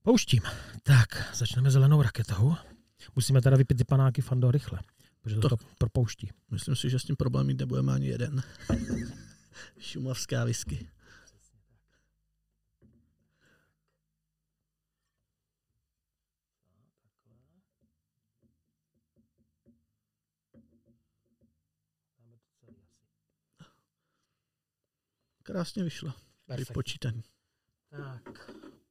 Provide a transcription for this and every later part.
Pouštím. Tak, začneme zelenou raketou. Musíme teda vypít ty panáky, Fando, rychle, protože to propouští. Myslím si, že s tím problém mít nebudeme ani jeden. Šumavská whisky. Krásně vyšlo. Vypočítaný. Tak.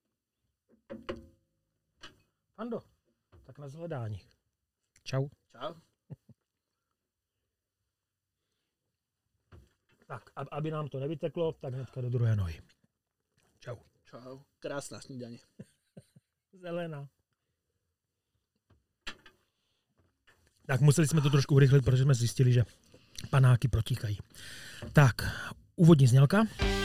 Fando, tak na zhledání. Čau. Čau. Tak, aby nám to nevyteklo, tak hnedka do druhé nohy. Čau. Čau. Krásná snídaně. Zelená. Tak museli jsme to trošku urychlit, protože jsme zjistili, že panáky protíkají. Tak, úvodní znělka.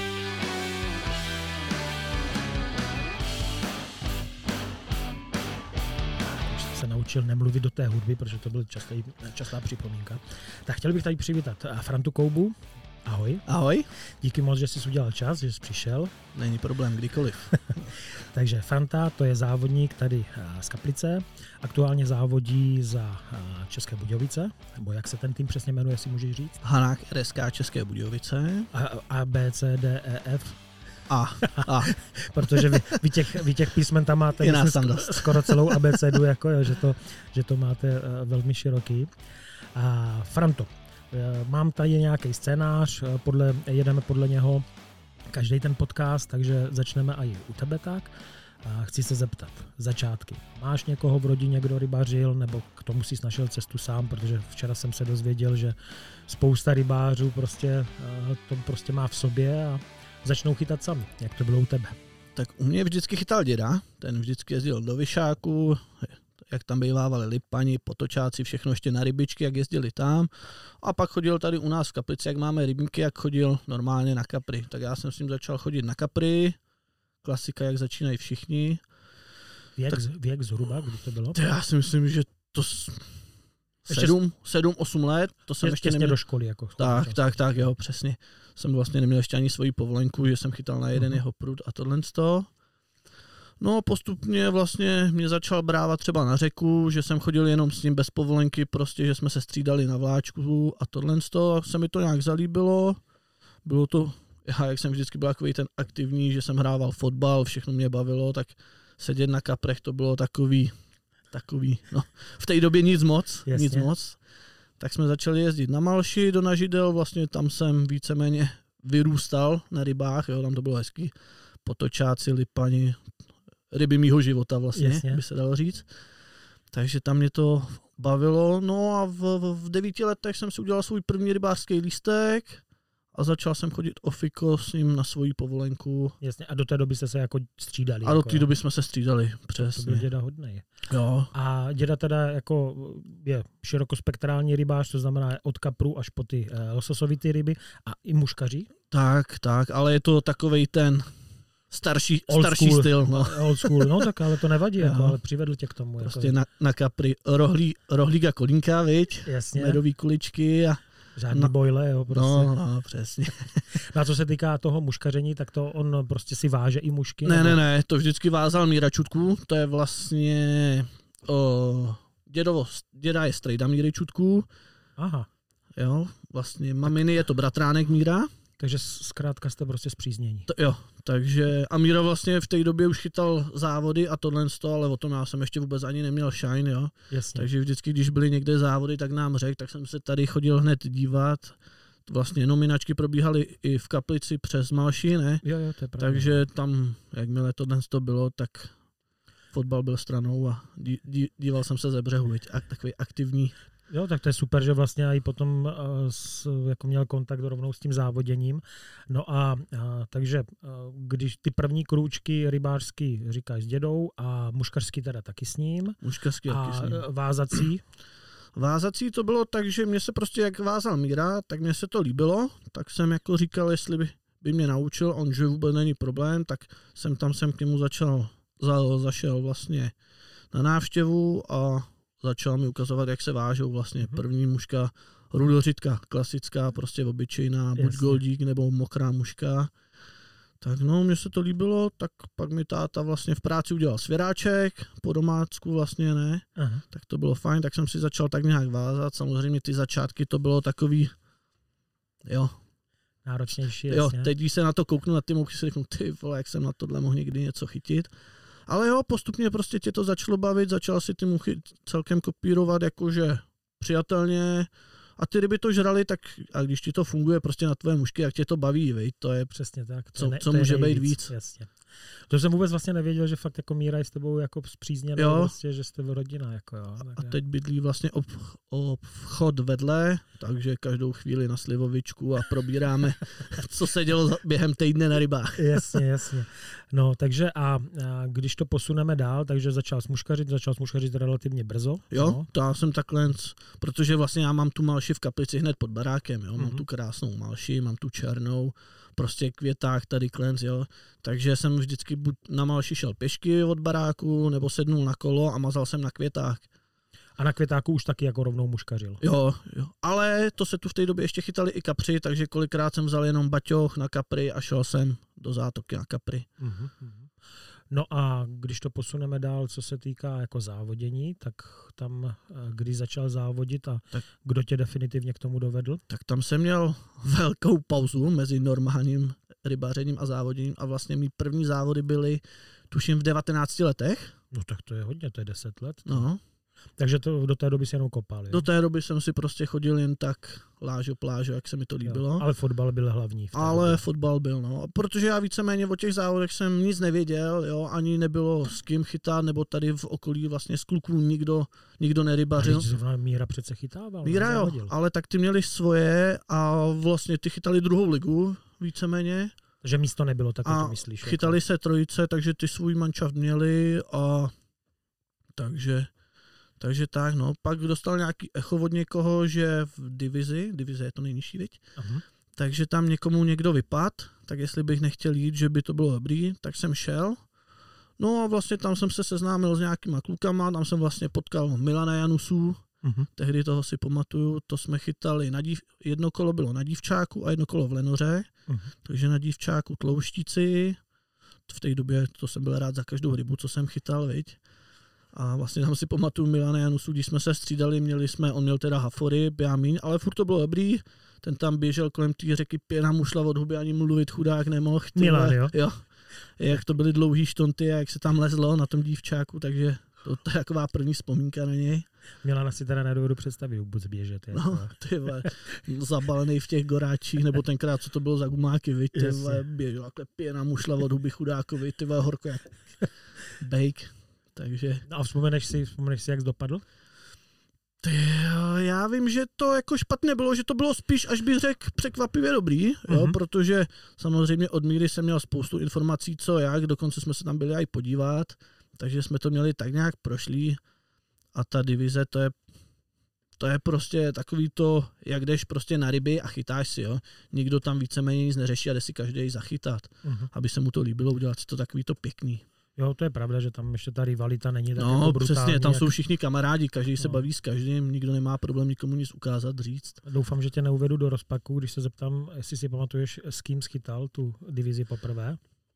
Se naučil nemluvit do té hudby, protože to byla častá připomínka. Tak chtěl bych tady přivítat Frantu Koubu. Ahoj. Ahoj. Díky moc, že jsi udělal čas, že jsi přišel. Není problém, kdykoliv. Takže Franta, to je závodník tady z Kaplice. Aktuálně závodí za České Budějovice, nebo jak se ten tým přesně jmenuje, si můžeš říct? Hanák RSK České Budějovice. A, B, C, D, E, F. A. Protože vy těch písmen tam máte skoro celou abecedu, jako, jo, že to máte velmi široký. Franto, mám tady nějaký scénář, jedeme podle něho každý ten podcast, takže začneme i u tebe tak. Chci se zeptat, začátky. Máš někoho v rodině, kdo rybařil, nebo k tomu jsi našel cestu sám, protože včera jsem se dozvěděl, že spousta rybářů to prostě má v sobě a začnou chytat sami. Jak to bylo u tebe? Tak u mě vždycky chytal děda, ten vždycky jezdil do Vyšáku, jak tam bývávali lipani, potočáci, všechno ještě na rybičky, jak jezdili tam. A pak chodil tady u nás v Kaplici, jak máme rybníky, jak chodil normálně na kapry. Tak já jsem s ním začal chodit na kapry, klasika, jak začínají všichni. Věk zhruba, kdy to bylo? Já si myslím, že to 7-8 let, to jsem ještě neměl. Do školy. Jako tak, jo, přesně. Jsem vlastně neměl ještě ani svoji povolenku, že jsem chytal na jeden jeho prut a tohle z toho. No postupně vlastně mě začal brávat třeba na řeku, že jsem chodil jenom s ním bez povolenky, prostě, že jsme se střídali na vláčku a tohle z toho, se mi to nějak zalíbilo. Bylo to, jak jsem vždycky byl takový ten aktivní, že jsem hrával fotbal, všechno mě bavilo, tak sedět na kaprech to bylo takový, no v té době nic moc. Tak jsme začali jezdit na Malši do Nažidel, vlastně tam jsem víceméně vyrůstal na rybách, jo, tam to bylo hezký. Potočáci, lipani, ryby mýho života vlastně, by se dalo říct. Takže tam mě to bavilo. No a v 9 letech jsem si udělal svůj první rybářský lístek a začal jsem chodit ofiko s ním na svoji povolenku. Jasně, a do té doby jste se jako střídali. A do té doby jsme se střídali, přesně. To byl děda hodnej. Jo. A děda teda jako je širokospektrální rybář, to znamená od kapru až po ty lososovité ryby a i muškaří? Tak, ale je to takovej ten starší styl. No. Old school, no tak ale to nevadí, jako, ale přivedl tě k tomu. Prostě jako. na kapry rohlíka kolínka, viď? Jasně. Medový kuličky a žádný bojle, jo, prostě. No, přesně. No a co se týká toho muškaření, tak to on prostě si váže i mušky? Ne, to vždycky vázal Míra Čutků, to je vlastně děda je strejda Míry Čutků. Aha. Jo, vlastně maminy je to bratránek Míra. Takže zkrátka jste prostě zpříznění. Jo, takže a Míra vlastně v té době už chytal závody a tohle, ale o tom já jsem ještě vůbec ani neměl shine, jo. Jasně. Takže vždycky, když byly někde závody, tak nám řekl, tak jsem se tady chodil hned dívat. Vlastně nominačky probíhaly i v Kaplici přes Malši, ne? Jo, to je pravda. Takže tam, jakmile to bylo, tak fotbal byl stranou a díval jsem se ze břehu, viď? Takový aktivní. Jo, tak to je super, že vlastně i potom jako měl kontakt rovnou s tím závoděním. No a takže když ty první krůčky rybářský říkáš s dědou a muškařský teda taky s ním. Muškařský taky s ním. Vázací? Vázací to bylo tak, že mě se prostě jak vázal Míra, tak mě se to líbilo, tak jsem jako říkal, jestli by mě naučil, on že vůbec není problém, tak jsem k němu zašel vlastně na návštěvu a začal mi ukazovat, jak se vážou vlastně první muška, rudořitka, klasická, prostě obyčejná, buď goldík nebo mokrá muška. Tak no, mně se to líbilo, tak pak mi táta vlastně v práci udělal svěráček, po domácku vlastně ne, tak to bylo fajn, tak jsem si začal tak nějak vázat, samozřejmě ty začátky to bylo takový, jo. Náročnější, jasně. Jo, teď když se na to kouknu, na ty mouchy, si řeknu, ty vole, jak jsem na tohle mohl někdy něco chytit. Ale jo, postupně prostě tě to začalo bavit, začal si ty muchy celkem kopírovat jakože přijatelně a ty ryby to žrali, tak a když ti to funguje prostě na tvoje mušky, jak tě to baví, vej, to je přesně tak. Co může být víc. Jasně. To jsem vůbec vlastně nevěděl, že fakt jako Míra je s tebou jako zpřízněný, prostě, že jste rodina. Jako jo, a teď bydlí vlastně obchod vedle, takže každou chvíli na slivovičku a probíráme, co se dělo během týdne na rybách. Jasně. No, takže a když to posuneme dál, takže začal smuškařit relativně brzo. Jo, no. To já jsem takhle, protože vlastně já mám tu malši v kaplici hned pod barákem, jo, mám tu krásnou malši, mám tu černou, prostě květák tady klenc, jo. Takže jsem vždycky buď na malši šel pěšky od baráku, nebo sednul na kolo a mazal jsem na květák. A na květáku už taky jako rovnou muškařil. Jo. Ale to se tu v té době ještě chytali i kapři, takže kolikrát jsem vzal jenom baťoch na kapry a šel jsem do zátoky na kapry. No a když to posuneme dál, co se týká jako závodění, tak tam, když začal závodit a kdo tě definitivně k tomu dovedl? Tak tam jsem měl velkou pauzu mezi normálním rybařením a závoděním a vlastně mý první závody byly, tuším, v 19 letech. No tak to je hodně, to je 10 let. No. Takže to do té doby si jenom kopal, jo? Do té doby jsem si prostě chodil jen tak plážo, jak se mi to líbilo. Jo, ale fotbal byl hlavní. Fotbal byl, no. Protože já víceméně o těch závodech jsem nic nevěděl, jo, ani nebylo s kým chytat, nebo tady v okolí vlastně z kluků nikdo nerybařil. Ale zrovna Míra přece chytával. Míra jo, ale tak ty měli svoje a vlastně ty chytali druhou ligu, víceméně. Takže místo nebylo, tak to myslíš. Chytali jako. se trojice, takže ty svůj manšaft měli a takže tak, no. Pak dostal nějaký echo od někoho, že v divize je to nejnižší, viď? Takže tam někomu někdo vypad, tak jestli bych nechtěl jít, že by to bylo dobrý, tak jsem šel. No a vlastně tam jsem se seznámil s nějakýma klukama, tam jsem vlastně potkal Milana Janusů, tehdy toho si pamatuju, to jsme chytali, jedno kolo bylo na dívčáku a jedno kolo v Lenoře, takže na dívčáku tlouštíci, v té době to jsem byl rád za každou rybu, co jsem chytal, viď? A vlastně tam si pamatuju Milana Janusu, když jsme se střídali, on měl teda haforyb, já míň, ale furt to bylo dobrý, ten tam běžel kolem té řeky, pěna mu šla od huby, ani mluvit chudák nemohl. Milan, jo? Jo. Jak to byly dlouhý štonty a jak se tam lezlo na tom dívčáku, takže to je taková první vzpomínka na něj. Milana si teda nedovedu představit vůbec běžet. No, zabalený v těch goráčích, nebo tenkrát, co to bylo za gumáky, viď, běžel, takhle pěna mu šla od huby chudákovi, horko jak bejk. Takže... No a vzpomeneš si, jak jsi dopadl? Já vím, že to jako špatně bylo, že to bylo spíš, až bych řekl, překvapivě dobrý, jo, protože samozřejmě od Míry jsem měl spoustu informací, co jak, dokonce jsme se tam byli i podívat, takže jsme to měli tak nějak prošlý a ta divize, to je prostě takový to, jak jdeš prostě na ryby a chytáš si, jo. Nikdo tam víceméně nic neřeší a jde si každý zachytat, aby se mu to líbilo, udělat si to takový to pěkný. Jo, to je pravda, že tam ještě ta rivalita není tak jako brutální. No, přesně, tam jsou všichni kamarádi, každý se baví s každým, nikdo nemá problém nikomu nic ukázat, říct. Doufám, že tě neuvedu do rozpaku, když se zeptám, jestli si pamatuješ, s kým schytal tu divizi poprvé.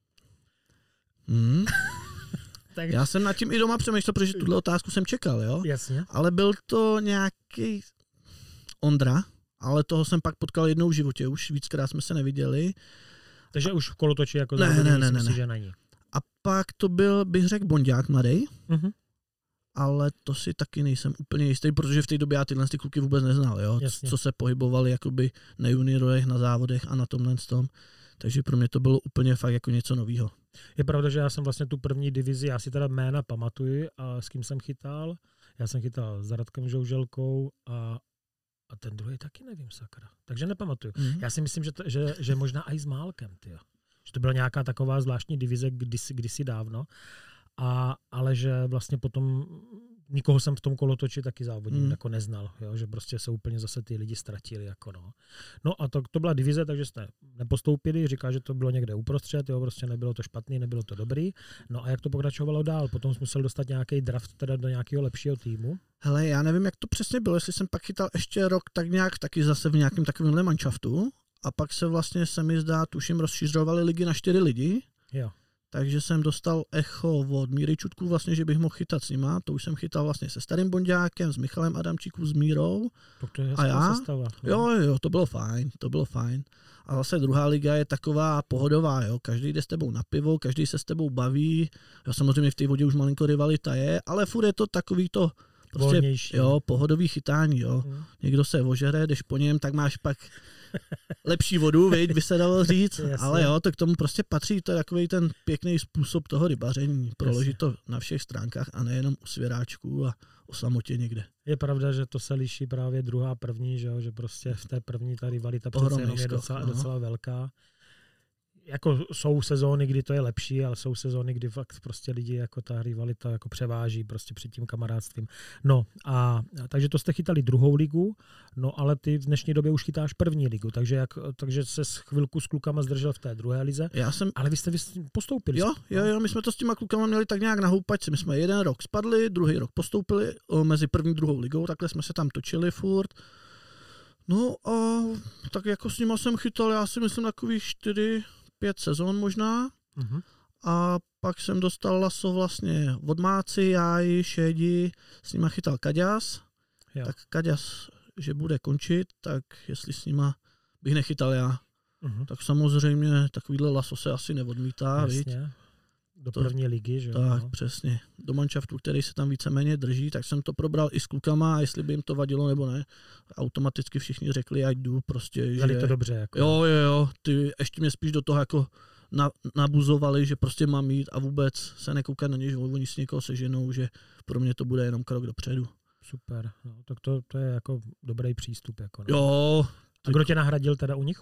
Tak... Já jsem nad tím i doma přemýšlel, protože tuhle otázku jsem čekal, jo? Jasně. Ale byl to nějaký Ondra, ale toho jsem pak potkal jednou v životě, už víckrát jsme se neviděli. Takže už v kolotoči jako závodní si, že není. A pak to byl, bych řekl, Bonďák mladej, ale to si taky nejsem úplně jistý, protože v té době já tyhle kluky vůbec neznal, jo? Co se pohybovali jakoby na juniorech, na závodech a na tomhle tom. Takže pro mě to bylo úplně fakt jako něco novýho. Je pravda, že já jsem vlastně tu první divizi, já si teda jména pamatuju a s kým jsem chytal. Já jsem chytal s Radkem Žouželkou a ten druhý taky nevím, sakra. Takže nepamatuju. Já si myslím, že možná i s Málkem, tyjo. Že to byla nějaká taková zvláštní divize kdysi dávno, ale že vlastně potom nikoho jsem v tom kolotoči taky závodním jako neznal, jo? Že prostě se úplně zase ty lidi ztratili. Jako no a to byla divize, takže jste nepostoupili, říká, že to bylo někde uprostřed, jo? Prostě nebylo to špatný, nebylo to dobrý. No a jak to pokračovalo dál? Potom jsem musel dostat nějaký draft teda do nějakého lepšího týmu. Hele, já nevím, jak to přesně bylo, jestli jsem pak chytal ještě rok tak nějak taky zase v nějakém takovémhle manšaftu, a pak se vlastně se mi zdá, tuším, rozšiřovaly ligy na 4 lidi. Jo. Takže jsem dostal echo od Míry Čutků vlastně, že bych mohl chytat s nima. To už jsem chytal vlastně se Starým Bonďákem, s Michalem Adamčíků, s Mírou. To je a já. Sestava. Jo, to bylo fajn. A zase druhá liga je taková pohodová, jo. Každý jde s tebou na pivo, každý se s tebou baví. Jo, samozřejmě v té vodě už malinko rivalita je, ale furt je to takový to prostě, volnější. Jo, pohodový chytání, jo. Někdo se ožere, jdeš po něm, tak máš pak lepší vodu, viď, by se dalo říct, ale jo, to k tomu prostě patří, to je takový ten pěkný způsob toho rybaření, proložit to na všech stránkách a nejenom u svěráčků a o samotě někde. Je pravda, že to se liší právě druhá a první, že, jo? Že prostě v té první ta rivalita přece jenom je docela velká. Jako jsou sezóny, kdy to je lepší, ale jsou sezóny, kdy fakt prostě lidi jako ta rivalita jako převáží prostě před tím kamarádstvím. No a takže to jste chytali druhou ligu, no ale ty v dnešní době už chytáš první ligu, takže se chvilku s klukama zdržel v té druhé lize. Ale vy jste postoupili. Jo, my jsme to s těma klukama měli tak nějak na houpačce. My jsme jeden rok spadli, druhý rok postoupili mezi první a druhou ligou, takhle jsme se tam točili furt. No a tak jako s nima jsem chytal, já si myslím takových 4-5 sezon možná. Uh-huh. A pak jsem dostal laso vlastně od Máci, Jáji, Šedi, s nima chytal Kaďas. Jo. Tak Kaďas, že bude končit, tak jestli s nima bych nechytal já. Uh-huh. Tak samozřejmě takovýhle laso se asi neodmítá. Jasně. Do první ligy, že jo? Tak, no. Přesně. Do manšaftu, který se tam víceméně drží, tak jsem to probral i s klukama, a jestli by jim to vadilo nebo ne. Automaticky všichni řekli, ať jdu prostě. Dali to dobře. Jako. Jo. Ty ještě mě spíš do toho jako nabuzovali, že prostě mám jít a vůbec se nekoukat na ně, že oni s někoho seženou, že pro mě to bude jenom krok dopředu. Super. No, tak to je jako dobrý přístup. Jako, no. Jo. A kdo tě nahradil teda u nich?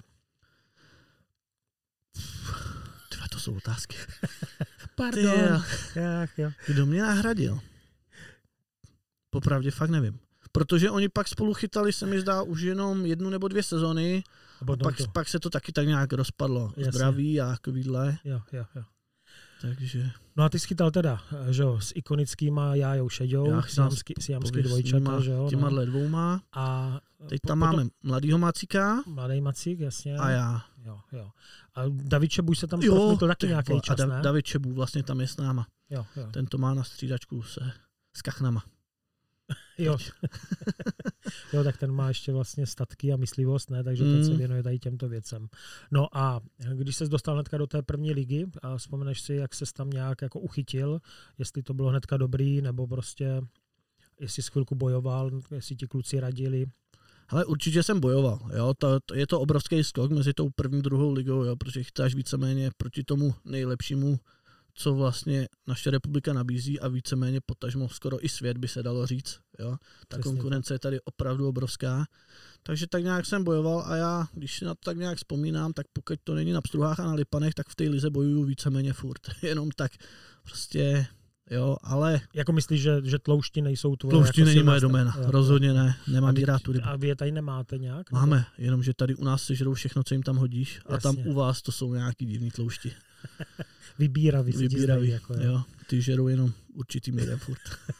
To jsou otázky. Pardon. Jo. Kdo mě nahradil? Popravdě fakt nevím. Protože oni pak spolu chytali, se mi zdá, už jenom 1 nebo 2 sezony. Pak se to taky tak nějak rozpadlo. Jasně. Zdraví a takovýhle. Jo. Takže... No a ty jsi chytal teda, že jo, s ikonickýma Jájou Šeďou, siamský dvojčata, že jo. Těma dvouma. A teď tam máme mladýho Macíka. Mladý Macík, jasně. A já. Jo. A David Čebuj se tam promítl taky nějaký čas, ne? David Čebuj vlastně tam je s náma. Jo. Ten to má na střídačku s kachnama. Jo. Jo, tak ten má ještě vlastně statky a myslivost, ne? Takže ten se věnuje tady těmto věcem. No a když ses dostal hnedka do té první ligy a vzpomeneš si, jak ses tam nějak jako uchytil, jestli to bylo hnedka dobrý, nebo prostě jestli jsi chvilku bojoval, jestli ti kluci radili. Ale určitě jsem bojoval. Jo? Je to obrovský skok mezi tou první a druhou ligou, jo? Protože chytáš víceméně proti tomu nejlepšímu, co vlastně naše republika nabízí a víceméně potažmo skoro i svět by se dalo říct. Jo? Ta konkurence je tady opravdu obrovská. Takže tak nějak jsem bojoval a já, když si na to tak nějak vzpomínám, tak pokud to není na Pstruhách a na Lipanech, tak v té lize bojuju víceméně furt. Jenom tak prostě... Jo, ale... Jako myslíš, že tloušti nejsou tvoje? Tloušti jako není moje doména, rozhodně ne, nemám rád tu rybu. A vy je tady nemáte nějak? Máme, nebo? Jenomže tady u nás sežerou všechno, co jim tam hodíš. Jasně. A tam u vás to jsou nějaký divný tloušti. Vybíravý. Jako, jo. Ty žerou jenom určitým lidem furt.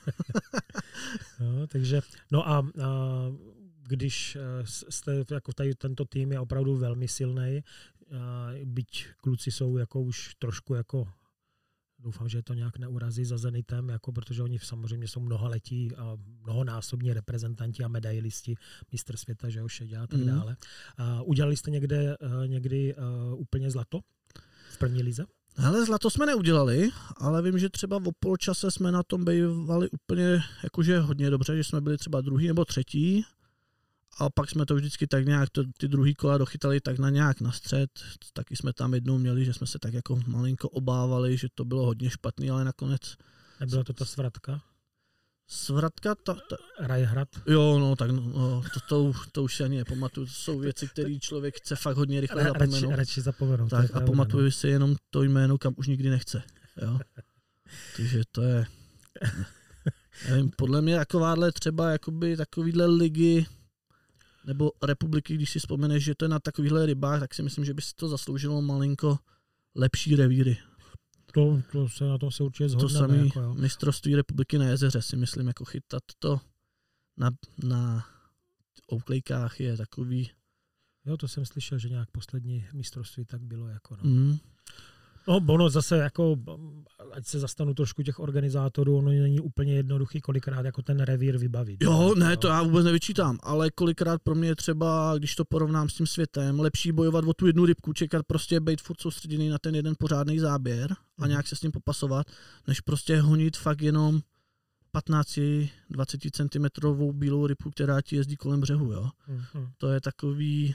No, takže, no a když jste, jako tady tento tým je opravdu velmi silný, byť kluci jsou jako už trošku jako doufám, že to nějak neurazí za Zenitem, jako, protože oni samozřejmě jsou mnohaletí a mnohonásobní reprezentanti a medailisti, mistr světa, že jo, Šeďa a tak dále. Udělali jste někdy úplně zlato v první lize? Hele, zlato jsme neudělali, ale vím, že třeba v poločase jsme na tom bývali úplně jakože hodně dobře, že jsme byli třeba 2. nebo 3. A pak jsme to vždycky tak nějak, ty druhý kola dochytali tak na nějak na střed. Taky jsme tam jednou měli, že jsme se tak jako malinko obávali, že to bylo hodně špatný, ale nakonec... Nebyla to ta svratka? Svratka? Rajhrad? Jo, no tak to už si ani nepamatuju. To jsou věci, které člověk chce fakt hodně rychle zapomenout. Radši zapomenout. Tak a pamatuju si jenom to jméno, kam už nikdy nechce. Jo? Takže to je... Nevím, podle mě takováhle třeba jakoby takovýhle ligy nebo republiky, když si vzpomeneš, že to je na takovýchhle rybách, tak si myslím, že by si to zasloužilo malinko lepší revíry. To se na tom se určitě shodneme. To samé jako, mistrovství republiky na jezeře si myslím, jako chytat to na ouklejkách je takový Jo, to jsem slyšel, že nějak poslední mistrovství tak bylo jako No, ono zase jako, ať se zastanu trošku těch organizátorů, ono není úplně jednoduchý kolikrát jako ten revír vybavit. Jo, ne, to já vůbec nevyčítám, ale kolikrát pro mě je třeba, když to porovnám s tím světem, lepší bojovat o tu jednu rybku, čekat prostě být furt soustředěný na ten jeden pořádný záběr a nějak se s ním popasovat, než prostě honit fakt jenom 15-20 cm bílou rybku, která ti jezdí kolem břehu, jo. To je takový...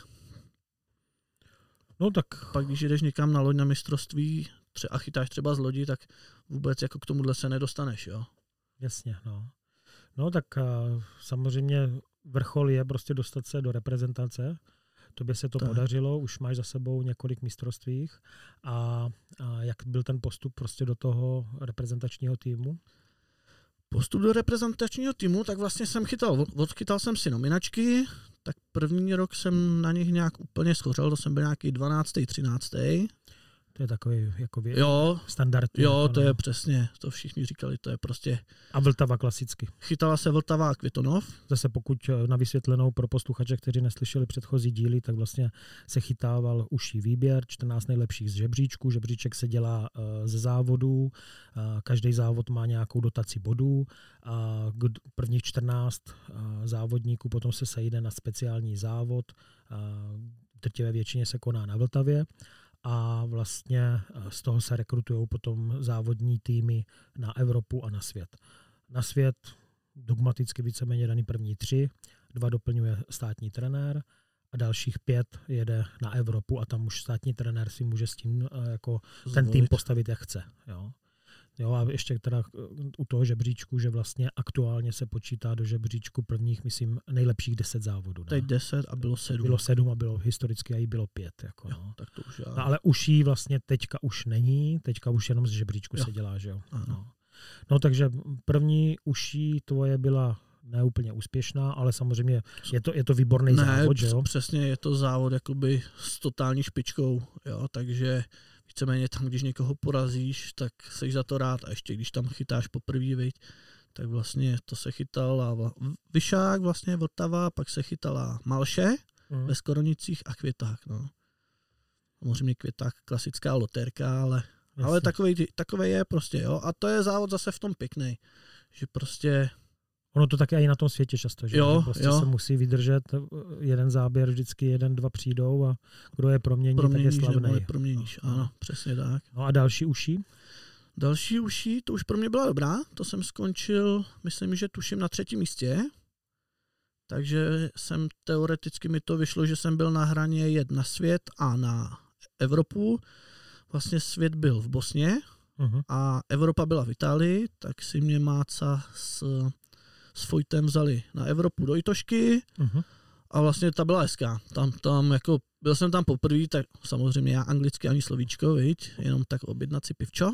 No tak... Pak když jdeš někam na loď na mistrovství a chytáš třeba z lodi, tak vůbec jako k tomuhle se nedostaneš, jo. Jasně, no. No tak samozřejmě vrchol je prostě dostat se do reprezentace. Tobě se to podařilo, už máš za sebou několik mistrovstvích. A jak byl ten postup prostě do toho reprezentačního týmu? Postup do reprezentačního týmu, tak vlastně jsem odchytal jsem si nominačky, tak první rok jsem na nich nějak úplně schořel, to jsem byl nějaký 12., 13. To je takový jako standard. Jo, to je přesně, to všichni říkali, to je prostě... A Vltava klasicky. Chytala se Vltava a Květonov. Zase pokud na vysvětlenou pro posluchače, kteří neslyšeli předchozí díly, tak vlastně se chytával užší výběr, 14 nejlepších z žebříčku. Žebříček se dělá ze závodů, každý závod má nějakou dotaci bodů a prvních 14 závodníků potom se sejde na speciální závod. V drtivé většině se koná na Vltavě. A vlastně z toho se rekrutují potom závodní týmy na Evropu a na svět. Na svět dogmaticky víceméně daný první 3, 2 doplňuje státní trenér a dalších 5 jede na Evropu a tam už státní trenér si může s tím jako ten tým postavit, jak chce. Jo, a ještě teda u toho žebříčku, že vlastně aktuálně se počítá do žebříčku prvních, myslím, nejlepších 10 závodů. Teď 10 a bylo 7. Bylo 7 a bylo historicky a jí bylo 5. Jako, jo, tak to už no, ale uší vlastně teďka už není, teďka už jenom z žebříčku se dělá, že jo. No, takže první uší tvoje byla neúplně úspěšná, ale samozřejmě je to výborný závod, že jo? Přesně, je to závod jakoby s totální špičkou, jo, takže víceméně tam, když někoho porazíš, tak seš za to rád a ještě když tam chytáš poprvé, viď, tak vlastně to se chytala Vyšák, vlastně Vltava, pak se chytala Malše ve Skoronicích a Květák, no. Samozřejmě Květák, klasická lotérka, ale takovej je prostě, jo, a to je závod zase v tom pěkný, že prostě... Ono to také i na tom světě často, že prostě se musí vydržet, jeden záběr, vždycky 1, 2 přijdou a kdo je promění, tak je slavnej. Proměníš, ano, přesně tak. No a další uší? Další uší, to už pro mě byla dobrá, to jsem skončil, myslím, že tuším na 3. místě, takže teoreticky mi to vyšlo, že jsem byl na hraně jet na svět a na Evropu. Vlastně svět byl v Bosně a Evropa byla v Itálii, tak si mě Máca s Fojtem vzali na Evropu do Itošky a vlastně ta byla hezká. Tam jako, byl jsem tam poprvé, tak samozřejmě já anglicky ani slovíčko, viď? Jenom tak objednat si pivčo.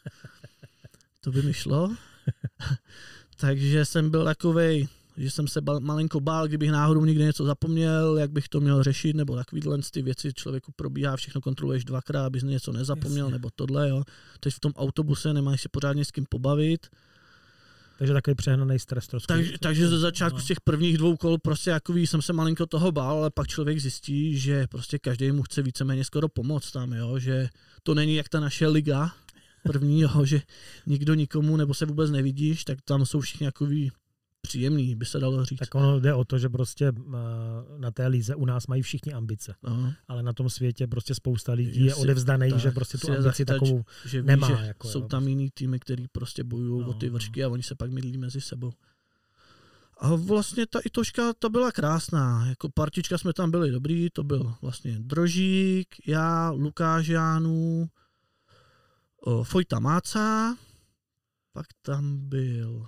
To by mi šlo. Takže jsem byl takovej, že jsem se malinko bál, kdybych náhodou někde něco zapomněl, jak bych to měl řešit, nebo takovýhle ty věci člověku probíhá, všechno kontroluješ 2krát, abys něco nezapomněl, nebo tohle, jo. Teď v tom autobuse nemáš si pořádně s kým pobavit. Takže takový přehnaný stres trošku. Takže ze začátku z těch prvních 2 kol prostě jakový jsem se malinko toho bál, ale pak člověk zjistí, že prostě každý mu chce víceméně skoro pomoct tam, jo, že to není jak ta naše liga první, jo, že nikdo nikomu nebo se vůbec nevidíš, tak tam jsou všichni jakový příjemný, by se dalo říct. Tak ono jde o to, že prostě na té lize u nás mají všichni ambice, ale na tom světě prostě spousta lidí je odevzdaných, že prostě tu ambici takovou že nemá. Že jako, jsou tam jiný týmy, který prostě bojují o ty vršky a oni se pak mydlí mezi sebou. A vlastně ta Itoška, to byla krásná. Jako partička jsme tam byli dobrý, to byl vlastně Drožík, já, Lukáš Jánů, Fojta Máca, pak tam byl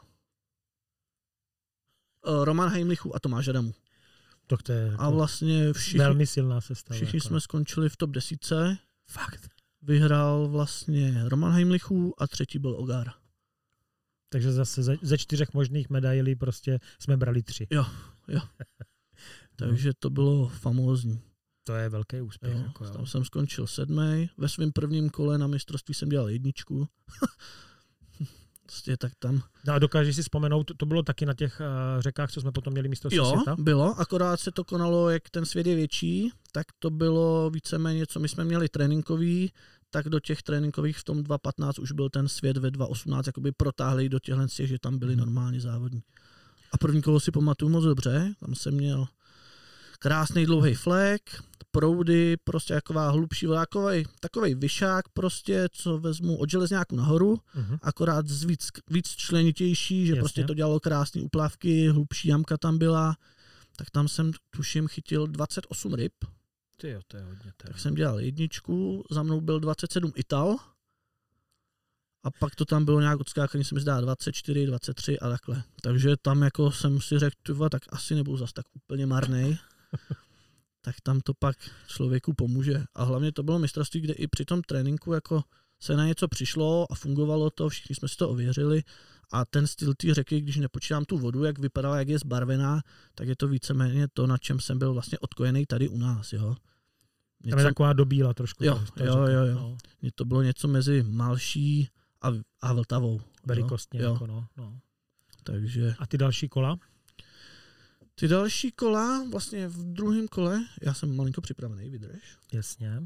Roman Heimlichů a Tomáš Adamů. To je a vlastně velmi silná sestava. Všichni jako jsme skončili v top 10. Fakt. Vyhrál vlastně Roman Heimlichů a 3. byl Ogar. Takže zase ze 4 možných medailí prostě jsme brali 3. Jo. Takže to bylo famózní. To je velký úspěch. Jo, jako, tam jsem skončil 7. Ve svém prvním kole na mistrovství jsem dělal 1. Prostě tak tam. No a dokážeš si vzpomenout, to bylo taky na těch řekách, co jsme potom měli mistrovství světa? Jo, bylo, akorát se to konalo, jak ten svět je větší, tak to bylo víceméně, co my jsme měli tréninkový, tak do těch tréninkových v tom 2.15 už byl ten svět ve 2.18 jakoby protáhlý do těchhle těch, že tam byli normální závodní. A první kolo si pamatuju moc dobře, tam jsem měl krásný dlouhý flek, proudy, prostě jaková hlubší, takovej vyšák prostě, co vezmu od železňáku nahoru, akorát víc členitější, že Jasně. prostě to dělalo krásné uplavky, hlubší jamka tam byla, tak tam jsem tuším chytil 28 ryb. Tyjo, to je hodně. Tak jsem dělal jedničku, za mnou byl 27 Ital a pak to tam bylo nějak odskákaný, se mi zdá 24, 23 a takhle. Takže tam jako jsem si řekl, tak asi nebudu zas tak úplně marnej. Tak tam to pak člověku pomůže. A hlavně to bylo mistrovství, kde i při tom tréninku jako se na něco přišlo a fungovalo to, všichni jsme si to ověřili a ten styl té řeky, když nepočítám tu vodu, jak vypadala, jak je zbarvená, tak je to víceméně to, na čem jsem byl vlastně odkojený tady u nás. Jo. Tam je taková dobíla trošku. Jo. No. To bylo něco mezi Malší a Vltavou. Velikostně. Jo. Jako no. Takže... A ty další kola? Ty další kola, vlastně v druhém kole, já jsem malinko připravený, vydrž. Jasně.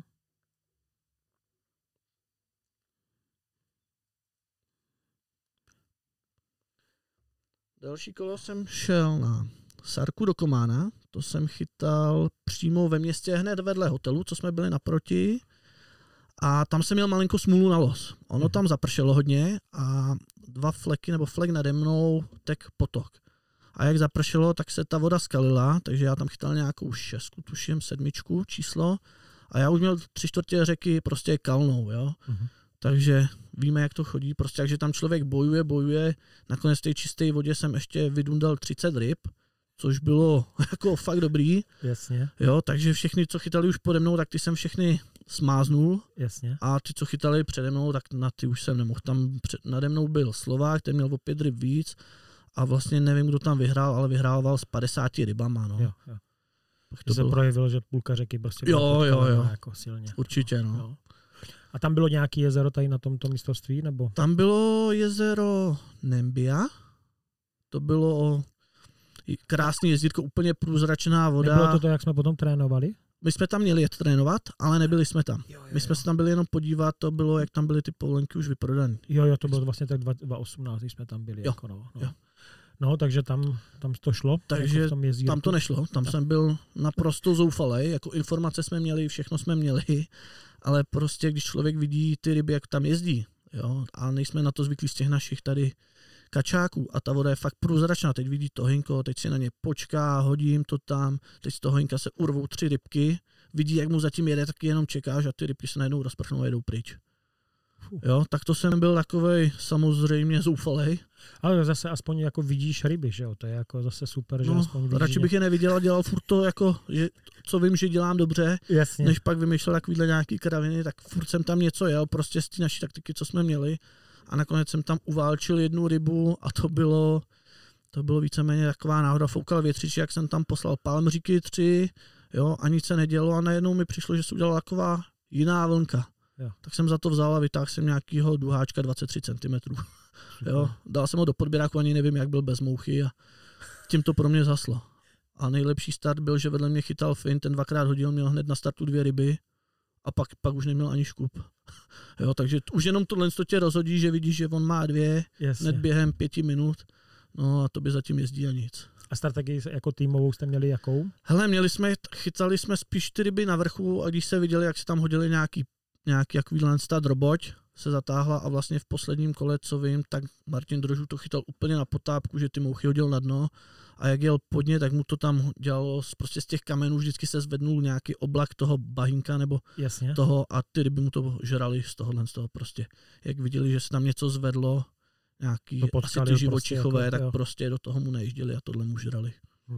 Další kolo jsem šel na Sarku do Komána, to jsem chytal přímo ve městě hned vedle hotelu, co jsme byli naproti. A tam jsem měl malinko smůlu na los. Ono tam zapršelo hodně a dva fleky nebo flek nade mnou tek potok. A jak zapršelo, tak se ta voda skalila, takže já tam chytal nějakou 6, tuším 7 číslo a já už měl 3/4 řeky prostě kalnou, jo. Takže víme, jak to chodí, prostě takže tam člověk bojuje, nakonec v té čisté vodě jsem ještě vydundal 30 ryb, což bylo jako fakt dobrý. Jasně. Jo, takže všechny, co chytali už pode mnou, tak ty jsem všechny smáznul. Jasně. A ty, co chytali přede mnou, tak na ty už jsem nemohl. Tam nade mnou byl Slovák, ten měl o 5 ryb víc a vlastně nevím, kdo tam vyhrál, ale vyhrával s 50 rybama, no. Jo. To se projevilo, že půlka řeky prostě jo. Jako silně. Určitě, no. Jo. A tam bylo nějaký jezero tady na tomto mistrovství, nebo? Tam bylo jezero Nembia. To bylo krásný jezdítko, úplně průzračná voda. Nebylo to, jak jsme potom trénovali? My jsme tam měli jet trénovat, ale nebyli jsme tam. Jo. My jsme se tam byli jenom podívat, to bylo, jak tam byly ty povolenky už vyprodané. Jo, to bylo vlastně tak 2018, když jsme tam byli. Jo. Jako no. Jo. Takže tam to šlo. Takže jako tam to nešlo, tam jsem byl naprosto zoufalej, jako informace jsme měli, všechno jsme měli, ale prostě když člověk vidí ty ryby, jak tam jezdí, jo, a nejsme na to zvyklí z těch našich tady kačáků a ta voda je fakt průzračná, teď vidí tohynko, teď si na ně počká, hodím to tam, teď z tohynka se urvou 3 rybky, vidí, jak mu zatím jede, tak jenom čekáš a ty rybky se najednou rozprchnou a jedou pryč. Jo, tak to jsem byl takovej samozřejmě zoufalej. Ale zase aspoň jako vidíš ryby, že jo, to je jako zase super, že aspoň vidíš. Radši bych je neviděl a dělal furt to jako, že, co vím, že dělám dobře, jasně. Než pak vymýšlel takovýhle nějaký kraviny, tak furt jsem tam něco jel, prostě z té naší taktiky, co jsme měli. A nakonec jsem tam uválčil 1 rybu a to bylo víceméně taková náhoda. Foukal větřič, jak jsem tam poslal palmříky 3, jo, a nic se nedělo a najednou mi přišlo, že se udělala taková jiná vlnka. Jo. Tak jsem za to vzal a vytáhl jsem nějakýho duháčka 23 cm. Jo, dal jsem ho do podběráku, ani nevím, jak byl bez mouchy a tím to pro mě zaslo. A nejlepší start byl, že vedle mě chytal fin, ten 2krát hodil, měl hned na startu 2 ryby a pak už neměl ani škup. Jo, takže už jenom tohle tě rozhodí, že vidíš, že on má 2 hned během 5 minut, no a to by zatím jezdí a nic. A strategii jako týmovou jste měli jakou? Hele, chytali jsme spíš ty ryby na vrchu a když se viděli, jak se tam hodili nějaký jakýhle droboť, se zatáhla a vlastně v posledním kole, co vím, tak Martin Drožů to chytal úplně na potápku, že ty mouchy hodil na dno a jak jel pod ně, tak mu to tam dělalo, prostě z těch kamenů vždycky se zvednul nějaký oblak toho bahínka nebo jasně. toho a ty ryby mu to žrali z tohohle prostě. Jak viděli, že se tam něco zvedlo, nějaký asi ty živočichové, prostě, tak prostě do toho mu nejížděli a tohle mu žrali.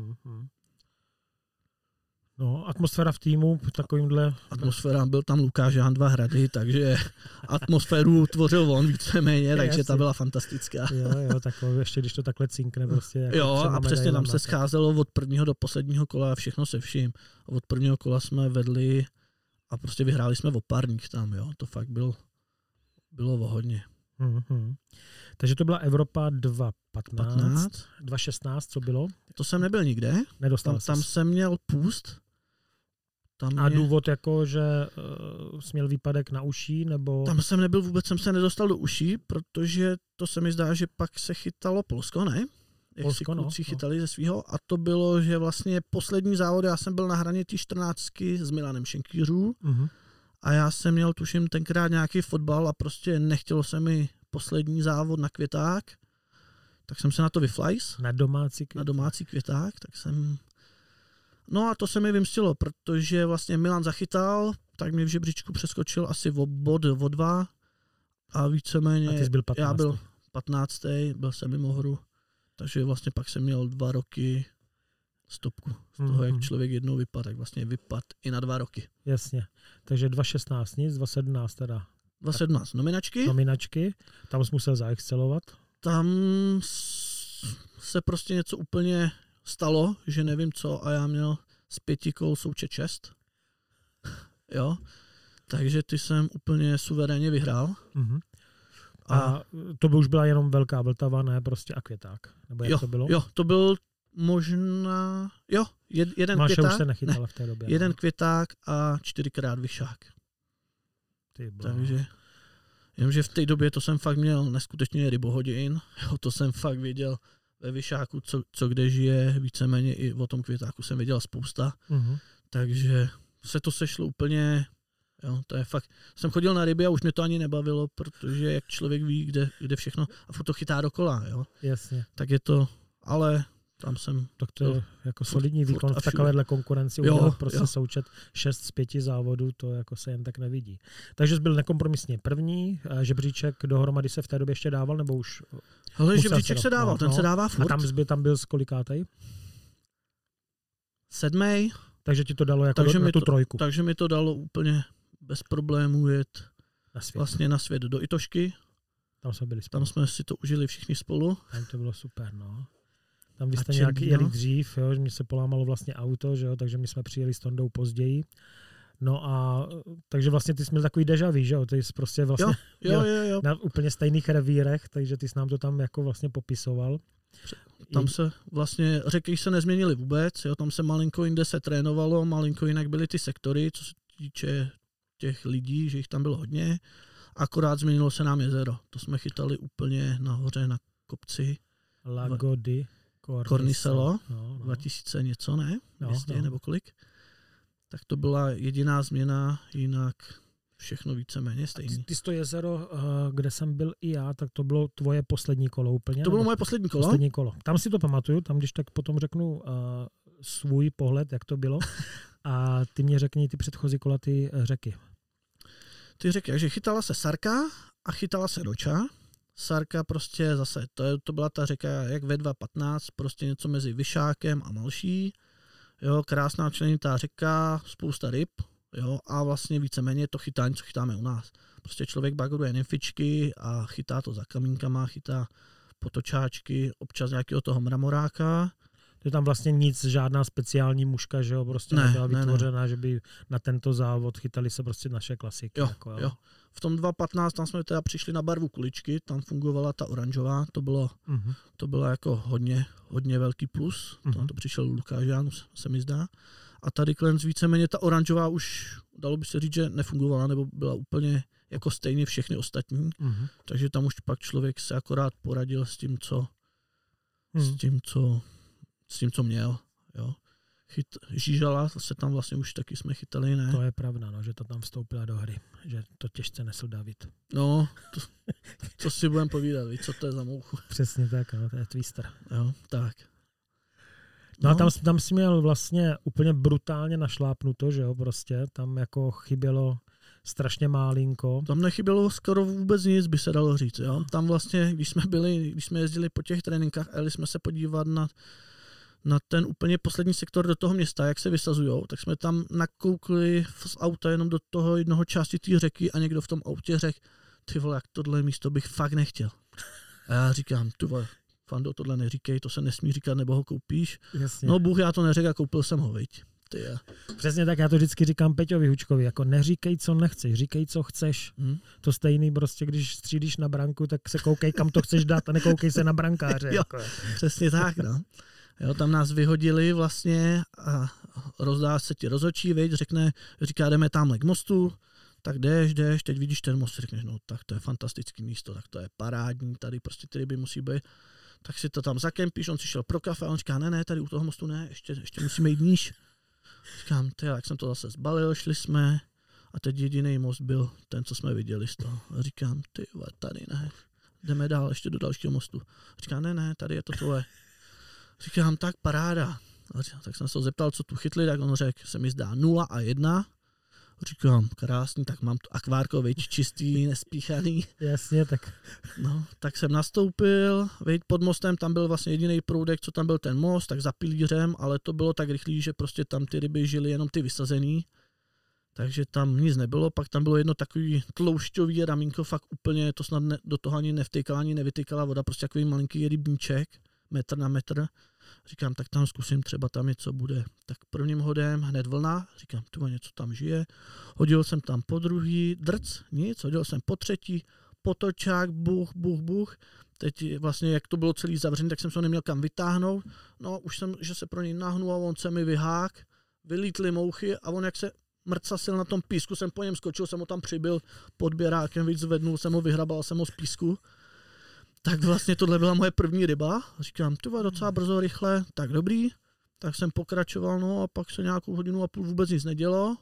No, atmosféra v týmu takovýmhle... Atmosféra, byl tam Lukáš Ján 2 Hrady, takže atmosféru tvořil on víceméně, takže ta byla fantastická. Jo, takové, ještě když to takhle cinkne prostě. Jako jo, a přesně tam se scházelo od prvního do posledního kola a všechno se vším. Od prvního kola jsme vedli a prostě vyhráli jsme o párník tam, jo, to fakt bylo o hodně. Takže to byla Evropa 2015, 2016, co bylo? To jsem nebyl nikde. Tam jsem měl půst. A důvod jako, že jsi měl výpadek na uší, nebo? Tam jsem nebyl vůbec, jsem se nedostal do uší, protože to se mi zdá, že pak se chytalo Polsko, ne? Jak si kluci chytali ze svýho. A to bylo, že vlastně poslední závod, já jsem byl na hraně té 14 s Milanem Šenkýřů a já jsem měl, tuším, tenkrát nějaký fotbal a prostě nechtělo se mi poslední závod na Květák, tak jsem se na to vyflajs. Na domácí Květák, tak jsem... No a to se mi vymstilo, protože vlastně Milan zachytal, tak mi v žebříčku přeskočil asi o bod, o 2 a víceméně... A ty jsi byl 15. Já byl 15. Byl jsem mimo hru, takže vlastně pak jsem měl 2 roky stopku. Z toho, jak člověk jednou vypadl, tak vlastně vypadl i na 2 roky. Jasně, takže 2016 nic, 2017 teda. 2017 Nominačky, tam jsi musel zaexcelovat. Tam se prostě něco úplně stalo, že nevím co, a já měl z 5 kol součet 6. Jo, takže ty jsem úplně suverénně vyhrál. A to by už byla jenom Velká Vltava, ne prostě a Květák? Nebo jak to bylo? Jo, to byl možná, jeden Máše Květák. Už se nechytala v té době. Jeden Květák a 4krát Vyšák. Takže, jenomže v té době to jsem fakt měl neskutečně rybohodin. Jo, to jsem fakt věděl ve Vyšáku, co kde žije, víceméně i o tom Květáku jsem věděl spousta. Takže se to sešlo úplně, jo, to je fakt. Jsem chodil na ryby a už mě to ani nebavilo, protože jak člověk ví, kde všechno, a furt to chytá dokola, jo. Jasně. Tak je to, ale tam jsem... Tak to je jako solidní výkon v takovéhle konkurenci. Udělat prostě součet 6 z 5 závodů, to jako se jen tak nevidí. Takže jsi byl nekompromisně první, žebříček dohromady se v té době ještě dával, nebo už... Ale žebříček se dával, ten se dává furt. A tam byl z kolikátej? 7. Takže ti to dalo jako na tu 3. Takže mi to dalo úplně bez problémů jet na svět do Itošky. Tam jsme byli spolu. Tam jsme si to užili všichni spolu. Tam to bylo super, no. Tam vy jste nějak jeli dřív, jo, že mi se polámalo vlastně auto, že jo, takže my jsme přijeli s Tondou později. No a takže vlastně ty jsi měl takový déjà vu, že jo, ty jsi prostě vlastně jo. Na úplně stejných revírech, takže ty jsi nám to tam jako vlastně popisoval. Tam se vlastně řeky se nezměnily vůbec, jo, tam se malinko jinde se trénovalo, malinko jinak byly ty sektory, co se týče těch lidí, že jich tam bylo hodně, akorát změnilo se nám jezero. To jsme chytali úplně nahoře na kopci. Lago di Corniselo, 2000 něco, ne? 200 nebo kolik? Tak to byla jediná změna, jinak všechno víceméně stejný. Ty to jezero, kde jsem byl i já, tak to bylo tvoje poslední kolo úplně? To bylo moje poslední kolo? Poslední kolo. Tam si to pamatuju, tam když tak potom řeknu svůj pohled, jak to bylo. A ty mě řekni ty předchozí kola, ty řeky. Ty řeky, takže chytala se Sarka a chytala se Doča. Sarka prostě zase, to byla ta řeka jak ve 2.15, prostě něco mezi Vyšákem a Malší. Jo, krásná členitá řeka, spousta ryb, jo, a vlastně víceméně to chytání, co chytáme u nás. Prostě člověk bagruje nymfičky a chytá to za kamínkama, chytá potočáčky, občas nějakého toho mramoráka. To je tam vlastně nic, žádná speciální muška, že jo, prostě nebyla vytvořena, že by na tento závod chytali se prostě naše klasiky. Jo. V tom 2.15 tam jsme teda přišli na barvu kuličky, tam fungovala ta oranžová, to bylo jako hodně velký plus, tam to přišel Lukáš Janus, se mi zdá. A tady Klenc víceméně ta oranžová už, dalo by se říct, že nefungovala, nebo byla úplně jako stejně všechny ostatní, takže tam už pak člověk se akorát poradil s tím, co měl, jo. Žížala se tam vlastně už taky jsme chytali, ne? To je pravda, no, že to tam vstoupila do hry, že to těžce nesl David. No, co si budeme povídat, víš, co to je za mouchu. Přesně tak, no, to je twister. Jo, tak. No a tam si měl vlastně úplně brutálně našlápnuto, že jo, prostě, tam jako chybělo strašně málinko. Tam nechybělo skoro vůbec nic, by se dalo říct, jo. Tam vlastně, když jsme jezdili po těch tréninkách a jeli jsme se podívat na ten úplně poslední sektor do toho města, jak se vysazujou, tak jsme tam nakoukli z auta jenom do toho jednoho části té řeky a někdo v tom autě řekl, ty vole, jak tohle místo bych fakt nechtěl. A já říkám, ty vole, Fando, tohle neříkej, to se nesmí říkat, nebo ho koupíš. Jasně. No Bůh, já to neřekl a koupil jsem ho, viď. Přesně tak, já to vždycky říkám Peťovi Hučkovi, jako neříkej, co nechceš, říkej, co chceš. To stejný prostě, když střílíš na branku, tak se koukej, kam to chceš dát a nekoukej se na brankáře. Jo, jako. Přesně tak, no. Jo, tam nás vyhodili vlastně a rozdá se ti rozhodčí, říká, jdeme tamhle k mostu, tak jdeš, teď vidíš ten most, řekneš, no tak to je fantastický místo, tak to je parádní, tady prostě ty ryby musí být, tak si to tam zakempíš, on si šel pro kafe a on říká, ne, tady u toho mostu ne, ještě musíme jít níž. Říkám, jak jsem to zase zbalil, šli jsme a teď jediný most byl ten, co jsme viděli z toho. A říkám, tady ne, jdeme dál, ještě do dalšího mostu. Říká, ne, tady je to tvoje. Říkám, tak paráda. Tak jsem se ho zeptal, co tu chytli, tak on řekl, se mi zdá 0 a 1. Říkám, krásný, tak mám to akvárko, veď, čistý, nespíchaný. Jasně, tak. No, tak jsem nastoupil, veď, pod mostem, tam byl vlastně jediný proudek, co tam byl ten most, tak za pilířem, ale to bylo tak rychlý, že prostě tam ty ryby žily jenom ty vysazený. Takže tam nic nebylo, pak tam bylo jedno takový tloušťový ramínko, fakt úplně, to snad do toho ani nevtykala, ani nevytykala voda, prostě takový malinký rybníček, metr na metr. Říkám, tak tam zkusím, třeba tam něco bude. Tak prvním hodem hned vlna, říkám, něco tam žije. Hodil jsem tam po druhý, nic, hodil jsem po třetí, potočák, buch. Teď vlastně, jak to bylo celý zavřený, tak jsem se ho neměl kam vytáhnout. No, už jsem, že se pro něj nahnu a on se mi vyhák, vylítly mouchy a on jak se mrcasil na tom písku, jsem po něm skočil, jsem ho tam přibyl pod běrákem, víc zvednul jsem ho, vyhrabal jsem ho z písku. Tak vlastně tohle byla moje první ryba. Říkám, docela brzo, rychle, tak dobrý. Tak jsem pokračoval, no a pak se nějakou hodinu a půl vůbec nic nedělo.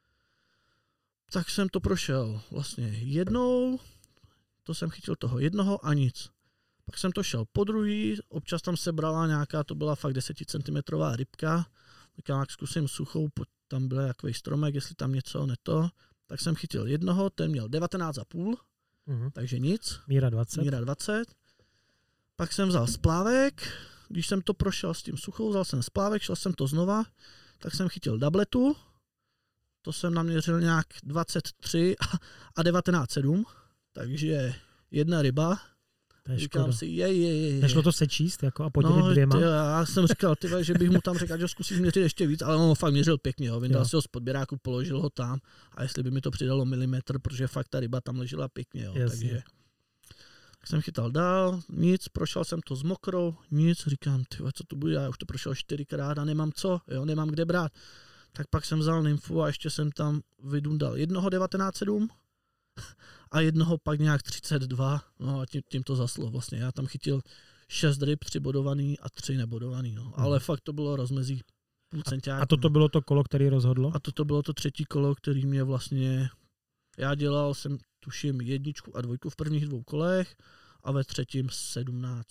Tak jsem to prošel vlastně jednou, to jsem chytil toho jednoho a nic. Pak jsem to šel po druhý, občas tam se brala nějaká, to byla fakt 10 cm rybka. Říkám, jak zkusím suchou, tam byl takový stromek, jestli tam něco, neto. Tak jsem chytil jednoho, ten měl 19,5. Takže nic. Míra 20. Pak jsem vzal splávek, když jsem to prošel s tím suchou, vzal jsem splávek, šel jsem to znova, tak jsem chytil dabletu, to jsem naměřil nějak 23 a 19,7, takže jedna ryba. Říkám si, Nešlo to sečíst jako a podělit dvěma? Já jsem říkal, že bych mu tam řekl, že zkusí měřit ještě víc, ale on ho fakt měřil pěkně. Vyndal si ho z podběráku, položil ho tam a jestli by mi to přidalo milimetr, protože fakt ta ryba tam ležela pěkně. Takže tak jsem chytal dál, nic, prošel jsem to s mokrou, nic, říkám, co to bude, já už to prošel 4krát a nemám co, nemám kde brát. Tak pak jsem vzal nymfu a ještě jsem tam vydundal jednoho 19,7 a jednoho pak nějak 32, no a tím to zaslo vlastně. Já tam chytil 6 ryb, 3 bodovaný a 3 nebodovaný, no. Ale fakt to bylo rozmezí půl centiáku. A toto bylo to kolo, který rozhodlo? A toto bylo to třetí kolo, který mě vlastně, já dělal jsem tuším 1 a 2 v prvních 2 kolech a ve třetím 17.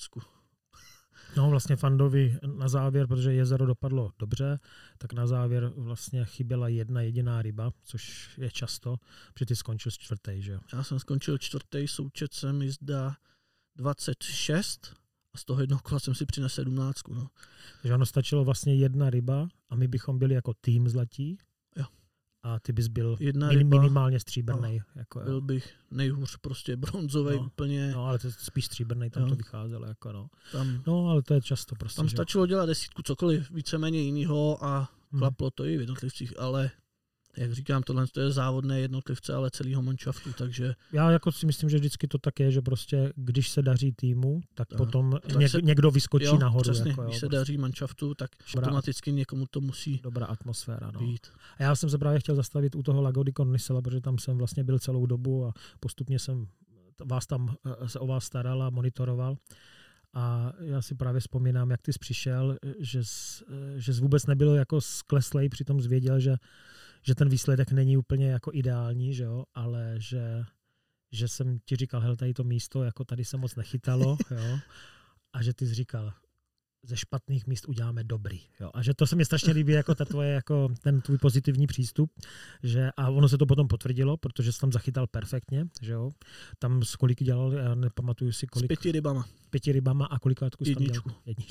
No vlastně Fandovi na závěr, protože jezero dopadlo dobře, tak na závěr vlastně chyběla jedna jediná ryba, což je často, protože ty skončil 4., že jo? Já jsem skončil 4., součet jsem jízda 26 a z toho jednoho kola jsem si přinesl 17. No. Takže ono stačilo vlastně jedna ryba a my bychom byli jako tým zlatí. Jo. A ty bys byl minimálně stříbrnej. No, jako, byl bych nejhůř prostě bronzový úplně. No ale to spíš stříbrnej, tam to vycházelo. Jako, no. No ale to je často prostě. Tam stačilo dělat 10, cokoliv víceméně jinýho a klaplo to i v jednotlivcích, ale jak říkám, tohle je závodné jednotlivce, ale celýho manšaftu, takže... Já jako si myslím, že vždycky to tak je, že prostě, když se daří týmu, tak potom někdo vyskočí nahoru. Přesně, jako, když se daří manšaftu, tak automaticky někomu to musí dobrá atmosféra, no. být. A já jsem se právě chtěl zastavit u toho Lago di Cornisella, protože tam jsem vlastně byl celou dobu a postupně jsem se o vás staral a monitoroval. A já si právě vzpomínám, jak ty jsi přišel, že jsi vůbec nebyl jako skleslej, přitom jsi věděl, že ten výsledek není úplně jako ideální, že jo, ale že jsem ti říkal, hele, tady to místo, jako tady se moc nechytalo, jo, a že ty jsi říkal, ze špatných míst uděláme dobrý, jo, a že to se mi strašně líbí, jako ten tvůj pozitivní přístup, a ono se to potom potvrdilo, protože jsi tam zachytal perfektně, že jo, tam z kolik dělal, já nepamatuju si kolik. S 5 rybama. 5 rybama a kolikátku jsi tam dělal? 1.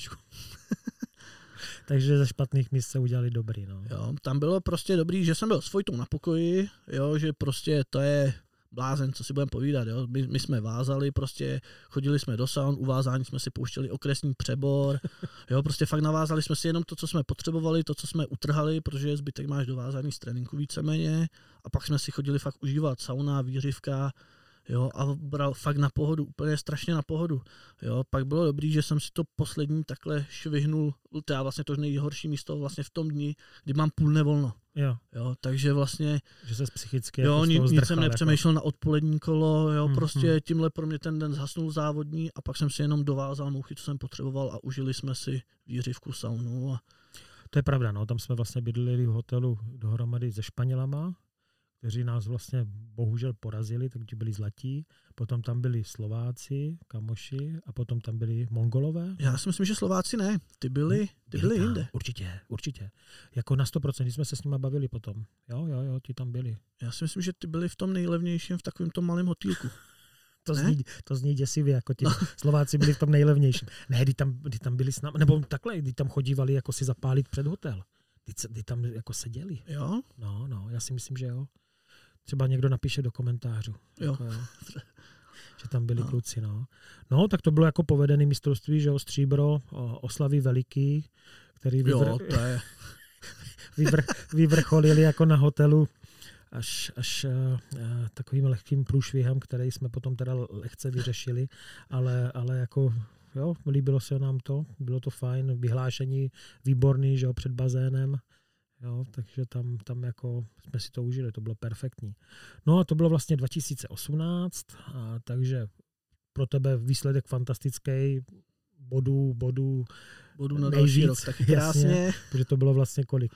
Takže ze špatných míst se udělali dobrý. No. Jo, tam bylo prostě dobrý, že jsem byl s Vojtou na pokoji, jo, že prostě to je blázen, co si budeme povídat, jo. My jsme vázali, prostě chodili jsme do saun, u vázání jsme si pouštěli okresní přebor, jo, prostě fakt navázali jsme si jenom to, co jsme potřebovali, to, co jsme utrhali, protože zbytek máš dovázání z tréninku víceméně, a pak jsme si chodili fakt užívat sauna, výřivka, jo, a bral fakt na pohodu, úplně strašně na pohodu, jo. Pak bylo dobrý, že jsem si to poslední takhle švihnul, to je vlastně to nejhorší místo vlastně v tom dni, kdy mám půl nevolno. Jo, takže vlastně... Že se psychicky jo, jako nic jsem nepřemýšlel na odpolední kolo, jo, prostě tímhle pro mě ten den zhasnul závodní a pak jsem si jenom dovázal mouchy, co jsem potřeboval a užili jsme si výřivku, saunu. To je pravda, no, tam jsme vlastně bydleli v hotelu dohromady se Španělama, kteří nás vlastně bohužel porazili, takže byli zlatí. Potom tam byli Slováci, kamoši, a potom tam byli Mongolové. Já si myslím, že Slováci ne. Ty byli jinde. Určitě. Jako na 100%, když jsme se s nima bavili potom. Jo, ti tam byli. Já si myslím, že ty byli v tom nejlevnějším, v takovém tom malém hotýlku. To zní děsivě, jako ti Slováci byli v tom nejlevnějším. Ne, kdy tam byli s námi, nebo takhle, kdy tam chodívali jako si zapálit před hotel. Kdy tam jako seděli. Jo? No, já si myslím, že jo. Třeba někdo napíše do komentářů. Jo. Jako, že tam byli kluci, no. No, tak to bylo jako povedený mistrovství, že jo, stříbro, oslavy veliký, který vyvrcholili jako na hotelu až takovým lehkým průšvihem, který jsme potom teda lehce vyřešili, ale jako jo, líbilo se nám to, bylo to fajn, vyhlášení výborný, že jo, před bazénem. Jo, takže tam jako jsme si to užili, to bylo perfektní. No a to bylo vlastně 2018, takže pro tebe výsledek fantastický, bodů na další rok, taky krásně. Jasně, protože to bylo vlastně kolik?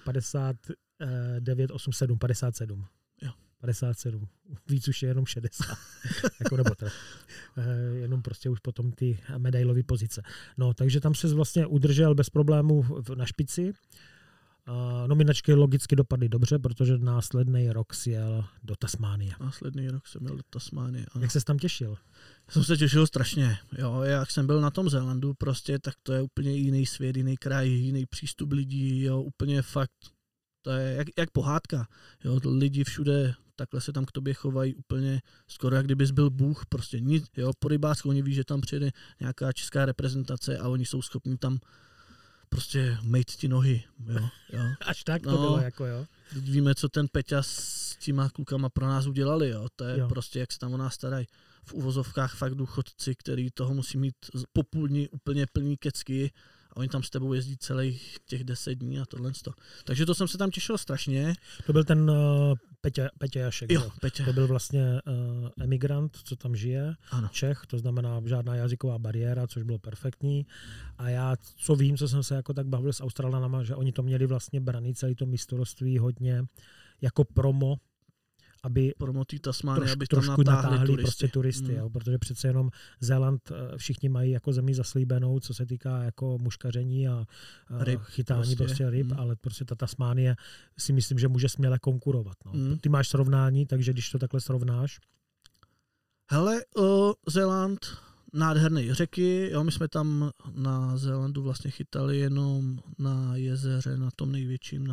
59, 87, 57. Jo. 57. Víc už je jenom 60. Jako nebo teda. Jenom prostě už potom ty medailové pozice. No, takže tam se vlastně udržel bez problémů na špici. Nominačky logicky dopadly dobře, protože následný rok si jel do Tasmánie. Následný rok jsem jel do Tasmánie. Jak ses tam těšil? Jsem se těšil strašně. Jo, jak jsem byl na tom Zélandu prostě, tak to je úplně jiný svět, jiný kraj, jiný přístup lidí, jo, úplně fakt, to je jak pohádka. Jo, lidi všude takhle se tam k tobě chovají úplně skoro, jak kdybys byl Bůh, prostě nic, jo, po rybácku oni ví, že tam přijede nějaká česká reprezentace a oni jsou schopni tam prostě mejt ti nohy, jo. Až tak to bylo, jako jo. Teď víme, co ten Peťa s těma klukama pro nás udělali, jo. To je prostě, jak se tam o nás starají. V uvozovkách fakt důchodci, který toho musí mít po půl dní úplně plný kecky a oni tam s tebou jezdí celých těch 10 dní a tohle. Takže to jsem se tam těšil strašně. To byl ten Peťa Jašek. Jo, Peťa. To byl vlastně emigrant, co tam žije, ano. Čech, to znamená žádná jazyková bariéra, což bylo perfektní. A já, co vím, co jsem se jako tak bavil s Australanama, že oni to měli vlastně braný celý to mistrovství hodně jako promo, aby trošku natáhli prostě turisty, jo, protože přece jenom Zéland všichni mají jako zemi zaslíbenou, co se týká jako muškaření a ryb, chytání prostě ryb, ale prostě ta Tasmánie si myslím, že může směle konkurovat. No. Ty máš srovnání, takže když to takhle srovnáš. Hele, Zéland, nádherné řeky, jo, my jsme tam na Zélandu vlastně chytali jenom na jezeře, na tom největším.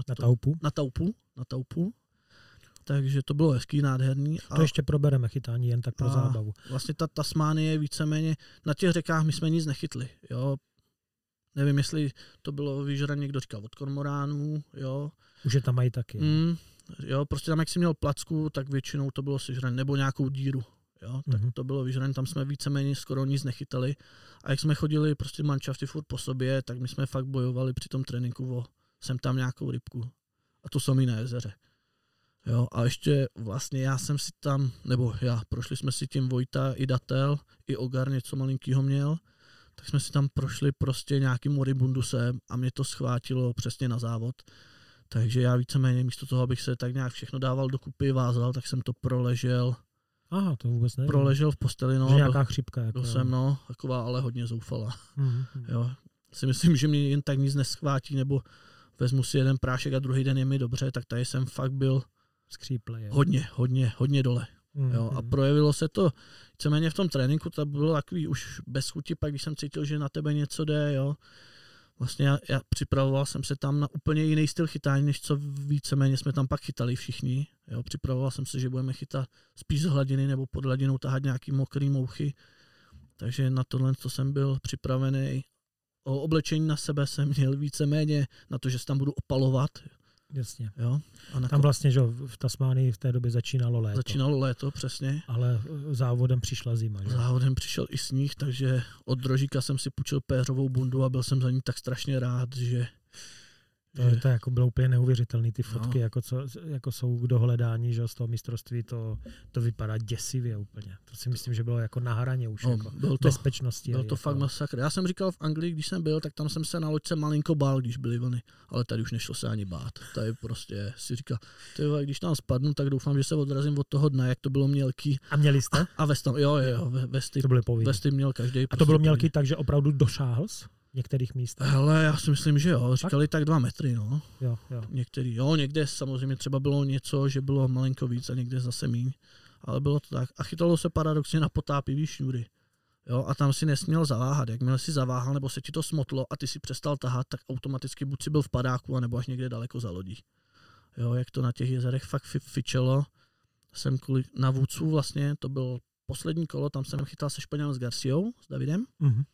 Na Taupu. Takže to bylo hezký, nádherný. To ještě probereme chytání jen tak pro zábavu. Vlastně ta Tasmánie víceméně, na těch řekách my jsme nic nechytli, jo. Nevím, jestli to bylo vyžrané, někdo říkal od kormoránů, jo. Už je tam mají taky. Jo, prostě tam, jak jsi měl placku, tak většinou to bylo sežrané, nebo nějakou díru, jo. Tak to bylo vyžrané, tam jsme víceméně skoro nic nechytali. A jak jsme chodili prostě manšafty furt po sobě, tak my jsme fakt bojovali při tom tréninku sem tam nějakou rybku. A to samý na jezeře. Jo, a ještě vlastně prošli jsme si tím Vojta i Datel, i Ogar něco malinkýho měl, tak jsme si tam prošli prostě nějakým moribundusem a mě to schvátilo přesně na závod. Takže já víceméně místo toho, abych se tak nějak všechno dával dokupy, vázal, tak jsem to proležel. Aha, to vůbec nevím. Proležel v posteli, no. Nějaká chřipka. Jako, jsem, taková ale hodně zoufalá. Jo, si myslím, že mě jen tak nic neschvátí, nebo vezmu si jeden prášek a druhý den je mi dobře, tak tady jsem fakt byl skříplej. Hodně dole. Jo, a projevilo se to víceméně v tom tréninku, to bylo takový už bez chuti, pak když jsem cítil, že na tebe něco jde, jo. vlastně já připravoval jsem se tam na úplně jiný styl chytání, než co víceméně jsme tam pak chytali všichni. Jo, připravoval jsem se, že budeme chytat spíš z hladiny nebo pod hladinou tahat nějaký mokrý mouchy. Takže na tohle to jsem byl připravený. O oblečení na sebe jsem měl víceméně na to, že se tam budu opalovat. Jasně. Jo? A tam vlastně, že v Tasmánii v té době začínalo léto. Začínalo léto, přesně. Ale závodem přišla zima. Že? Závodem přišel i sníh, takže od Drožíka jsem si půjčil péřovou bundu a byl jsem za ní tak strašně rád, že... To jako bylo úplně neuvěřitelné, ty fotky, jako jsou k dohledání, že z toho mistrovství, to vypadá děsivě úplně. To si myslím, že bylo jako na hraně už, jako bezpečnosti. Byl to fakt masakr. Já jsem říkal v Anglii, když jsem byl, tak tam jsem se na loďce malinko bál, když byly vlny, ale tady už nešlo se ani bát. Tady prostě si říkal, když tam spadnu, tak doufám, že se odrazím od toho dna, jak to bylo mělký. A měli jste? A vesty, vesty, to byly povinné. Vesty měl každý. A to bylo mělký tak, že opravdu došáhl v některých místech? Hele, já si myslím, že jo. Říkali tak 2 metry, no. Jo. Některý, někde samozřejmě třeba bylo něco, že bylo malinko víc a někde zase míň. Ale bylo to tak. A chytalo se paradoxně na potápivý šňůry. Jo, a tam si nesměl zaváhat. Jakmile si zaváhal, nebo se ti to smotlo a ty si přestal tahat, tak automaticky buď si byl v padáku, anebo až někde daleko za lodí. Jo, jak to na těch jezerech fakt fičelo. Jsem na Vůdcu vlastně, to byl poslední kolo, tam jsem chytal se Španělem s Garciou, s Davidem. Mm-hmm.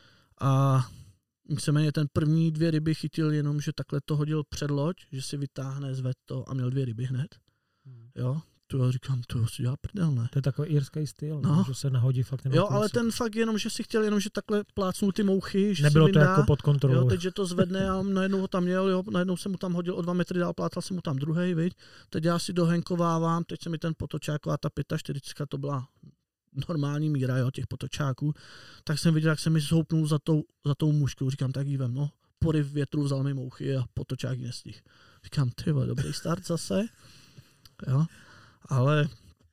A víceméně ten první 2 ryby chytil jenom, že takhle to hodil před loď, že si vytáhne, zved to a měl 2 ryby hned. Jo, to já říkám, to si dělá prdel, ne? To je takový irský styl, no. Že se nahodí fakt. Jo, ale ten fakt jenom, že si chtěl jenom, že takhle plácnul ty mouchy, že nebylo si to jako pod kontrolou. Jo, teď, že to zvedne a najednou ho tam měl, jo, najednou jsem mu tam hodil o 2 metry dál, plácal jsem mu tam druhej, viď? Teď já si dohenkovávám, teď se mi ten potočák a ta 45, to byla normální míra, jo, těch potočáků, tak jsem viděl, jak se mi zhoupnul za tou mužkou. Říkám, tak jí vem, no, poryv větru vzal mi mouchy a potočák nestih. Říkám, ty vole, dobrý start zase, jo, ale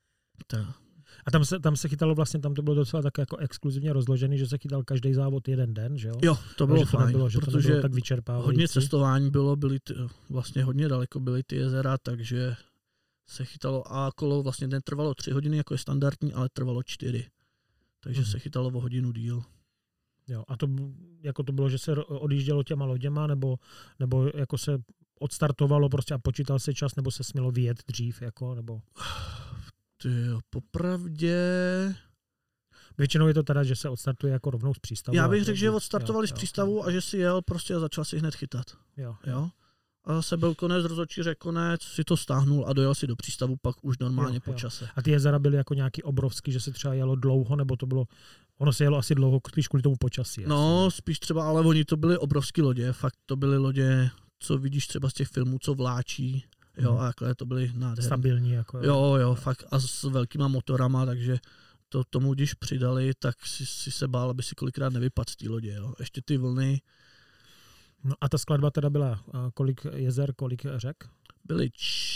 A tam se chytalo vlastně, tam to bylo docela tak jako exkluzivně rozložený, že se chytal každý závod jeden den, že jo? Jo, to bylo fajn, protože tak vyčerpávající. Hodně cestování bylo, vlastně hodně daleko byly ty jezera, takže se chytalo a kolo vlastně den trvalo 3 hodiny, jako je standardní, ale trvalo 4. Takže se chytalo o hodinu díl. Jo, a to bylo, že se odjíždělo těma loděma, nebo jako se odstartovalo prostě a počítal se čas, nebo se smělo vyjet dřív, jako, nebo... Tyjo, popravdě... Většinou je to teda, že se odstartuje jako rovnou z přístavu. Já bych řekl, že odstartovali z přístavu a že si jel prostě a začal si hned chytat. Jo. A zase byl konec, rozhodčí řekl konec, si to stáhnul a dojel si do přístavu pak už normálně po čase. A ty jezera byly jako nějaký obrovský, že se třeba jelo dlouho, nebo to bylo, ono se jelo asi dlouho, spíš kvůli tomu počasí. No, asi. Spíš třeba, ale oni to byly obrovský lodě, fakt to byly lodě, co vidíš třeba z těch filmů, co vláčí, jo, a takhle to byly nádherné. Stabilní jako. Jo, fakt a s velkýma motorama, takže to tomu, když přidali, tak si se bál, aby si kolikrát nevypadl z té lodě, jo. Ještě ty vlny. No a ta skladba teda byla kolik jezer, kolik řek? Byly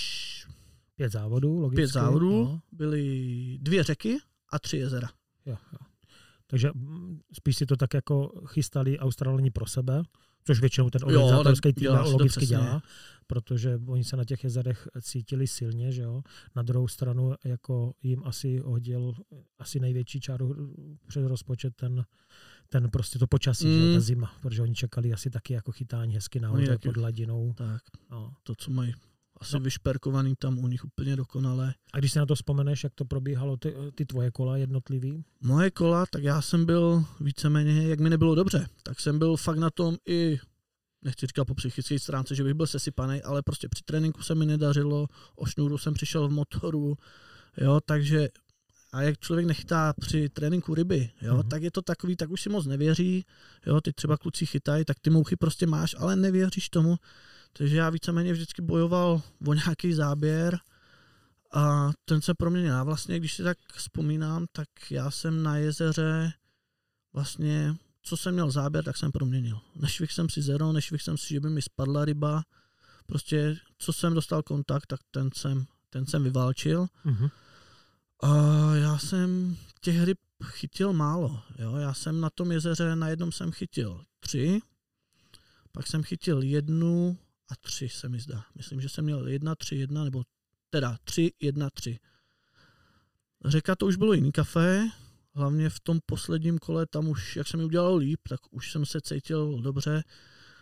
5 závodů, logicky. 5 závodů, no. Byly 2 řeky a 3 jezera. Jo. Takže spíš si to tak jako chystali Australani pro sebe, což většinou ten organizátorský tým logicky dělá, protože oni se na těch jezerech cítili silně, že jo. Na druhou stranu jako jim asi hodil asi největší čáru přes rozpočet ten prostě to počasí, že ta zima, protože oni čekali asi taky jako chytání hezky nahoře pod hladinou. Tak, to, co mají asi vyšperkovaný tam u nich úplně dokonale. A když si na to vzpomeneš, jak to probíhalo, ty tvoje kola jednotlivý? Moje kola, tak já jsem byl víceméně, jak mi nebylo dobře, tak jsem byl fakt na tom i, nechci říkat po psychické stránce, že bych byl sesypaný, ale prostě při tréninku se mi nedařilo, o šňůru jsem přišel v motoru, jo, takže a jak člověk nechytá při tréninku ryby, jo, tak je to takový, tak už si moc nevěří, jo, ty třeba kluci chytají, tak ty mouchy prostě máš, ale nevěříš tomu, takže já víceméně vždycky bojoval o nějaký záběr a ten se proměnil. A vlastně, když si tak vzpomínám, tak já jsem na jezeře vlastně, co jsem měl záběr, tak jsem proměnil. Nešvihl jsem si zero, nešvihl jsem si, že by mi spadla ryba, prostě co jsem dostal kontakt, tak ten jsem vyválčil. A já jsem těch ryb chytil málo. Jo? Já jsem na tom jezeře, na jednom jsem chytil 3, pak jsem chytil 1 a 3 se mi zdá. Myslím, že jsem měl 1, 3, 1, nebo teda 3, 1, 3. Řeka to už bylo jiný kafé, hlavně v tom posledním kole, tam už, jak se mi udělalo líp, tak už jsem se cítil dobře.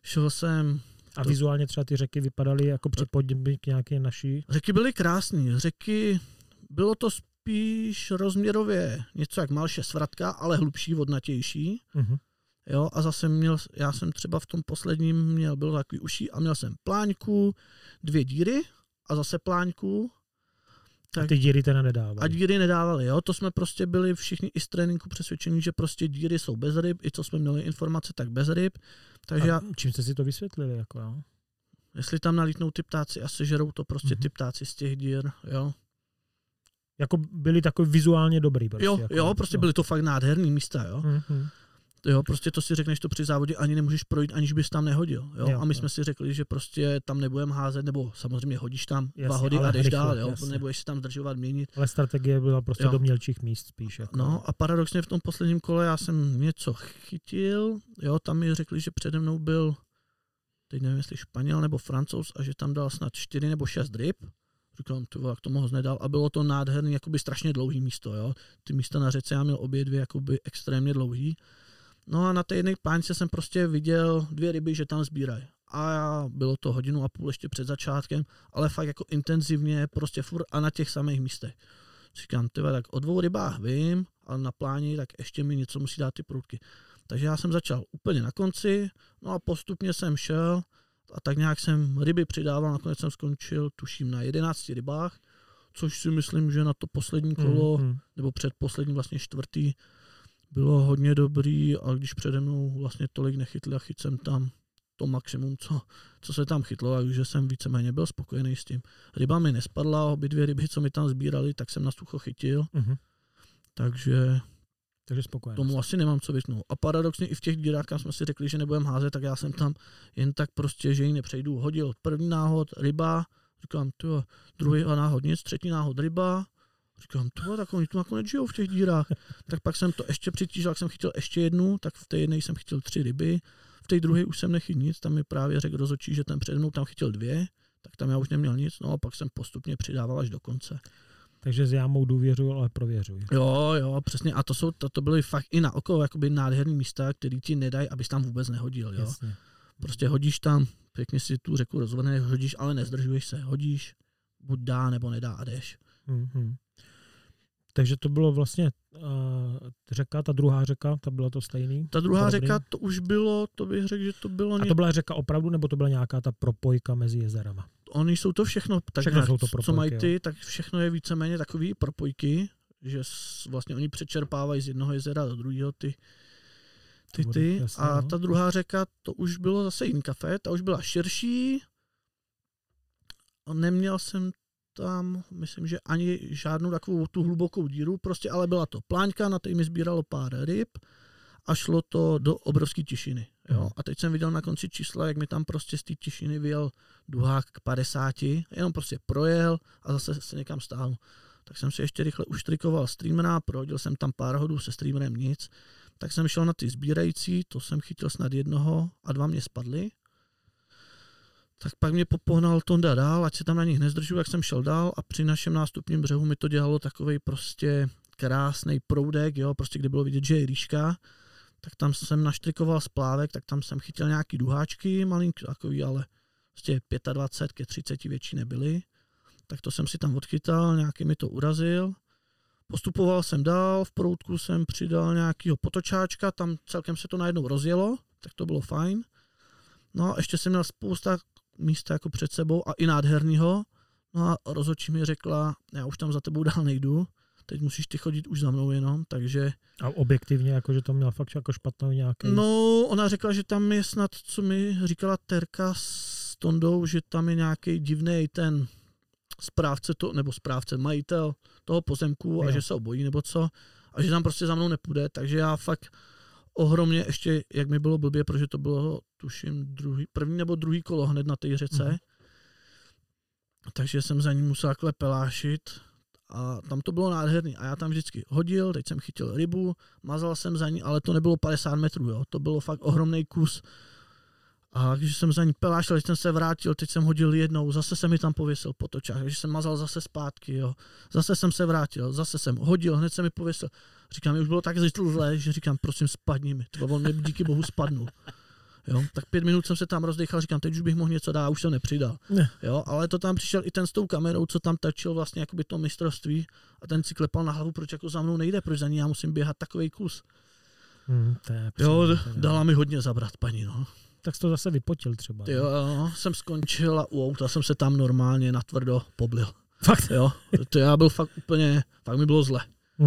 Šel jsem... A vizuálně třeba ty řeky vypadaly jako připodobně k nějaké naší? Řeky byly krásné. Řeky, bylo to spíš rozměrově něco jak Malše Svratka, ale hlubší, vodnatější. Uh-huh. Jo, a zase já jsem třeba v tom posledním byl takový uší a měl jsem pláňku, 2 díry a zase pláňku. Tak, a ty díry teda nedávali. A díry nedávali, jo. To jsme prostě byli všichni i z tréninku přesvědčení, že prostě díry jsou bez ryb, i co jsme měli informace, tak bez ryb. Takže čím jste si to vysvětlili, jako jo? Jestli tam nalítnou ty ptáci a sežerou to prostě ty ptáci z těch dír, jo. Jako byli takový vizuálně dobrý. Prostě, prostě byly to fakt nádherný místa, jo. Jo, prostě to si řekneš to při závodě, ani nemůžeš projít, aniž bys tam nehodil. Jo? A my jsme si řekli, že prostě tam nebudeme házet, nebo samozřejmě hodíš tam 2 hody a jdeš dál, jo? Nebudeš si tam zdržovat, měnit. Ale strategie byla prostě do mělčích míst spíš. Jako. No a paradoxně v tom posledním kole já jsem něco chytil, jo, tam mi řekli, že přede mnou byl, teď nevím, jestli Španěl nebo Francouz, a že tam dal snad 4 nebo 6 ryb. Říkám, jak to moc nedal. A bylo to nádherný, jakoby strašně dlouhý místo, jo. Ty místa na řece já měl obě 2 jakoby extrémně dlouhý. No a na té jedné pánce jsem prostě viděl 2 ryby, že tam sbírají. A bylo to 1,5 hodiny ještě před začátkem, ale fakt jako intenzivně, prostě furt a na těch samých místech. Říkám, tak o 2 rybách vím, ale na pláni tak ještě mi něco musí dát ty průdky. Takže já jsem začal úplně na konci, no a postupně jsem šel a tak nějak jsem ryby přidával, nakonec jsem skončil, tuším, na 11 rybách, což si myslím, že na to poslední kolo, nebo předposlední vlastně 4. bylo hodně dobrý, a když přede mnou vlastně tolik nechytli a chyt jsem tam to maximum, co se tam chytlo, a už jsem víceméně byl spokojený s tím. Ryba mi nespadla, obě 2 ryby, co mi tam sbírali, tak jsem na sucho chytil. Takže spokojený. Tomu asi nemám co vytknout. A paradoxně i v těch dírách, kam jsme si řekli, že nebudeme házet, tak já jsem tam jen tak prostě, že ji nepřejdu. Hodil první náhod, ryba, říkám, druhý náhod nic, třetí náhod, ryba. Říkám, tak oni tu nakonec žijou v těch dírách. Tak pak jsem to ještě přitížil, jak jsem chytil ještě 1, tak v té jedné jsem chytil 3 ryby, v té druhé už jsem nechytil nic, tam mi právě řekl rozhodčí, že ten přede mnou tam chytil 2, tak tam já už neměl nic, no a pak jsem postupně přidával až do konce. Takže s jámou důvěřuji, ale prověřuj. Jo, přesně, a to byly fakt i na oko jakoby nádherný místa, který ti nedají, abys tam vůbec nehodil, jo. Jasně. Prostě hodíš tam, pěkně si tu řeku rozvrhneš, hodíš, ale nezdržuješ se, hodíš, buď dá, nebo nedá a jdeš. Takže to bylo vlastně řeka, ta druhá řeka, ta byla to stejný? Ta druhá řeka, to už bylo, to bych řekl, že to bylo... A to byla řeka opravdu, nebo to byla nějaká ta propojka mezi jezerama? Oni jsou to všechno, tak všechno jsou to propojky, co mají ty, tak všechno je víceméně takový propojky, že vlastně oni přečerpávají z jednoho jezera do druhého ty. Jasně, a ta druhá řeka, to už bylo zase jiný kafe, ta už byla širší, neměl jsem tam, myslím, že ani žádnou takovou tu hlubokou díru, prostě, ale byla to pláňka, na té mi sbíralo pár ryb a šlo to do obrovské tišiny. Jo. A teď jsem viděl na konci čísla, jak mi tam prostě z té tišiny vyjel duhák k 50, jenom prostě projel a zase se někam stáhl. Tak jsem si ještě rychle uštrikoval streamera, prohodil jsem tam pár hodů, se streamerem nic, tak jsem šel na ty sbírající, to jsem chytil snad 1 a 2 mě spadly. Tak pak mě popohnal Tonda dál, ať se tam na nich nezdržu, jak jsem šel dál, a při našem nástupním břehu mi to dělalo takovej prostě krásný proudek, jo, prostě kde bylo vidět, že je rýška, tak tam jsem naštrikoval splávek, tak tam jsem chytil nějaký duháčky, malinký takový, ale prostě 25 ke 30 větší nebyly, tak to jsem si tam odchytal, nějaký mi to urazil, postupoval jsem dál, v proudku jsem přidal nějakýho potočáčka, tam celkem se to najednou rozjelo, tak to bylo fajn. No a ještě jsem měl spousta místa jako před sebou a i nádhernýho. No a rozhodčí mi řekla, já už tam za tebou dál nejdu, teď musíš ty chodit už za mnou jenom, takže... A objektivně, jako, že to měl fakt jako špatnou nějaký... No, ona řekla, že tam je snad, co mi říkala Terka s Tondou, že tam je nějaký divnej ten správce, majitel toho pozemku a že se obojí nebo co, a že tam prostě za mnou nepůjde, takže já fakt ohromně ještě, jak mi bylo blbě, protože to bylo, tuším, první nebo druhý kolo hned na té řece, takže jsem za ní musel takhle pelášit a tam to bylo nádherný a já tam vždycky hodil, teď jsem chytil rybu, mazal jsem za ní, ale to nebylo 50 metrů, jo, to bylo fakt ohromný kus. A když jsem za ní pelášil, teď jsem se vrátil, teď jsem hodil 1, zase se mi tam pověsil potočák, takže jsem mazal zase zpátky, jo. Zase jsem se vrátil, zase jsem hodil, hned se mi pověsil. Říkám, mi už bylo tak zle, že říkám, prosím, spadni mi. On mi díky bohu spadnul. Jo, tak 5 minut jsem se tam rozdechal, říkám, teď už bych mohl něco dát, už jsem nepřidal. Ne. Jo, ale to tam přišel i ten s tou kamerou, co tam tačil vlastně jakoby to mistrovství a ten si klepal na hlavu, proč jako za mnou nejde, proč za ní já musím běhat takovej kus. Dala mi hodně zabrat paní, no. Tak jsi to zase vypotil třeba. Jo, jsem skončil a u auta jsem se tam normálně natvrdo poblil. Fakt? Jo, to já byl fakt úplně, fakt mi bylo zle.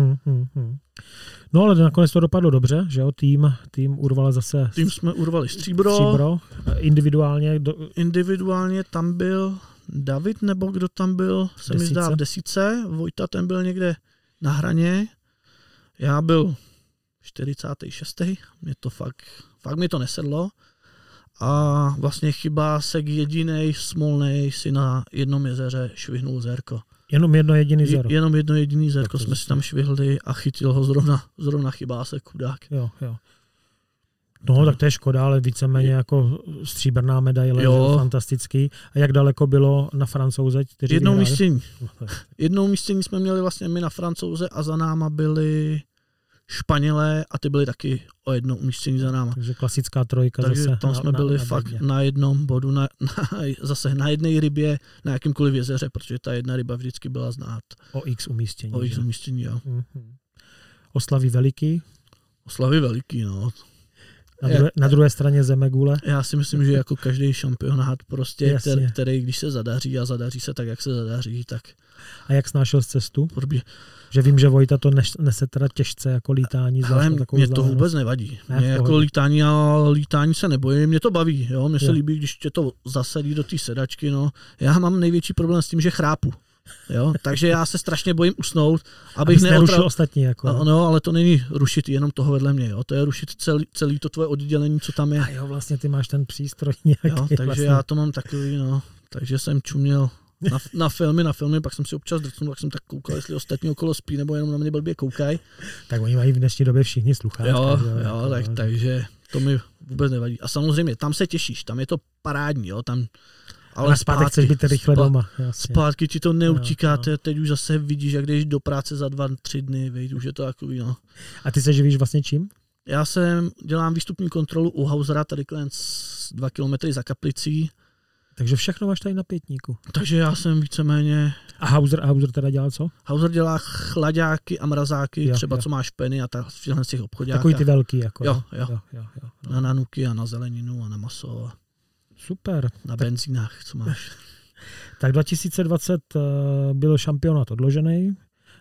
No ale nakonec to dopadlo dobře, že jo, tým urval zase... Tým jsme urvali stříbro. Individuálně tam byl David, nebo kdo tam byl, se mi zdá v 10. Vojta, ten byl někde na hraně. Já byl 46. Mě to fakt mi to nesedlo. A vlastně chyba se jedinej smolnej si na jednom jezeře švihnul zérko. Jenom jedno jediný zérko jsme si tam švihli a chytil ho zrovna chybásek, chudák. Jo. No, tak to je škoda, ale víceméně jako stříbrná medaile, fantastický. A jak daleko bylo na Francouze, kteří Jednou místění jsme měli vlastně my na Francouze a za náma byli Španělé a ty byli taky o jedno umístění za náma. Takže klasická trojka. Takže zase tam jsme byli fakt na jednom bodu, zase na jedné rybě, na jakýmkoliv jezeře, protože ta jedna ryba vždycky byla znát. O x umístění. Jo. Oslavy veliký, no. Na druhé straně zemegule. Já si myslím, že jako každý šampionát prostě, který když se zadaří a zadaří se tak, jak se zadaří, tak... A jak snášel z cestu? Že vím, že Vojta to nese teda těžce jako lítání. Ale mě to vůbec nevadí. Mě jako lítání se nebojím, mě to baví. Jo? Mně se líbí, když tě to zasadí do té sedačky. No. Já mám největší problém s tím, že chrápu. Jo? Takže já se strašně bojím usnout, abych nerušil ostatní. Jako, no, ale to není rušit jenom toho vedle mě. Jo? To je rušit celý to tvoje oddělení, co tam je. A jo, vlastně ty máš ten přístroj nějaký. Jo, takže vlastně. Já to mám takový, no. Takže jsem čuměl na filmy, pak jsem si občas drcnul, tak jsem tak koukal, jestli ostatní okolo spí, nebo jenom na mě blbě koukají. Tak oni mají v dnešní době všichni sluchátka. Jo, takže to mi vůbec nevadí. A samozřejmě, tam se těšíš, tam je to parádní, jo, tam... Ale zpátky chceš být rychle doma. Jasně. Zpátky ti to neutíká, teď už zase vidíš, jak jdeš do práce za 2-3 dny, veď, už je to takový, no. A ty se živíš vlastně čím? Já dělám výstupní kontrolu u Hausera, tady 2 kilometry za Kaplicí. Takže všechno máš tady na Pětníku. Takže já jsem víceméně... A Hauser teda dělá co? Hauser dělá chlaďáky a mrazáky, co máš peny a v těch obchodákách. Takový ty velký, jako. Jo. Na nanuky a na zeleninu a na maso. Super. Na benzínách, co máš. Tak 2020 byl šampionát odložený,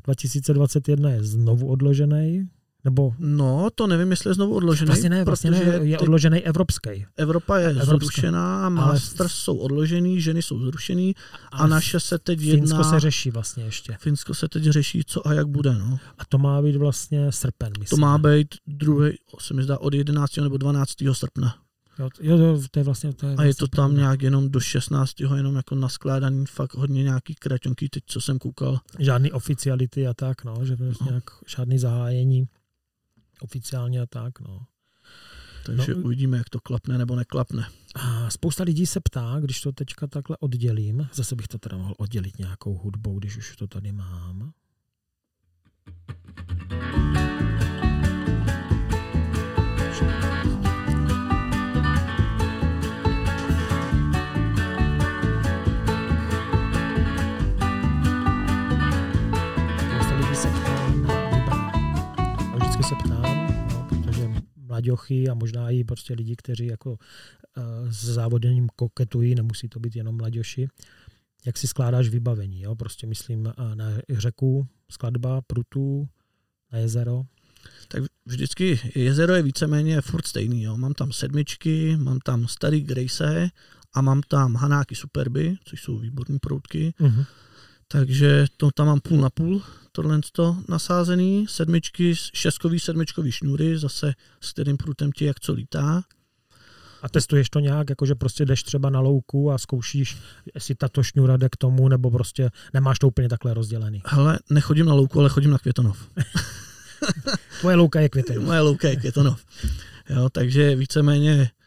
2021 je znovu odložený, nebo... No, to nevím, jestli je znovu odložený. Vlastně ne, je odložený evropský. Evropa je zrušená, Masters jsou odložený, ženy jsou zrušený a naše se teď jedná... Finsko se řeší vlastně ještě. Finsko se teď řeší, co a jak bude, no. A to má být vlastně srpen, myslím. To má být se mi zdá, od 11. nebo 12. srpna. Jo, to je vlastně a je to tam nějak jenom do 16. jenom jako naskládaný, fakt hodně nějaký kraťonky, teď co jsem koukal. Žádný oficiality a tak, no, že nějak žádný zahájení oficiálně a tak, no. Takže uvidíme, jak to klapne nebo neklapne. A spousta lidí se ptá, když to teďka takhle oddělím, zase bych to teda mohl oddělit nějakou hudbou, když už to tady mám. Se ptám, no, protože mlaďochy a možná i prostě lidi, kteří jako s závoděním koketují, nemusí to být jenom mlaďoši, jak si skládáš vybavení, jo? Prostě myslím na řeku, skladba, prutů, na jezero. Tak vždycky jezero je víceméně furt stejný, jo? Mám tam 7, mám tam starý Grace a mám tam Hanáky Superby, což jsou výborný proutky. Takže to tam mám půl na půl, tohle nasázený, 6kový šňůry, zase s kterým prutem ti jak co lítá. A testuješ to nějak, jakože prostě jdeš třeba na louku a zkoušíš, jestli tato šňůra jde k tomu, nebo prostě nemáš to úplně takhle rozdělený? Hele, nechodím na louku, ale chodím na Květonov. Tvoje louka je Květonov. Moje louka je Květonov. Jo, takže víceméně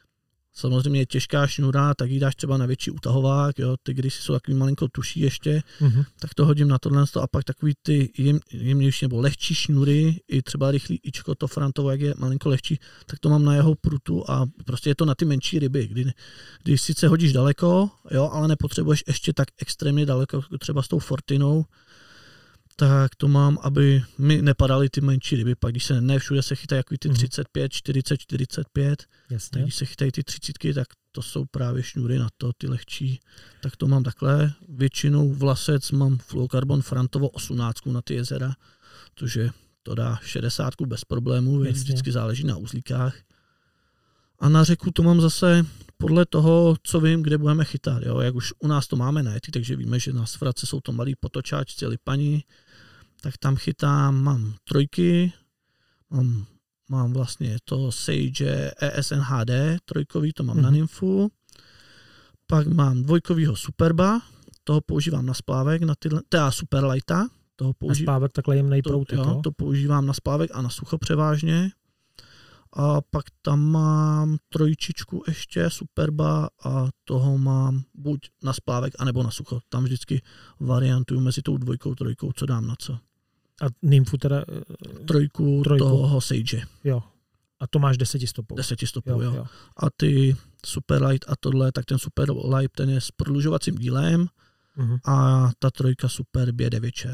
Samozřejmě je těžká šňůra, tak ji dáš třeba na větší utahovák, jo, ty když jsou takový malinko tuší ještě, tak to hodím na tohle a pak takový ty jemnější nebo lehčí šňůry, i třeba rychlý ičko, to Frantovo, jak je malinko lehčí, tak to mám na jeho prutu a prostě je to na ty menší ryby, když sice hodíš daleko, jo, ale nepotřebuješ ještě tak extrémně daleko, třeba s tou Fortinou, tak to mám, aby mi nepadaly ty menší ryby. Pak když se ne všude se chytají jako ty 35, 40, 45, tak když se chytají ty 30, tak to jsou právě šňůry na to, ty lehčí. Tak to mám takhle. Většinou vlasec mám fluorokarbon Frantovo 18 na ty jezera, protože to dá 60 bez problémů, vždycky záleží na uzlíkách. A na řeku to mám zase podle toho, co vím, kde budeme chytat. Jo? Jak už u nás to máme najetý, takže víme, že na svratce jsou to malí potočáčci, lipani, tak tam chytám, mám trojky, mám vlastně to Sage ESNHD, trojkový, to mám na nymfu, pak mám dvojkovýho Superba, toho používám na splávek, teda Superlighta, toho používám. Na splávek takhle jemnej proutek, jo? To používám na splávek a na sucho převážně. A pak tam mám trojčičku ještě, Superba, a toho mám buď na splávek, anebo na sucho. Tam vždycky variantuju mezi tou dvojkou, trojkou, co dám na co. A nymfu teda? Trojku. Toho Sage. Jo. A to máš 10 stopou. 10 stopou, jo. A ty Superlight a tohle, tak ten Superlight, ten je s prodlužovacím dílem a ta trojka Superb je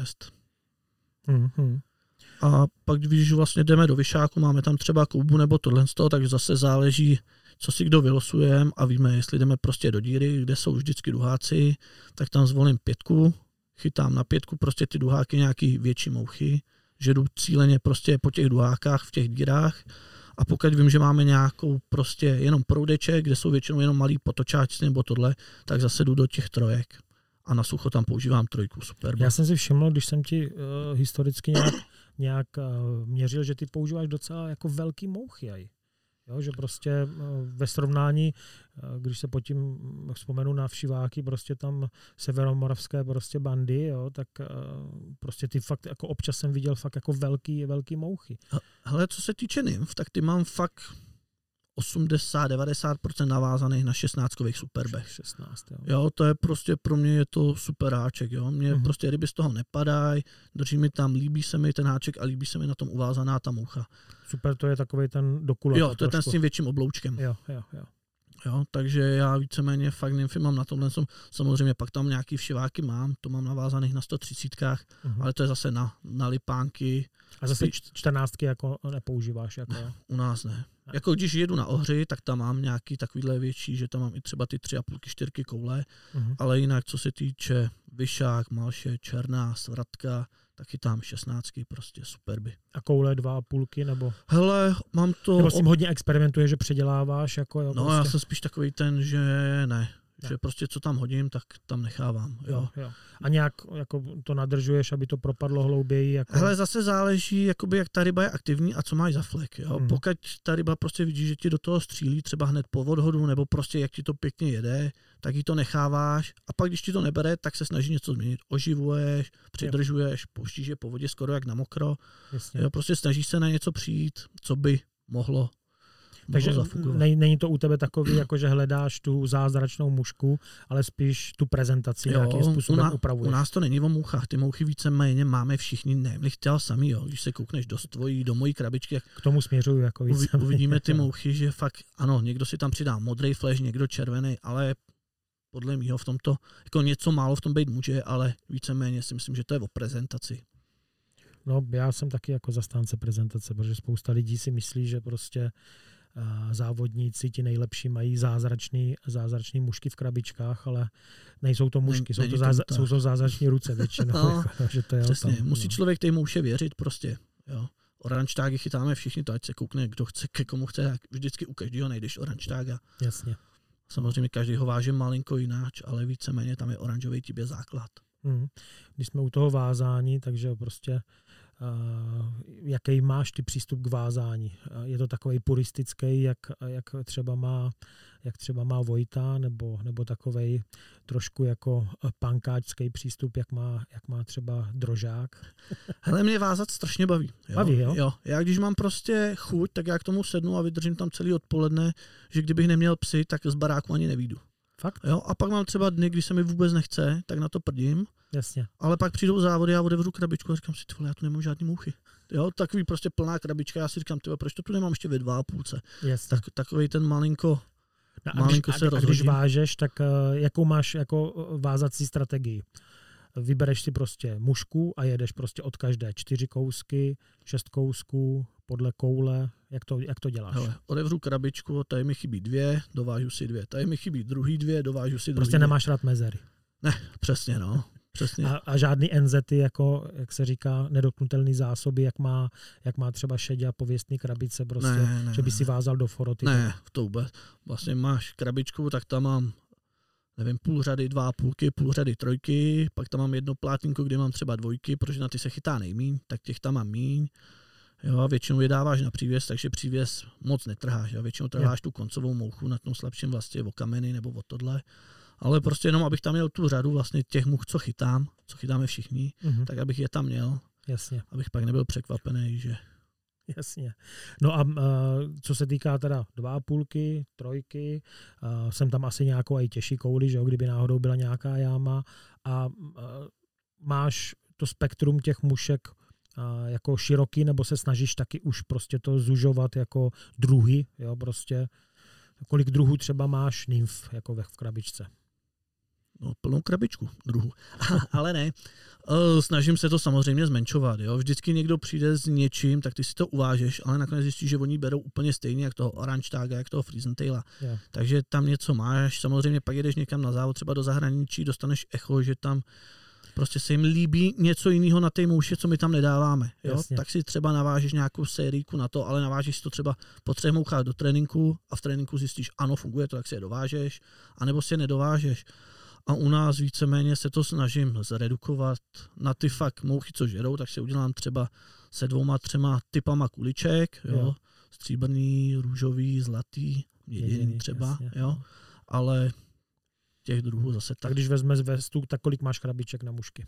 9.6. A pak, když vlastně jdeme do vyšáku, máme tam třeba koubu nebo tohle, tak zase záleží, co si kdo vylosujeme a víme, jestli jdeme prostě do díry, kde jsou vždycky duháci, tak tam zvolím 5, chytám na 5 prostě ty duháky nějaký větší mouchy, že jdu cíleně prostě po těch duhákách v těch dírách a pokud vím, že máme nějakou prostě jenom proudeček, kde jsou většinou jenom malý potočáčci nebo tohle, tak zase jdu do těch trojek. A na sucho tam používám trojku Superba. Já jsem si všiml, když jsem ti historicky nějak měřil, že ty používáš docela jako velký mouchy. Jo, že prostě ve srovnání, když se potom vzpomenu na všiváky, prostě tam severomoravské prostě bandy, jo, tak prostě ty fakt jako občas jsem viděl fakt jako velký mouchy. Hele, co se týče nymf, tak ty mám fakt 80-90% navázaných na 16kových Superbech. 16, jo. Jo, to je prostě pro mě je to super háček, jo. Mně prostě ryby z toho nepadají, drží mi tam, líbí se mi ten háček a líbí se mi na tom uvázaná ta moucha. Super, to je takový ten dokulata. Jo, to je ten s tím větším obloučkem. Jo. Jo, takže já víceméně fakt nymfy mám na tomhle, samozřejmě pak tam nějaký všiváky mám, to mám navázaných na 130, ale to je zase na lipánky. A zase 14 jako nepoužíváš? Jako, ne, u nás ne. Jako když jedu na Ohři, tak tam mám nějaký takovýhle větší, že tam mám i třeba ty 3,5, 4 koule, ale jinak co se týče vyšák, malše, černá, svratka, tak chytám 16 prostě Superby. A koule 2,5 nebo? Hele, mám to... Nebo s tím hodně experimentuje, že předěláváš? Jako, jo, no prostě. Já jsem spíš takový ten, že ne. Že prostě co tam hodím, tak tam nechávám. Jo. A nějak jako to nadržuješ, aby to propadlo hlouběji? Jako... Hele, zase záleží, jakoby, jak ta ryba je aktivní a co máš za flek. Jo. Pokud ta ryba prostě vidí, že ti do toho střílí třeba hned po odhodu, nebo prostě jak ti to pěkně jede, tak ji to necháváš a pak, když ti to nebere, tak se snaží něco změnit. Oživuješ, přidržuješ, pouštíš je po vodě skoro jak na mokro. Jo, prostě snažíš se na něco přijít, co by mohlo. Takže není to u tebe takový, jako že hledáš tu zázračnou mušku, ale spíš tu prezentaci nějakým způsobem upravuješ. U nás to není o mouchách, ty mouchy víceméně máme všichni, nevím, chtěl sami, jo. Když se koukneš do mojí krabičky, jak k tomu směřuju jako více. Uvidíme ty mouchy, že fakt, ano, někdo si tam přidá modrý flash, někdo červený, ale podle mýho v tomto, jako něco málo v tom být může, ale víceméně si myslím, že to je o prezentaci. No, já jsem taky jako zastánce prezentace, protože spousta lidí si myslí, že prostě závodníci, ti nejlepší, mají zázračný mušky v krabičkách, ale nejsou to mušky, jsou to zázrační ruce většinou. No, že to je přesně, tam, musí člověk té mouše věřit prostě. Jo. Oranžtágy chytáme všichni, to ať se koukne, kdo chce, ke komu chce, tak vždycky u každého najdeš oranžtága. Jasně. Samozřejmě každý ho váže malinko jináč, ale víceméně tam je oranžový tibě základ. Když jsme u toho vázání, takže prostě jaký máš ty přístup k vázání? Je to takový puristický, jak třeba má Vojta, nebo takovej trošku jako pankáčský přístup, jak má třeba Drožák? Hele, mě vázat strašně baví. Baví, jo? Jo. Já když mám prostě chuť, tak já k tomu sednu a vydržím tam celý odpoledne, že kdybych neměl psy, tak z baráku ani nevyjdu. Fakt? Jo, a pak mám třeba dny, kdy se mi vůbec nechce, tak na to prdím. Jasně. Ale pak přijdou závody, já otevřu krabičku a říkám si, já tu nemám žádný mouchy. Jo, takový prostě plná krabička, já si říkám, proč to tu nemám ještě ve 2,5. Takový ten malinko se rozhodím. A když vážeš, tak jakou máš jako vázací strategii? Vybereš si prostě mušku a jedeš prostě od každé 4 kousky, 6 kousků, podle koule, jak to děláš? Hele, otevřu krabičku, tady mi chybí 2, dovážu si 2. Tady mi chybí druhý 2, dovážu si druhý. Prostě nemáš rád mezery. Ne, přesně, no. Přesně. A žádný NZty, jako, jak se říká, nedotknutelný zásoby, jak má třeba Šeďa pověstný krabice, prostě, ne, že by si vázal do foroty. Ne, to vůbec. Vlastně máš krabičku, tak tam mám, nevím, půl řady 2,5, půl řady 3, pak tam mám jedno plátínko, kde mám třeba 2, protože na ty se chytá nejmíň, tak těch tam mám míň. Jo, a většinou je dáváš na přívěs, takže přívěs moc netrháš. A většinou trháš tu koncovou mouchu na tom slabším vlastně o kameny nebo o tohle. Ale prostě jenom, abych tam měl tu řadu vlastně těch much, co chytáme všichni, tak abych je tam měl. Jasně. Abych pak nebyl překvapený, že... Jasně. No a co se týká teda 2,5, 3, jsem tam asi nějakou i těžší kouli, že jo, kdyby náhodou byla nějaká jáma a máš to spektrum těch mušek jako široký, nebo se snažíš taky už prostě to zužovat jako druhy, jo, prostě kolik druhů třeba máš nymf jako v krabičce? No, plnou krabičku druhů. Ale ne, snažím se to samozřejmě zmenšovat. Jo? Vždycky někdo přijde s něčím, tak ty si to uvážeš, ale nakonec zjistíš, že oni berou úplně stejně jak toho Orange-Taga, jak toho Friesentaila. Yeah. Takže tam něco máš, samozřejmě pak jedeš někam na závod, třeba do zahraničí, dostaneš echo, že tam prostě se jim líbí něco jiného na té mouše, co my tam nedáváme. Jo? Tak si třeba navážeš nějakou sérijku na to, ale navážeš si to třeba po 3 mouchách do tréninku a v tréninku zjistíš, ano, funguje to, tak si je dovážeš, anebo si je nedovážeš. A u nás víceméně se to snažím zredukovat na ty fakt mouchy, co žerou, tak si udělám třeba se 2, 3 typama kuliček, jo? Stříbrný, růžový, zlatý, jediný třeba, jasně, jo? Ale těch druhů zase tak. Tak když vezmeš vestu, tak kolik máš krabiček na mušky?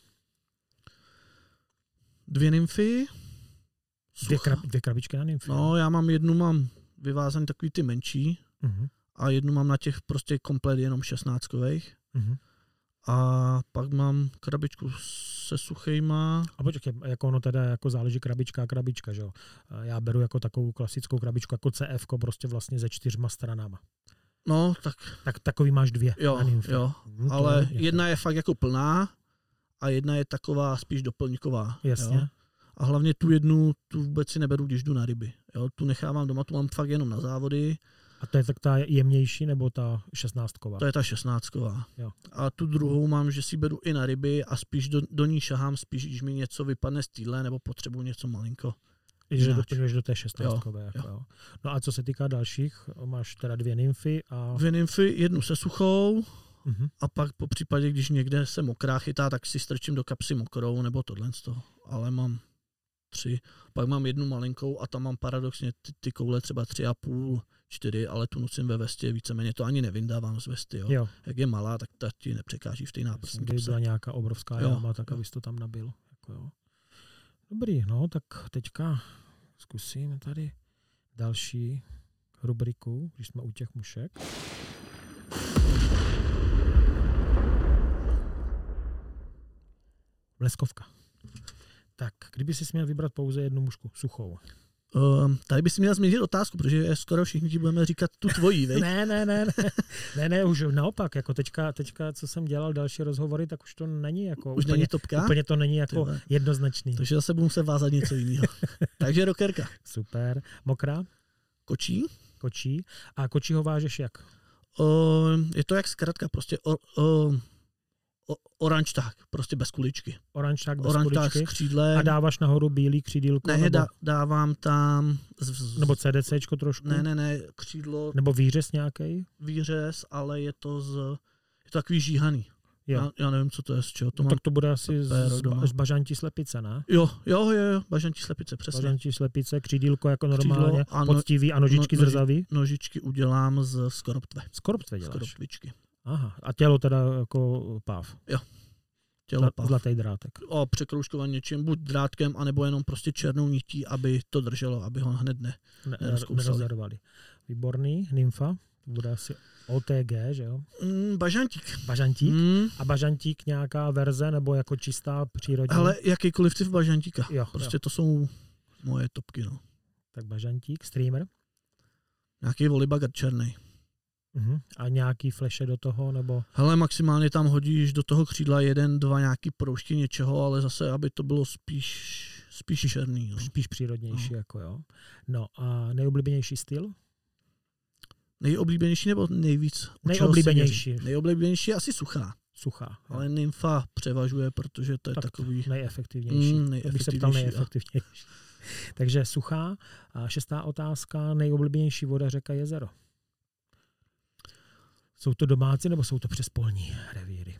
2 nymfy. 2 krabičky na nymfy? No, já mám jednu vyvázaný takový ty menší a jednu mám na těch prostě komplet jenom 16kových. A pak mám krabičku se suchejma. A počkej, jako ono teda jako záleží krabička, že jo? Já beru jako takovou klasickou krabičku jako CF-ko prostě vlastně se 4 stranama. No, tak takový máš 2. Jo, ale jedna je fakt jako plná a jedna je taková spíš doplňková. Jasně. Jo? A hlavně tu jednu, tu vůbec si neberu, když jdu na ryby. Jo? Tu nechávám doma, tu mám fakt jenom na závody. A to je tak ta jemnější nebo ta 16ková? To je ta 16ková. Jo. A tu druhou mám, že si beru i na ryby a spíš do ní šahám, spíš když mi něco vypadne z týdle nebo potřebuji něco malinko. Že doplňuješ do té 16kové. Jo. No a co se týká dalších, máš teda 2 nymfy a... 2 nymfy, jednu se suchou a pak po případě, když někde se mokrá chytá, tak si strčím do kapsy mokrou nebo tohle z toho. Ale mám 3. Pak mám jednu malinkou a tam mám paradoxně ty koule třeba 3,5, 4, ale tu nosím ve vestě, víceméně to ani nevydávám z vesty. Jo. Jak je malá, tak ta ti nepřekáží v té náprsní. Kdyby byla nějaká obrovská jáma, tak abys to tam nabil. Jako jo. Dobrý, no tak teďka zkusíme tady další rubriku, když jsme u těch mušek. Bleskovka. Tak, kdyby si měl vybrat pouze jednu mušku suchou. Tady by si měl změnit otázku, protože skoro všichni ti budeme říkat tu tvojí, veď? Ne, už naopak, jako teďka, co jsem dělal další rozhovory, tak už to není jako už není topka? Úplně to není jako jednoznačný. Takže zase budu se vázat něco jiného. Takže rockerka. Super. Mokrá? Kočí. A kočího vážeš jak? Je to jak zkratka, prostě Orange-Tag, prostě bez kuličky. Orange-Tag bez kuličky. S křídlem. A dáváš nahoru bílý křídílko? Ne, nebo... dávám tam... Nebo CDCčko trošku? Ne, křídlo... Nebo výřez nějaký? Výřez, ale je to takový žíhaný. Já nevím, co to je, z čeho to mám. Tak to bude asi z bažantí slepice, ne? Jo, bažantí slepice, přesně. Bažantí slepice, křídílko jako normálně, poctivý a nožičky zrzavý? Nožičky udělám z skoroptve. Skoroptve děláš? Skoroptvičky. Aha, a tělo teda jako páv? Jo. Tělo páv. Zlatý drátek. Překroužkovaný něčím, buď drátkem, anebo jenom prostě černou nití, aby to drželo, aby ho hned nerozervali. Výborný, nymfa, to bude asi OTG, že jo? Bažantík. Bažantík? A bažantík nějaká verze, nebo jako čistá přírodní? Ale jakýkoliv typ bažantíka. Jo, prostě to jsou moje topky, no. Tak bažantík, streamer? Nějaký volibagr černý. A nějaký fleše do toho, nebo? Hele, maximálně tam hodíš do toho křídla 1, 2 nějaký proužky něčeho, ale zase, aby to bylo spíš černý. No. Spíš přírodnější, jako jo. No a nejoblíbenější styl? Nejoblíbenější nebo nejvíc? Nejoblíbenější. Nejoblíbenější je asi suchá. Ale nymfa převažuje, protože to je takový... Nejefektivnější. Bych se ptal nejefektivnější. Takže suchá. A 6. otázka, nejoblíbenější voda, řeka, jezero. Jsou to domácí, nebo jsou to přespolní revíry?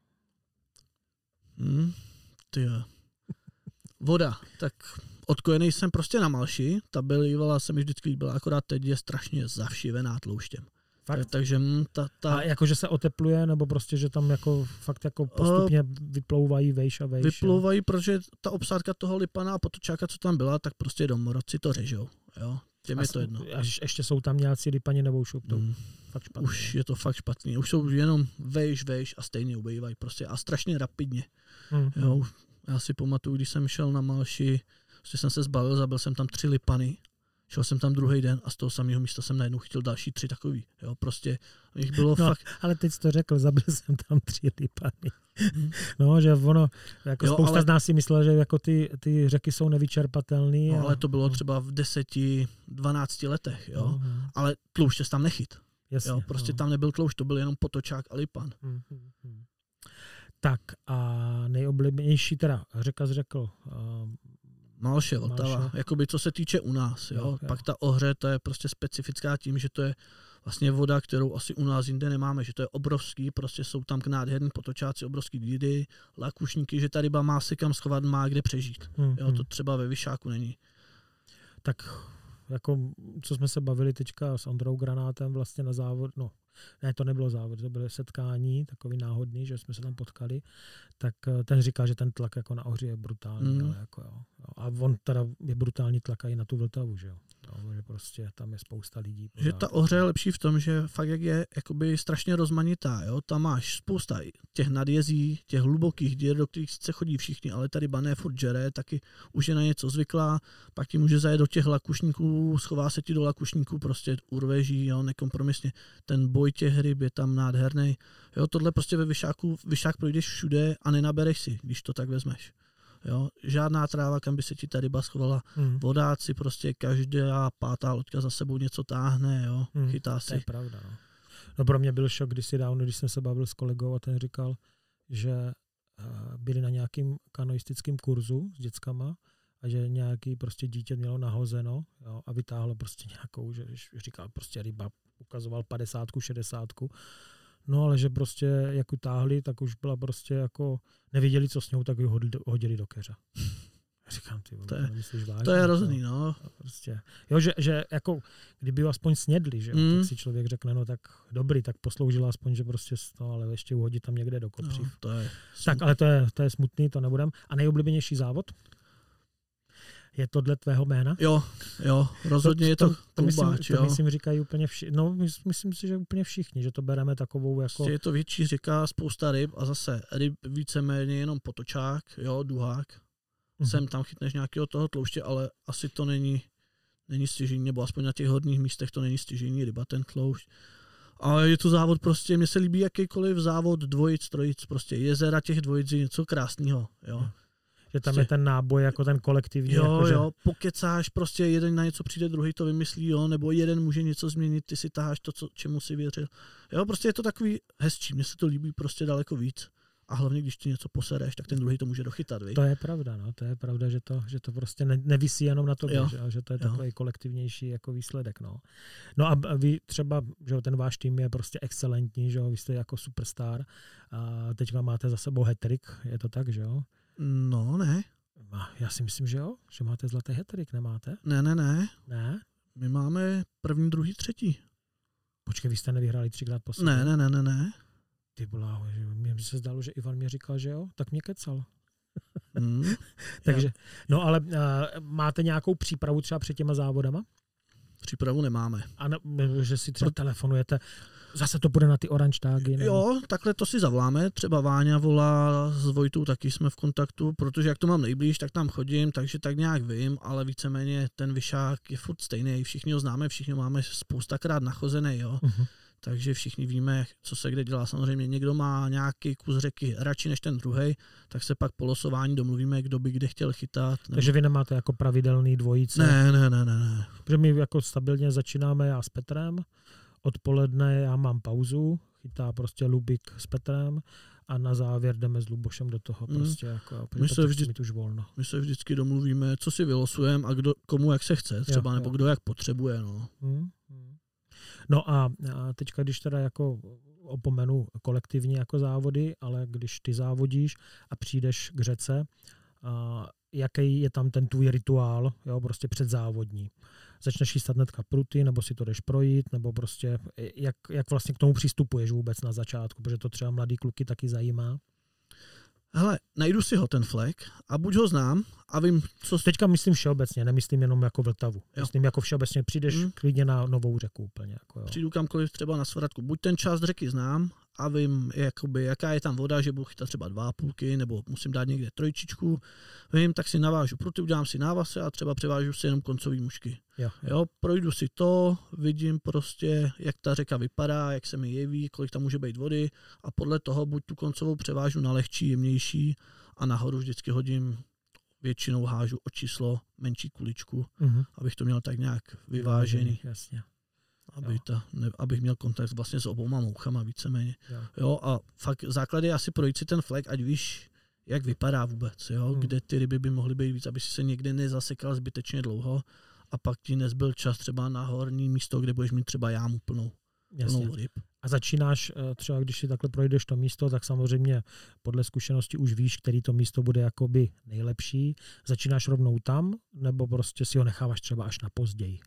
Voda. Tak odkojený jsem prostě na Malši. Ta bývala se mi vždycky líbila, akorát teď je strašně zavšivená tlouštěm. Fakt? Takže A jakože se otepluje, nebo prostě, že tam jako fakt jako postupně vyplouvají vejš a vejš? Vyplouvají, protože ta obsádka toho lipana a potočáka, co tam byla, tak prostě domorodci to řežou. Jo? Těm je to jedno. A ještě jsou tam nějací lipani, nebo už to fakt špatný? Už je to fakt špatný. Už jsou jenom vejš a stejně ubývají prostě a strašně rapidně. Jo? Já si pamatuju, když jsem šel na Malši, prostě jsem se zbavil, zabil jsem tam 3 lipany. Šel jsem tam druhý den a z toho samého místa jsem najednou chytil další 3 takový. Jo, prostě jich bylo fakt... Ale teď jsi to řekl, zabil jsem tam 3 lipany. No, že ono, jako spousta z nás si myslel, že jako ty řeky jsou nevyčerpatelný. No, ale to bylo třeba v 10-12 letech, jo. Ale tlouště tam nechyt. Jasně, jo, prostě tam nebyl tloušť, to byl jenom potočák a lipan. Tak a nejoblíbenější teda, řeka řekl... Malše, Vltava, jakoby co se týče u nás. Jo. Pak ta Ohře, to je prostě specifická tím, že to je vlastně voda, kterou asi u nás jinde nemáme, že to je obrovský, prostě jsou tam nádherný potočáci, obrovský díry, lakušníky, že ta ryba má se kam schovat, má kde přežít. Jo, to třeba ve Vyšáku není. Tak jako, co jsme se bavili teďka s Ondrou Granátem vlastně na závod, no, ne, to nebylo závod, to bylo setkání, takový náhodný, že jsme se tam potkali, tak ten říká, že ten tlak jako na Ohři je brutální, ale jako jo. A on teda je brutální tlak i na tu Vltavu, že jo. No, že prostě tam je spousta lidí. Že ta Ohře je lepší v tom, že fakt jak je jakoby strašně rozmanitá, jo. Tam máš spousta těch nadjezí, těch hlubokých dír, do kterých sice chodí všichni, ale tady ryba ne furt žere, taky už je na něco zvyklá, pak ti může zajet do těch lakušníků, schová se ti do lakušníků, prostě urveží, jo, nekompromisně. Ten boj těch ryb je tam nádherný. Jo, tohle prostě ve Vyšák projdeš všude a nenabereš si, když to tak vezmeš. Jo, žádná tráva, kam by se ti ta ryba schovala. Vodáci prostě každá 5. loďka za sebou něco táhne, jo, chytá si. To je pravda, no. No pro mě byl šok, když jsem se bavil s kolegou a ten říkal, že byli na nějakým kanoistickým kurzu s dětskama a že nějaký prostě dítě mělo nahozeno, jo, a vytáhlo prostě nějakou, že říkal prostě ryba, ukazoval 50, 60. No ale že prostě jak utáhli, tak už byla prostě jako, nevěděli, co s něho, tak ji hodili do keře. Říkám, ty vole, nemyslíš vážně? To je hrozný, no. Prostě. Jo, že jako, kdyby ho aspoň snědli, že tak si člověk řekne, no tak dobrý, tak posloužila aspoň, že prostě, no, ale ještě uhodit tam někde do kopří. No, to je tak, ale to je smutný, to nebudem. A nejoblíbenější závod? Je to dle tvého jména? Jo, rozhodně je to klubáč, to myslím říkají úplně všichni, no myslím si, že úplně všichni, že to bereme takovou jako... Prostě je to větší řeka, spousta ryb a zase ryb víceméně jenom potočák, jo, duhák. Sem tam chytneš nějakého toho tlouště, ale asi to není stěžení, nebo aspoň na těch hodných místech to není stěžení ryba, ten tloušť. Ale je to závod prostě, mně se líbí jakýkoliv závod dvojic, trojic, prostě jezera těch dvojic je něco krásného, jo. Že tam je ten náboj jako ten kolektivní. Jo, pokecáš, prostě jeden na něco přijde, druhý to vymyslí, jo, nebo jeden může něco změnit, ty si taháš to, čemu si věřil. Jo, prostě je to takový hezčí, mně se to líbí prostě daleko víc. a hlavně, když ti něco posereš, tak ten druhý to může dochytat, viď? To je pravda, no. To je pravda, že to prostě nevisí jenom na tobě, že to je takový kolektivnější jako výsledek, no. No a vy třeba, že ten váš tým je prostě excelentní, že jo, vy jste jako superstar a teďka máte za sebou hat-trick, je to tak, že jo? No, ne. Já si myslím, že jo, že máte zlatý hat-trick, nemáte? Ne. Ne? My máme 1., 2., 3. Počkej, vy jste nevyhráli 3krát po sobě? Ne. Ty bláho, mně se zdálo, že Ivan mě říkal, že jo, tak mě kecal. Takže, no ale máte nějakou přípravu třeba před těma závodama? Přípravu nemáme. A že si třeba telefonujete, zase to bude na ty orange tagy? Nebo? Jo, takhle to si zavoláme, třeba Váňa volá, s Vojtou taky jsme v kontaktu, protože jak to mám nejblíž, tak tam chodím, takže tak nějak vím, ale víceméně ten Vyšák je furt stejný, všichni ho známe, všichni ho máme spoustakrát nachozený, jo. Takže všichni víme, co se kde dělá. Samozřejmě někdo má nějaký kus řeky radši než ten druhej, tak se pak po losování domluvíme, kdo by kde chtěl chytat. Takže vy nemáte jako pravidelný dvojice? Ne. Protože my jako stabilně začínáme já s Petrem, odpoledne já mám pauzu, chytá prostě Lubik s Petrem a na závěr jdeme s Lubošem do toho prostě jako, mít už volno. My se vždycky domluvíme, co si vylosujeme a kdo, komu jak se chce třeba, nebo kdo jak potřebuje. No. No a teďka, když teda jako opomenu kolektivní jako závody, ale když ty závodíš a přijdeš k řece, jaký je tam ten tvůj rituál, jo, prostě předzávodní. Začneš chystat hnedka pruty, nebo si to jdeš projít, nebo prostě jak vlastně k tomu přistupuješ vůbec na začátku, protože to třeba mladý kluky taky zajímá. Hele, najdu si ho ten flek a buď ho znám a vím, co... Teďka myslím všeobecně, nemyslím jenom jako Vltavu. Myslím jako všeobecně, přijdeš klidně na novou řeku úplně. Jako, jo. Přijdu kamkoliv třeba na svratku. Buď ten část řeky znám a vím, jakoby, jaká je tam voda, že budu chytat třeba 2,5 nebo musím dát někde 3. Vím, tak si navážu pruty, udělám si návase a třeba převážu si jenom koncový mušky. Jo, projdu si to, vidím prostě, jak ta řeka vypadá, jak se mi jeví, kolik tam může být vody a podle toho buď tu koncovou převážu na lehčí, jemnější a nahoru vždycky hodím, většinou hážu o číslo menší kuličku, abych to měl tak nějak vyvážený. Jasně. Abych měl kontakt vlastně s obouma mouchama víceméně. Jo, a fakt základ je asi projít si ten flek, ať víš, jak vypadá vůbec, jo, kde ty ryby by mohly být víc, aby si se někde nezasekal zbytečně dlouho a pak ti nezbyl čas třeba na horní místo, kde budeš mít třeba jámu plnou ryb. A začínáš třeba, když si takhle projdeš to místo, tak samozřejmě podle zkušenosti už víš, který to místo bude jakoby nejlepší. Začínáš rovnou tam, nebo prostě si ho necháváš třeba až na později?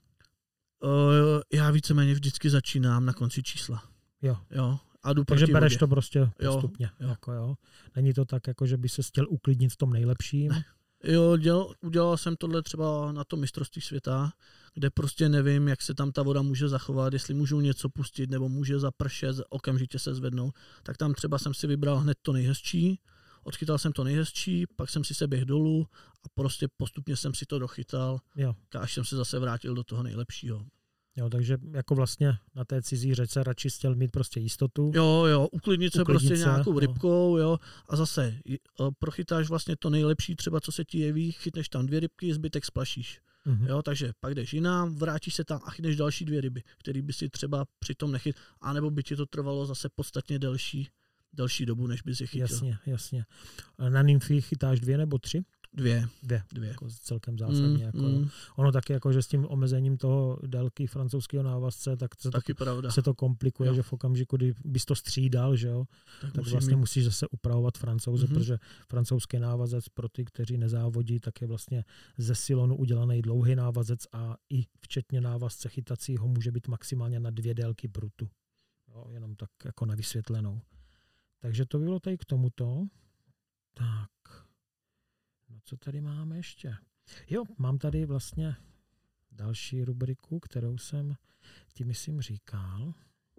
Já víceméně vždycky začínám na konci čísla. Jo. A jdu takže bereš to prostě postupně. Jo. Jako jo. Není to tak, jako že by se chtěl uklidnit v tom nejlepším? Ne. Jo, udělal jsem tohle třeba na tom mistrovství světa, kde prostě nevím, jak se tam ta voda může zachovat, jestli můžu něco pustit, nebo může zapršet, okamžitě se zvednout. Tak tam třeba jsem si vybral hned to nejhezčí, odchytal jsem to nejhezčí, pak jsem si se běh dolů a prostě postupně jsem si to dochytal, až jsem se zase vrátil do toho nejlepšího. Jo, takže jako vlastně na té cizí řece radši chtěl mít prostě jistotu. Jo, uklidnit se prostě nějakou rybkou, jo, a zase prochytáš vlastně to nejlepší, třeba co se ti jeví, chytneš tam 2 rybky, zbytek splašíš. Jo, takže pak jdeš jinam, vrátíš se tam a chytneš další 2 ryby, který by si třeba přitom nechyt, anebo by ti to trvalo zase podstatně delší dobu, než bys je chytil. Jasně. Na nymfy chytáš 2 nebo 3? 2. Jako celkem zásadně. Ono taky, jako, že s tím omezením toho délky francouzského návazce, tak se to komplikuje, že v okamžiku, kdy bys to střídal, že jo, tak vlastně musíš zase upravovat Francouze, protože francouzský návazec pro ty, kteří nezávodí, tak je vlastně ze silonu udělaný dlouhý návazec a i včetně návazce chytacího může být maximálně na 2 délky prutu. Jo, jenom tak jako na vysvětlenou. Takže to bylo tady k tomuto. Tak. No co tady máme ještě? Jo, mám tady vlastně další rubriku, kterou jsem ti myslím říkal.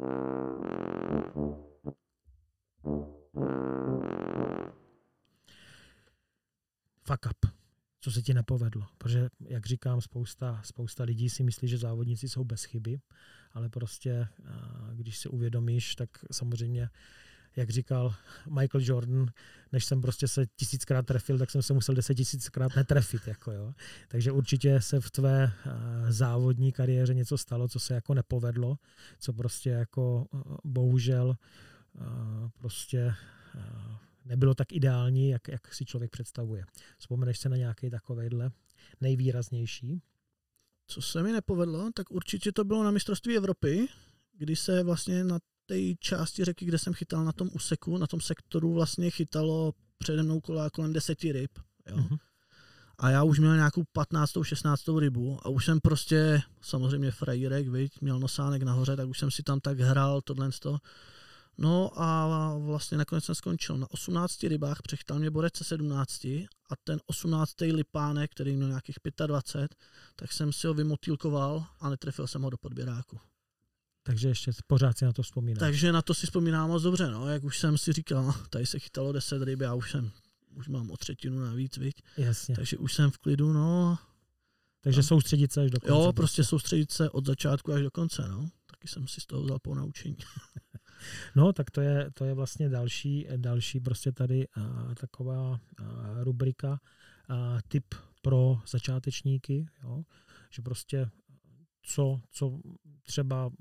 Fuck up. Co se ti nepovedlo. Protože, jak říkám, spousta lidí si myslí, že závodníci jsou bez chyby, ale prostě, když si uvědomíš, tak samozřejmě jak říkal Michael Jordan, než jsem prostě se 1000krát trefil, tak jsem se musel 10 000krát netrefit. Jako jo. Takže určitě se v tvé závodní kariéře něco stalo, co se jako nepovedlo, co prostě jako bohužel prostě nebylo tak ideální, jak si člověk představuje. Vzpomeneš se na nějaký takovejhle nejvýraznější? Co se mi nepovedlo, tak určitě to bylo na mistrovství Evropy, kdy se vlastně na té části řeky, kde jsem chytal na tom úseku, na tom sektoru vlastně chytalo přede mnou kolem 10 ryb. Jo. Mm-hmm. A já už měl nějakou 15. 16. rybu a už jsem prostě, samozřejmě frajírek, měl nosánek nahoře, tak už jsem si tam tak hrál tohleto. No a vlastně nakonec jsem skončil na 18 rybách, přechytal mě borec se 17 a ten 18. lipánek, který měl nějakých 25, tak jsem si ho vymotýlkoval a netrefil jsem ho do podběráku. Takže ještě pořád si na to vzpomínám. Takže na to si vzpomínám moc dobře, no, jak už jsem si říkal, tady se chytalo 10 ryb, já už mám o 1/3 navíc, viď? Jasně. Takže už jsem v klidu, no. Takže soustředit se až do konce. Jo, prostě soustředit se od začátku až do konce, no. Taky jsem si z toho vzal ponaučení. No, tak to je vlastně další prostě tady taková rubrika, tip pro začátečníky, jo? Že prostě co třeba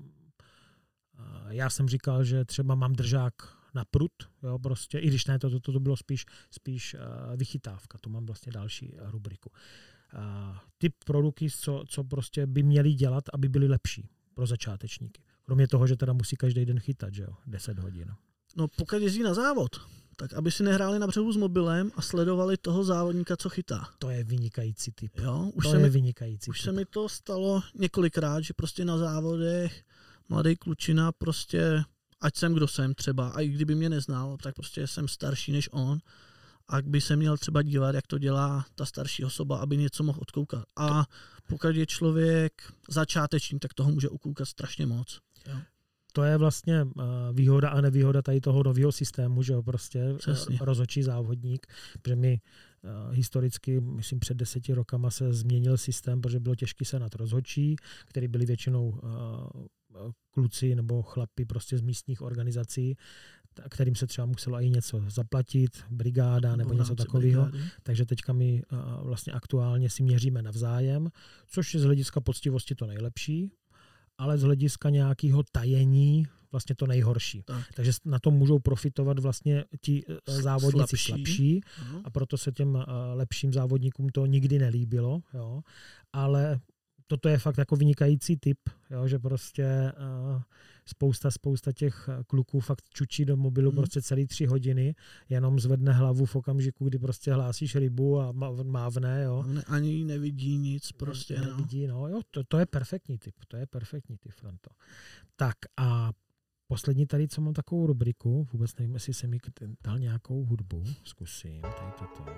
já jsem říkal, že třeba mám držák na prut, jo, prostě, i když ne, to bylo spíš vychytávka, to mám vlastně další rubriku. Tip pro ruky, co prostě by měli dělat, aby byli lepší pro začátečníky. Kromě toho, že teda musí každý den chytat, že jo, 10 hodin. No pokud jezdí na závod, tak aby si nehráli na břehu s mobilem a sledovali toho závodníka, co chytá. To je vynikající tip. Jo, už se mi to stalo několikrát, že prostě na závodech mladý klučina prostě, ať jsem kdo jsem třeba, a i kdyby mě neznal, tak prostě jsem starší než on, a by se měl třeba dívat, jak to dělá ta starší osoba, aby něco mohl odkoukat. A pokud je člověk začátečník, tak toho může ukoukat strašně moc. Jo. To je vlastně výhoda a nevýhoda tady toho nového systému, že jo, prostě rozhodčí závodník, protože my historicky, myslím před 10 rokama se změnil systém, protože bylo těžké se nad rozhodčí, který byli většinou kluci nebo chlapi prostě z místních organizací, kterým se třeba muselo i něco zaplatit, brigáda nebo něco takového. Takže teďka my vlastně aktuálně si měříme navzájem, což je z hlediska poctivosti to nejlepší, ale z hlediska nějakého tajení vlastně to nejhorší. Takže na tom můžou profitovat vlastně ti závodníci slabší a proto se těm lepším závodníkům to nikdy nelíbilo. Jo. Ale toto je fakt jako vynikající tip, jo, že prostě spousta těch kluků fakt čučí do mobilu prostě celý 3 hodiny, jenom zvedne hlavu v okamžiku, kdy prostě hlásíš rybu a mávne. Jo. Ani nevidí nic prostě. Nevidí, no. Jo, to je perfektní tip, Franto. Tak a poslední tady, co mám takovou rubriku, vůbec nevím, jestli jsem mi dal nějakou hudbu, zkusím tady toto.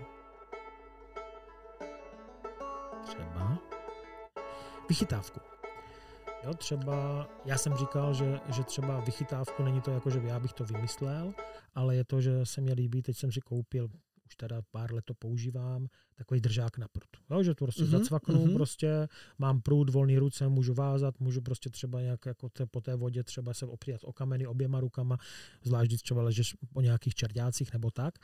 Třeba vychytávku. Jo, třeba, já jsem říkal, že třeba vychytávku není to jako, že já bych to vymyslel, ale je to, že se mi líbí, teď jsem si koupil, už teda pár let to používám, takový držák na prut. Jo, že to prostě zacvaknu, prostě mám prut, volný ruce, můžu vázat, můžu prostě třeba nějak jako po té vodě třeba se opřít o kameny oběma rukama, zvlášť když třeba ležeš po nějakých čerďácích nebo tak.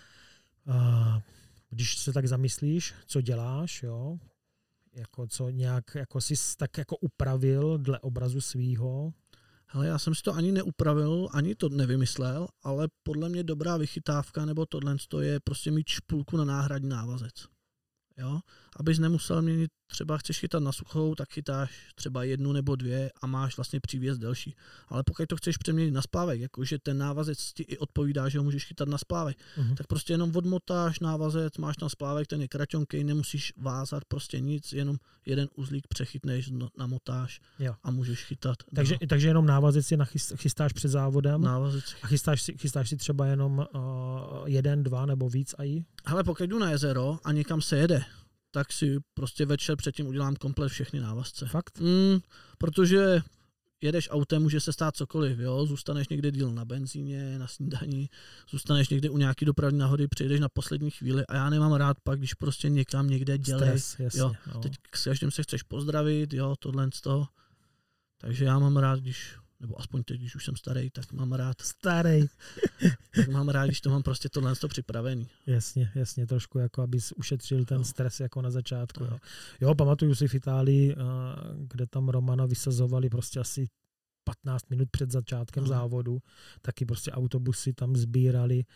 Když se tak zamyslíš, co děláš, jo, jako co nějak jako jsi tak jako upravil dle obrazu svýho? Hele, já jsem si to ani neupravil, ani to nevymyslel, ale podle mě dobrá vychytávka nebo tohle je prostě mít špulku na náhradní návazec. Jo? Abys nemusel měnit, třeba chceš chytat na suchou, tak chytáš třeba 1 nebo 2 a máš vlastně přívěs delší. Ale pokud to chceš přeměnit na splávek, jakože ten návazec ti i odpovídá, že ho můžeš chytat na splávek, tak prostě jenom odmotáš návazec, máš tam splávek, ten je kraťonkej, nemusíš vázat prostě nic, jenom jeden uzlík přechytneš, namotáš a můžeš chytat. Takže jenom návazec si chystáš před závodem návazec. A chystáš si třeba jenom 1, 2 nebo víc aj? Hele, pokud jdu na jezero a někam se jede, tak si prostě večer předtím udělám komplet všechny návazce. Fakt? Protože jedeš autem, může se stát cokoliv, jo? Zůstaneš někde díl na benzíně, na snídani, zůstaneš někde u nějaký dopravní náhody, přijedeš na poslední chvíli a já nemám rád pak, když prostě někam někde dělej. Stres, jasně, jo? Teď s každým se chceš pozdravit, jo, tohle z toho. Takže já mám rád, nebo aspoň teď, když už jsem starý, tak mám rád. Tak mám rád, když to mám prostě tohle připravený. Jasně, trošku jako abys ušetřil ten stres jako na začátku. Jo, pamatuju si v Itálii, kde tam Romana vysazovali prostě asi 15 minut před začátkem závodu, taky prostě autobusy tam sbírali.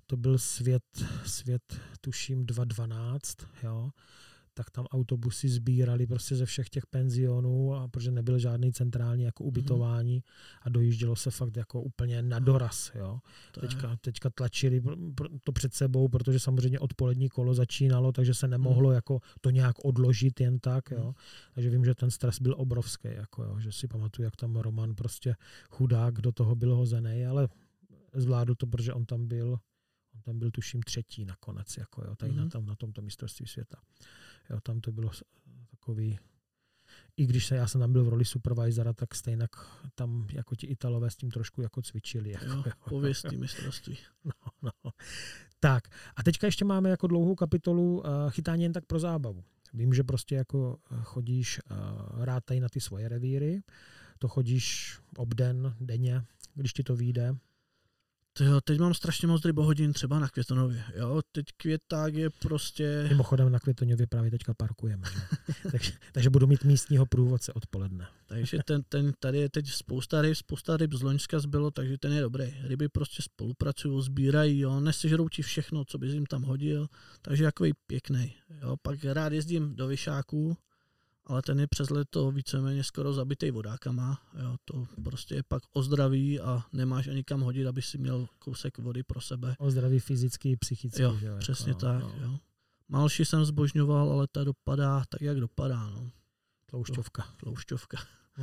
to byl svět tuším 2012, jo, tak tam autobusy sbírali prostě ze všech těch penzionů, a protože nebyl žádný centrální jako ubytování a dojíždělo se fakt jako úplně na doraz. Jo. Teďka tlačili to před sebou, protože samozřejmě odpolední kolo začínalo, takže se nemohlo jako to nějak odložit jen tak. Jo. Takže vím, že ten stres byl obrovský. Jako, jo, že si pamatuju, jak tam Roman prostě chudák do toho byl hozený, ale zvládl to, protože on tam byl tuším 3. nakonec, jako jo, tady na tomto mistrovství světa. Jo, tam to bylo takový, i když já jsem tam byl v roli supervisora, tak stejně tam jako ti Italové s tím trošku jako cvičili. Jako, pověstný mistrovství. No. Tak, a teďka ještě máme jako dlouhou kapitolu chytání jen tak pro zábavu. Vím, že prostě jako chodíš rád tady na ty svoje revíry, to chodíš obden, denně, když ti to vyjde. Teď mám strašně moc rybohodin třeba na Květonově. Jo? Teď Květák je prostě... Mimochodem na Květonově právě teďka parkujeme. takže budu mít místního průvodce odpoledne. Takže tady je teď spousta ryb z loňska zbylo, takže ten je dobrý. Ryby prostě spolupracují, sbírají, jo? Nesežerou ti všechno, co bys jim tam hodil, takže takový pěkný. Jo? Pak rád jezdím do Vyšáků, ale ten je přes leto víceméně skoro zabitej vodákama. Jo, to prostě je pak o zdraví a nemáš ani kam hodit, aby si měl kousek vody pro sebe. O zdraví fyzicky i psychicky. Jo, že? přesně jako, tak. No. Jo. Malši jsem zbožňoval, ale ta dopadá tak, jak dopadá. No. Tloušťovka.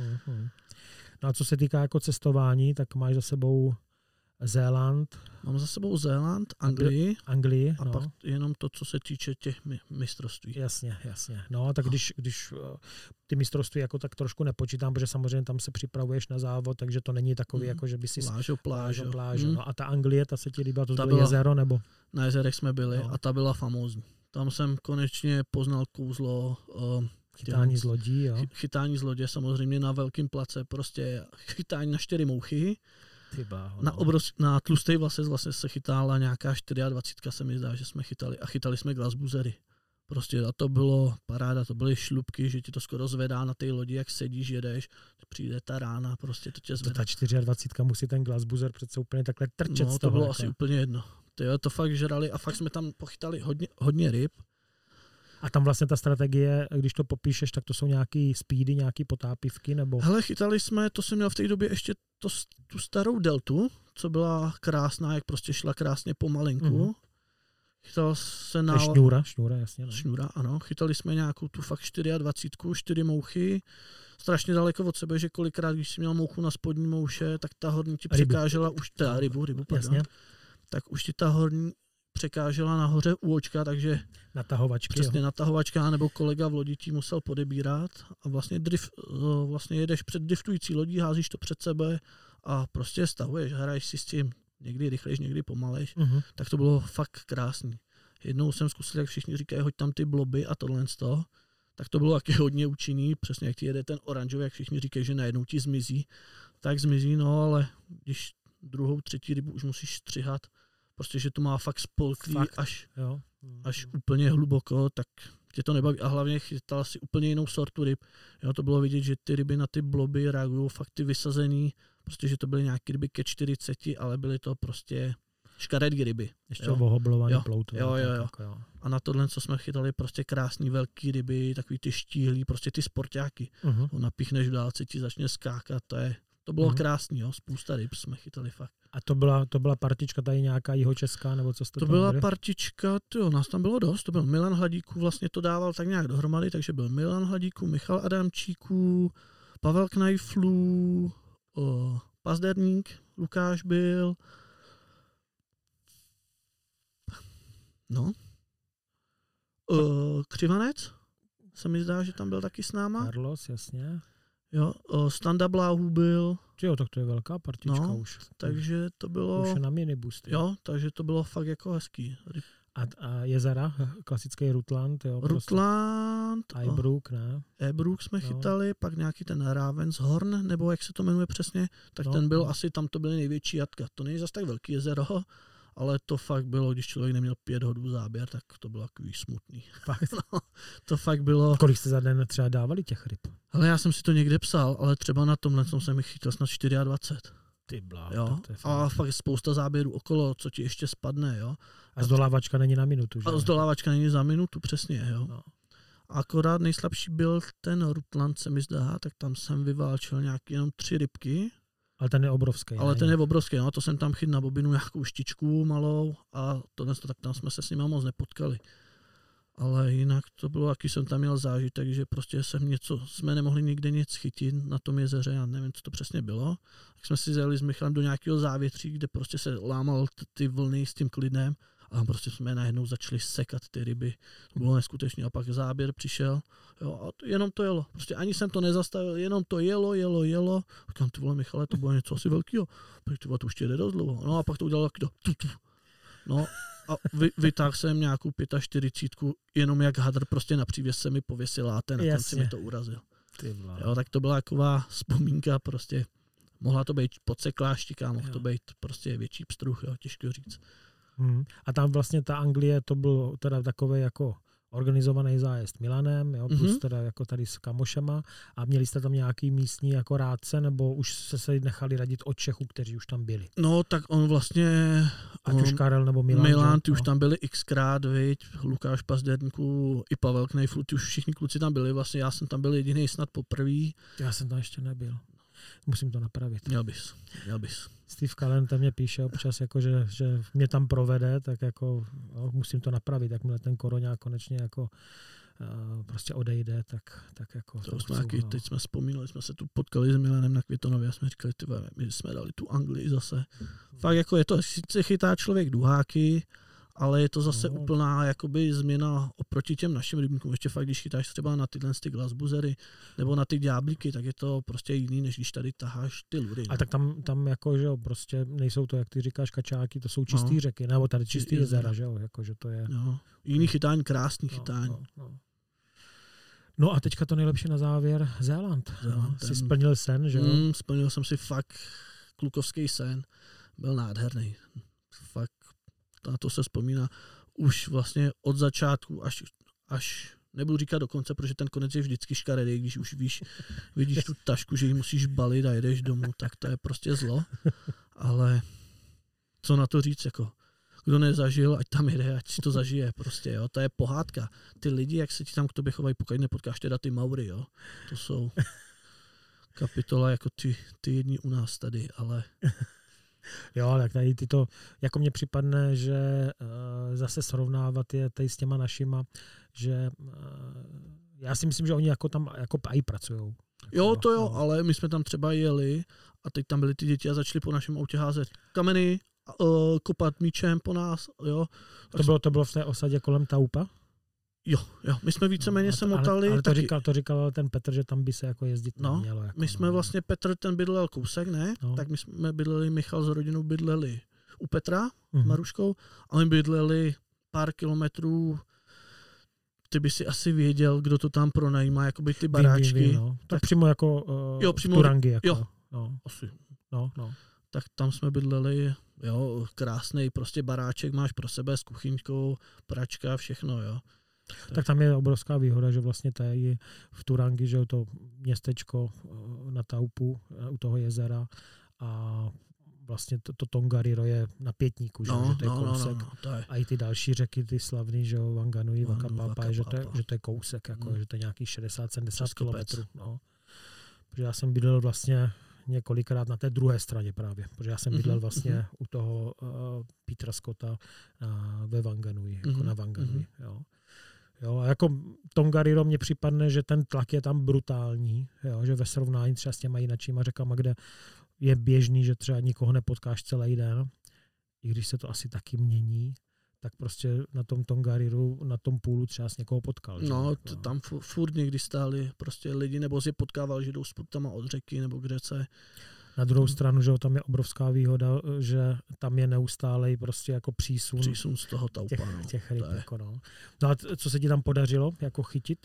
No a co se týká jako cestování, tak máš za sebou Zéland. Mám za sebou Zéland, Anglii a no. pak jenom to, co se týče těch mistrovství. Jasně. No a tak když ty mistrovství jako tak trošku nepočítám, protože samozřejmě tam se připravuješ na závod, takže to není takový, jako že by si... Pláž. No a ta Anglie, ta se ti líbila, to bylo jezero, nebo? Na jezerech jsme byli a ta byla famózní. Tam jsem konečně poznal kouzlo... Chytání z lodí, jo? Chytání z lodě, samozřejmě na velkým place, prostě chytání na 4 mouchy. Na tlustej vlastně se chytala nějaká 24, se mi zdá, že jsme chytali. A chytali jsme glasbuzery. Prostě a to bylo paráda, to byly šlupky, že ti to skoro zvedá na té lodi, jak sedíš, jedeš, přijde ta rána, prostě to tě zvedá. Ta 24 musí ten glasbuzer přece úplně takhle trčet z toho. To bylo asi úplně jedno. To fakt žrali a fakt jsme tam pochytali hodně ryb. A tam vlastně ta strategie, když to popíšeš, tak to jsou nějaký speedy, nějaký potápivky, nebo? Hele, chytali jsme, to jsem měl v té době ještě tu starou deltu, co byla krásná, jak prostě šla krásně pomalinku. Chytal se na... Šňůra, jasně. No. Šňůra, ano. Chytali jsme nějakou tu fakt 24, 4 mouchy, strašně daleko od sebe, že kolikrát, když jsi měl mouchu na spodní mouše, tak ta horní ti překážela už... Rybu, pardon. Tak už ti ta horní překážela nahoře u očka, takže natahovačky, přesně natahovačka, nebo kolega v lodi ti musel podebírat a vlastně jedeš před driftující lodí, házíš to před sebe a prostě stahuješ, hraješ si s tím někdy rychlejš, někdy pomalejš, tak to bylo fakt krásný. Jednou jsem zkusil, jak všichni říkají, hoď tam ty bloby a tohle z toho, tak to bylo taky hodně účinný, přesně jak ti jede ten oranžový, jak všichni říkají, že najednou ti zmizí, tak zmizí, no ale když druhou, třetí rybu už musíš střihat, prostě, že to má fakt spolklý až úplně hluboko, tak tě to nebaví. A hlavně chytal si úplně jinou sortu ryb. Jo, to bylo vidět, že ty ryby na ty bloby reagují fakt ty vysazený, prostě, že to byly nějaké ryby ke 40, ale byly to prostě škaredý ryby. Ještě ohoblovaný plout. Jo. A na tohle, co jsme chytali, prostě krásný velký ryby, takový ty štíhlý, prostě ty sportáky. Napíchneš v dálce, ti začne skákat, to bylo krásný, jo, spousta ryb jsme chytali fakt. A to byla partička tady nějaká jihočeská, nebo co jste to byla partička, nás tam bylo dost, to byl Milan Hladíků, vlastně to dával tak nějak dohromady, takže byl Milan Hladíků, Michal Adamčíků, Pavel Knajflů, Pazderník, Lukáš byl, Křivanec, se mi zdá, že tam byl taky s náma. Carlos, jasně. Jo, Standa Bláhů byl. Jo, tak to je velká partička už. Takže to bylo... Už je na minibus. Jo, takže to bylo fakt jako hezký. A jezera, klasický Rutland, jo? Rutland. Ebrook, ne? Ebrook jsme chytali, pak nějaký ten Ravenshoorn, nebo jak se to jmenuje přesně, tak ten byl asi, tam to byly největší jatka. To není zase tak velký jezero, ale to fakt bylo, když člověk neměl 5 hodů záběr, tak to bylo takový smutný. Fakt? To fakt bylo... Kolik jste za den třeba dávali těch ryb? Ale já jsem si to někde psal, ale třeba na tomhle jsem jich chytil snad 24. Ty bláho, jo? A fakt spousta záběrů okolo, co ti ještě spadne, jo. A zdolávačka není na minutu, že? A zdolávačka není za minutu, přesně, jo. No. Akorát nejslabší byl ten Rutland, se mi zdá, tak tam jsem vyválčil nějaký jenom 3 rybky. Ale ten je obrovský. Ale ten je obrovský, no, to jsem tam chytil na bobinu nějakou štičku malou a tak tam jsme se s nimi moc nepotkali. Ale jinak to bylo, jaký jsem tam měl zážitek, že prostě jsme nemohli nikde nic chytit na tom jezeře, já nevím, co to přesně bylo. Tak jsme si zjeli s Michalem do nějakého závětří, kde prostě se lámal ty vlny s tím klidem a tam prostě jsme najednou začali sekat ty ryby. To bylo neskutečné a pak záběr přišel, jo, a jenom to jelo. Prostě ani jsem to nezastavil, jenom to jelo. Říkám, ty vole Michale, to bylo něco asi velkého. Ty vole, to už jde dost dlouho. No a pak to udělal taky to. No a vytáhl jsem nějakou 45, jenom jak hadr prostě na přívěs se mi pověsil a ten na konci mi to urazil. Jo, tak to byla taková vzpomínka prostě. Mohla to být podsekláštika, mohl to být prostě větší pstruh, jo, těžko říct. A tam vlastně ta Anglie, to byl teda takový jako organizovaný zájezd Milanem, jo, plus teda jako tady s kamošema a měli jste tam nějaký místní jako rádce, nebo už se nechali radit od Čechů, kteří už tam byli? No tak on vlastně... Ať už Karel nebo Milan. Milan, ty už tam byli xkrát, viď, Lukáš Pazderníku i Pavel Knejfl, ty už všichni kluci tam byli, vlastně já jsem tam byl jediný snad poprvé. Já jsem tam ještě nebyl. Musím to napravit. Měl bys. Steve Cullen tam mě píše občas, jako, že mě tam provede, tak jako musím to napravit, jakmile ten koroňák konečně jako prostě odejde, tak jako... To jsme nějaký, teď jsme vzpomínali, jsme se tu potkali s Milanem na Květonově a jsme říkali, my jsme dali tu Anglii zase. Fakt jako je to, sice chytá člověk duháky, ale je to zase úplná jakoby změna oproti těm našim rybníkům. Ještě fakt, když chytáš třeba na tyhle ty glasbuzery nebo na ty ďáblíky, tak je to prostě jiný, než když tady taháš ty lury. A tak tam jako, že jo, prostě nejsou to, jak ty říkáš, kačáky, to jsou čistý řeky, nebo tady čistý jezera, že jo, jako, že to je... No. Jiný chytání, krásný chytání. No a teďka to nejlepší na závěr, Zéland. Jsi splnil sen, že jo? Splnil jsem si fakt klukovský sen. Byl nádherný. Fakt na to se vzpomíná už vlastně od začátku až nebudu říkat do konce, protože ten konec je vždycky škaredý, když už vidíš tu tašku, že ji musíš balit a jedeš domů, tak to je prostě zlo. Ale co na to říct, jako kdo nezažil, ať tam jede, ať si to zažije prostě, jo. To je pohádka. Ty lidi, jak se ti tam k tobě chovají, pokud nepotkáš teda ty Maury, jo. To jsou kapitola jako ty jedni u nás tady, ale... Jo, tak tady tyto, jako mně připadne, že zase srovnávat je tady s těma našima, že já si myslím, že oni jako tam jako i pracujou. Jo, to jo, ale my jsme tam třeba jeli a teď tam byly ty děti a začali po našem autě házet kameny, kopat míčem po nás, jo. To bylo v té osadě kolem Taupa? Jo, my jsme víceméně se motali. Ale to říkal ten Petr, že tam by se jako jezdit nemělo. Jako my jsme vlastně, Petr ten bydlel kousek, ne? No. Tak my jsme bydleli, Michal s rodinou bydleli u Petra, s Maruškou, a my bydleli pár kilometrů, ty by si asi věděl, kdo to tam pronajímá, jakoby ty baráčky. Vím, no. Tak přímo jako přímo Turangy. Jako. Jo, no. Asi. No. Tak tam jsme bydleli, jo, krásnej prostě baráček máš pro sebe s kuchyňkou, pračka, všechno, jo. Tak tam je obrovská výhoda, že vlastně tady v Turangy, že je to městečko na Taupu, u toho jezera a vlastně to Tongariro je na Pětníku, že to je kousek. A i ty další řeky, ty slavný, že jo, Wanganui, Wakapapa, že to je kousek, jako, že to je nějakých 60-70 kilometrů. No. Protože já jsem bydlel vlastně několikrát na té druhé straně právě, protože já jsem bydlel vlastně u toho Petra Scotta ve Wanganui, jako na Wanganui, jo. Jo, a jako Tongariro mně připadne, že ten tlak je tam brutální, jo, že ve srovnání třeba s těma jinakšíma řekama, kde je běžný, že třeba nikoho nepotkáš celý den, i když se to asi taky mění, tak prostě na tom Tongariru, na tom půlu třeba s někoho potkal. No, tam furt někdy stáli prostě lidi, nebo si potkával, že jdou s putama od řeky, nebo kde se... Na druhou stranu, že tam je obrovská výhoda, že tam je neustálej prostě jako přísun z toho Taupa. Těch ryb. Jako no a co se ti tam podařilo jako chytit?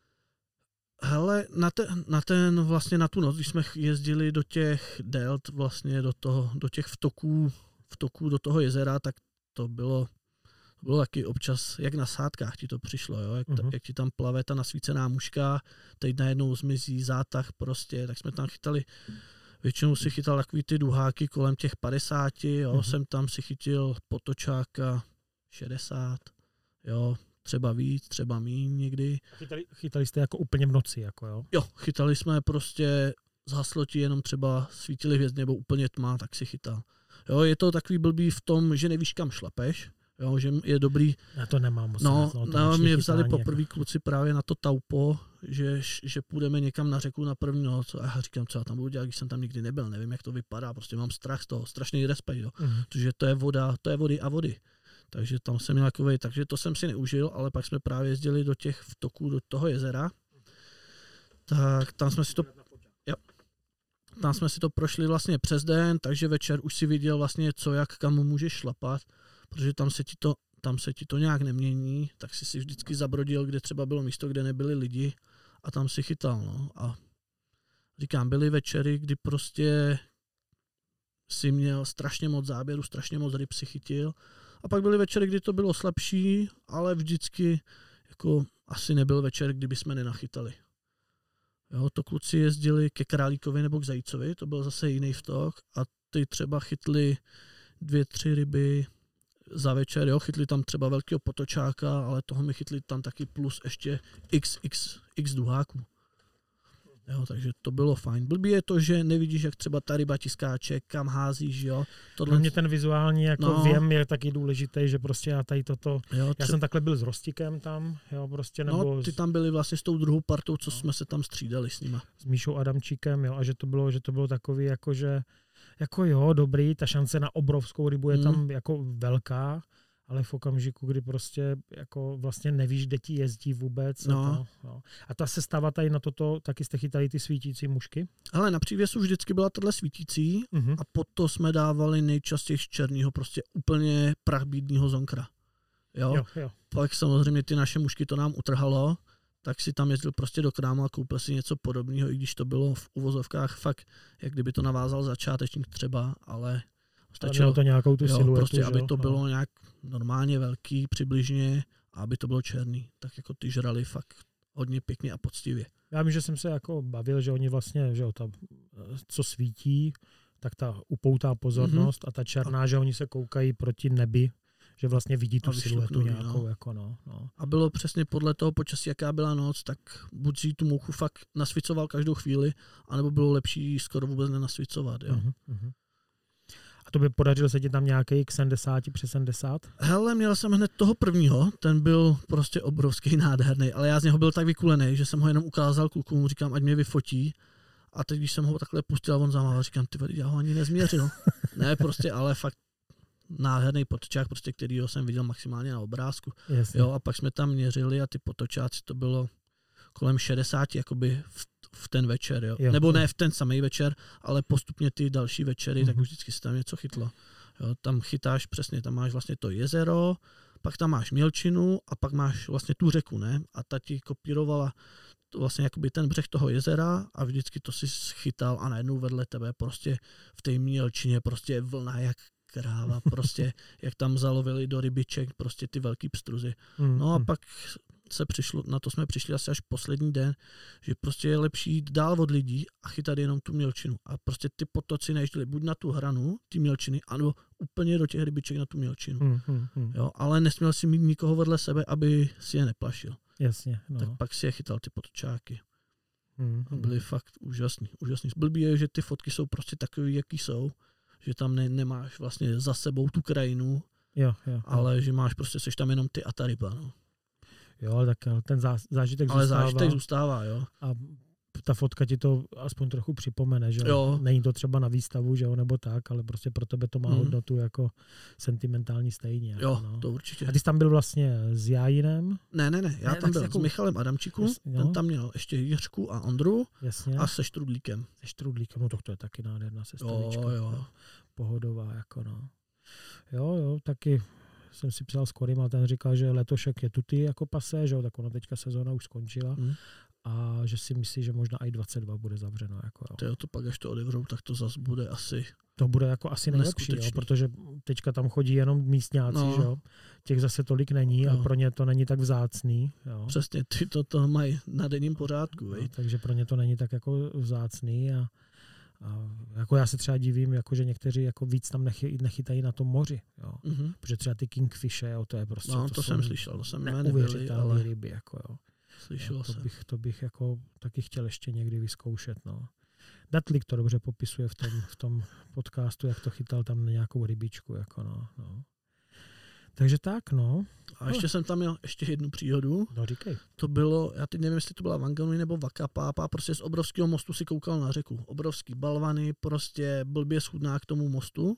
Hele, vlastně na tu noc, když jsme jezdili do těch delt, vlastně do těch vtoků do toho jezera, tak to bylo taky občas, jak na sádkách ti to přišlo, jo? Jak ti tam plave ta nasvícená muška, teď najednou zmizí zátah prostě, tak jsme tam chytali Většinou si chytal takový ty duháky kolem těch 50, jo, jsem tam si chytil potočáka 60, jo, třeba víc, třeba míň někdy. Chytali jste jako úplně v noci, jako jo? Jo, chytali jsme prostě, zhaslo ti jenom třeba svítily hvězdy nebo úplně tma, tak si chytal. Jo, je to takový blbý v tom, že nevíš kam šlapeš, jo, že je dobrý. Já to nemám moc. Mě vzali poprvé kluci právě na to taupo, že půjdeme někam na řeku na první noc a já říkám, co já tam budu dělat, když jsem tam nikdy nebyl, nevím, jak to vypadá, prostě mám strach z toho, strašný respekt, jo, protože to je voda, to je vody a vody. Takže tam jsem měl takovej, takže to jsem si neužil, ale pak jsme právě jezdili do těch vtoků, do toho jezera, tak tam jsme si to prošli vlastně přes den, takže večer už si viděl vlastně co, jak, kam můžeš šlapat, protože tam se ti to nějak nemění, tak si vždycky zabrodil, kde třeba bylo místo, kde nebyli lidi a tam si chytal, no. A říkám, byly večery, kdy prostě si měl strašně moc záběru, strašně moc ryb si chytil a pak byly večery, kdy to bylo slabší, ale vždycky jako asi nebyl večer, kdyby jsme nenachytali. Jo, to kluci jezdili ke Králíkovi nebo k Zajícovi, to byl zase jiný vtok a ty třeba chytli 2-3 ryby za večer, jo, chytli tam třeba velkého potočáka, ale toho mi chytli tam taky plus ještě x duháků. Jo, takže to bylo fajn. Blbý je to, že nevidíš, jak třeba ta ryba ti skáče, kam házíš, jo. Pro mě ten vizuální jako věm je taky důležitý, že prostě já tady toto, jo, já jsem takhle byl s Rostikem tam, jo, prostě nebo... No, ty tam byli vlastně s tou druhou partou, co jsme se tam střídali s nima. S Míšou Adamčíkem, jo, a že to bylo takový jako, že jako jo, dobrý, ta šance na obrovskou rybu je tam jako velká, ale v okamžiku, kdy prostě jako vlastně nevíš, kde ti jezdí vůbec. No. A ta se stává tady na toto, taky jste chytali ty svítící mušky? Ale na přívěsu vždycky byla tahle svítící a potom jsme dávali nejčastěji černýho, prostě úplně prachbídnýho zonkra. Jo? Pak samozřejmě ty naše mušky to nám utrhalo, tak si tam jezdil prostě do krámu a koupil si něco podobného, i když to bylo v uvozovkách fakt, jak kdyby to navázal začátečník třeba, ale stačilo to nějakou tu siluetu, prostě, aby to bylo nějak normálně velký přibližně a aby to bylo černý. Tak jako ty žrali fakt hodně pěkně a poctivě. Já vím, že jsem se jako bavil, že oni vlastně, že ta, co svítí, tak ta upoutá pozornost a ta černá, že oni se koukají proti nebi, že vlastně vidí tu siluetu nějakou. No. Jako no. A bylo přesně podle toho počasí, jaká byla noc, tak buď si tu mouchu fakt nasvicoval každou chvíli, anebo bylo lepší skoro vůbec nenasvicovat. Jo. A to by podařilo se ti tam nějaký k 70, přes 70? Hele, měl jsem hned toho prvního, ten byl prostě obrovský, nádherný, ale já z něho byl tak vykulený, že jsem ho jenom ukázal klukům, říkám, ať mě vyfotí. A teď, když jsem ho takhle pustil a on zamával, říkám, ty já ho ani nezměřil. Ne, prostě, ale fakt nádherný potočák, prostě, kterýho jsem viděl maximálně na obrázku. Jo, a pak jsme tam měřili a ty potočáci to bylo kolem 60 jakoby v ten večer, jo. Nebo ne v ten samý večer, ale postupně ty další večery, tak už vždycky se tam něco chytlo. Jo, tam chytáš přesně, tam máš vlastně to jezero, pak tam máš mělčinu a pak máš vlastně tu řeku, ne? A ta ti kopírovala vlastně jakoby ten břeh toho jezera a vždycky to si chytal a najednou vedle tebe prostě v té mělčině prostě vlna jak kráva, prostě jak tam zalovili do rybiček prostě ty velký pstruzy. No a pak na to jsme přišli asi až poslední den, že prostě je lepší jít dál od lidí a chytat jenom tu mělčinu. A prostě ty potoci nejezdili buď na tu hranu, ty mělčiny, anebo úplně do těch rybiček na tu mělčinu. Jo, ale nesměl si mít nikoho vedle sebe, aby si je neplašil. Jasně. No. Tak pak si je chytal ty potočáky. A byly fakt úžasný. Blbý je, že ty fotky jsou prostě takový, jaký jsou, že tam nemáš vlastně za sebou tu krajinu, ale že máš prostě, seš tam jenom ty a ta ryba. No. Jo, tak ten zážitek ale zůstává. Ale zážitek zůstává, jo. A ta fotka ti to aspoň trochu připomene, že jo. Není to třeba na výstavu, že jo, nebo tak, ale prostě pro tebe to má hodnotu jako sentimentální stejně. Jo, no. To určitě. A ty jsi tam byl vlastně s Jájinem? Ne, já tam byl jako s Michalem Adamčíku, ten tam měl ještě Jiřku a Ondru. Jasně. A se Štrudlíkem. No to je taky nádherná sestavička. Jo. Pohodová, jako no. Jo, taky jsem si psal s Korym a ten říkal, že letošek je tuty jako pase, že jo, tak ono teďka sezóna už skončila a že si myslí, že možná i 22 bude zavřeno. Jako, jo. To pak, až to odevřou, tak to zase bude asi... To bude jako asi nejlepší, jo, protože teďka tam chodí jenom místňáci, že jo. Těch zase tolik není a pro ně to není tak vzácný. Jo. Přesně, ty to mají na denním pořádku. Takže pro ně to není tak jako vzácný Jako já se třeba divím, jako, že někteří jako víc tam nechytají na tom moři. Jo. Protože třeba ty kingfishe, jo, to je prostě... No, to jsem slyšel, to jsem neuvěřitelné ryby. Jako, jo. Slyšel jsem. To bych jako taky chtěl ještě někdy vyzkoušet. No. Datlik to dobře popisuje v tom podcastu, jak to chytal tam na nějakou rybičku. Jako no. Takže tak, no. A ještě jsem tam měl ještě jednu příhodu. No, říkej. To bylo, já teď nevím, jestli to byla Wanganui nebo Vakapápa, prostě z obrovského mostu si koukal na řeku. Obrovský balvany, prostě blbě schudná k tomu mostu.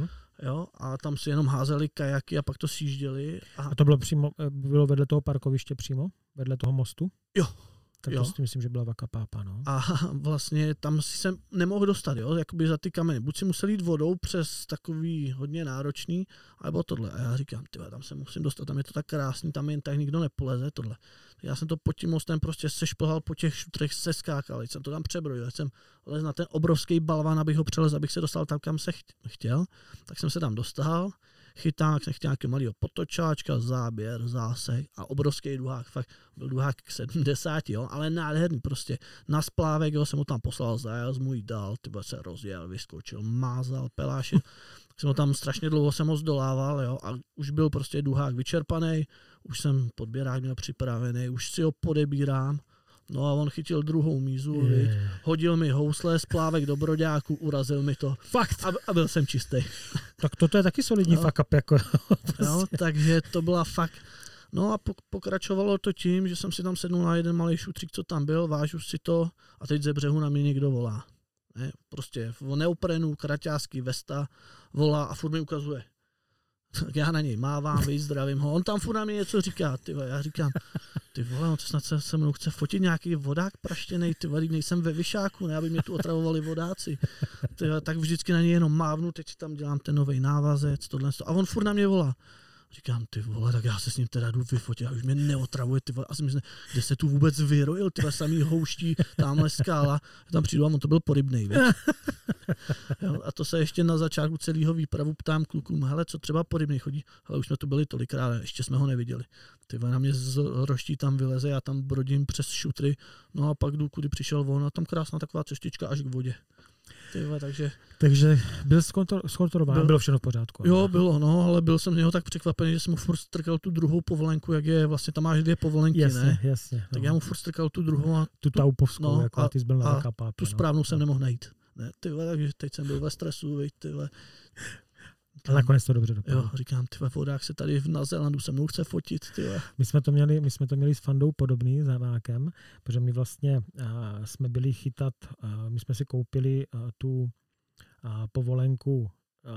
Jo, a tam si jenom házeli kajaky a pak to sjížděli. A to bylo vedle toho parkoviště přímo? Vedle toho mostu? Jo. Tak to si myslím, že byla Vakapápa, no. A vlastně tam si jsem nemohl dostat, jo, jakoby za ty kameny. Buď si musel jít vodou přes takový hodně náročný, alebo tohle. A já říkám, tyhle, tam se musím dostat, tam je to tak krásný, tam jen tak nikdo nepoleze, tohle. Já jsem to pod tím mostem prostě sešplhal po těch šutrech, seskákal, jsem to tam přebrojil, jsem lez na ten obrovský balvan, abych ho přelez, abych se dostal tam, kam se chtěl, tak jsem se tam dostal. Chytám, jak jsem chtěl nějakého malého potočáčka, záběr, zásek a obrovský duhák, fakt byl duhák k 70, jo, ale nádherný prostě. Na splávek, jo, jsem ho tam poslal, zajel z můj dal, tyba se rozjel, vyskočil, mázal, peláše, tak jsem ho tam strašně dlouho jsem ho zdolával, jo, a už byl prostě duhák vyčerpaný, už jsem podběrák měl připravený, už si ho podebírám. No a on chytil druhou mízu, hodil mi housle, splávek do broďáku, urazil mi to. Fakt. A byl jsem čistý. Tak toto je taky solidní fuck up. Jako, prostě. No, takže to byla fakt. No a pokračovalo to tím, že jsem si tam sednul na jeden malý šutřík, co tam byl, vážu si to a teď ze břehu na mě někdo volá. Ne, prostě v neoprenu, kraťásky, vesta, volá a furt mi ukazuje. Tak já na něj mávám, zdravím ho. On tam furt na mě něco říká, já říkám, ty vole, on snad se mnou chce fotit nějaký vodák praštěnej, ty vole, nejsem ve Vyšáku, ne, aby mě tu otravovali vodáci. Tak vždycky na něj jenom mávnu, teď tam dělám ten novej návazec, tohle. A on furt na mě volá. Říkám, ty vole, tak já se s ním teda jdu vyfotit, a už mě neotravuje, ty vole, a si myslím, kde se tu vůbec vyrojil, ty vole, samý houští, tamhle skála, tam přijdu a on to byl porybnej, víš. Jo, a to se ještě na začátku celého výpravu ptám klukům, hele, co třeba porybnej chodí, hele, už jsme tu byli tolikrát, ještě jsme ho neviděli. Ty vole, na mě z roští tam vyleze, já tam brodím přes šutry, no a pak jdu, kudy přišel on, a tam krásná taková cestička až k vodě. Tyhle, takže byl zkontrolován, bylo všechno v pořádku. Jo, bylo, no, ale byl jsem z něho tak překvapený, že jsem mu furt strkal tu druhou povolenku, jak je, vlastně tam máš 2 povolenky, jasně, ne? Jasně. Tak já mu furt strkal tu druhou a tu taupovskou, no, jako a ty jsi byl na Vakapápě. Tu správnou jsem nemohl najít. Ne, tyhle, takže teď jsem byl ve stresu, viď, tyhle. Ale nakonec to dobře dopadlo. Jo, říkám, tyhle, vodák se tady na Zélandu se mnou chce fotit, tyhle. My jsme to měli s Fandou podobný, s Hanákem, protože my vlastně jsme byli chytat, my jsme si koupili tu povolenku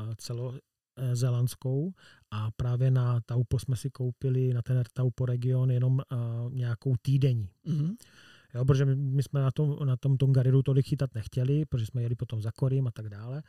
celozélandskou a právě na Taupo jsme si koupili, na ten Taupo region jenom nějakou týdenní. Mm-hmm. Jo, protože my jsme na tom Tongariru tolik chytat nechtěli, protože jsme jeli potom za Korym a tak dále.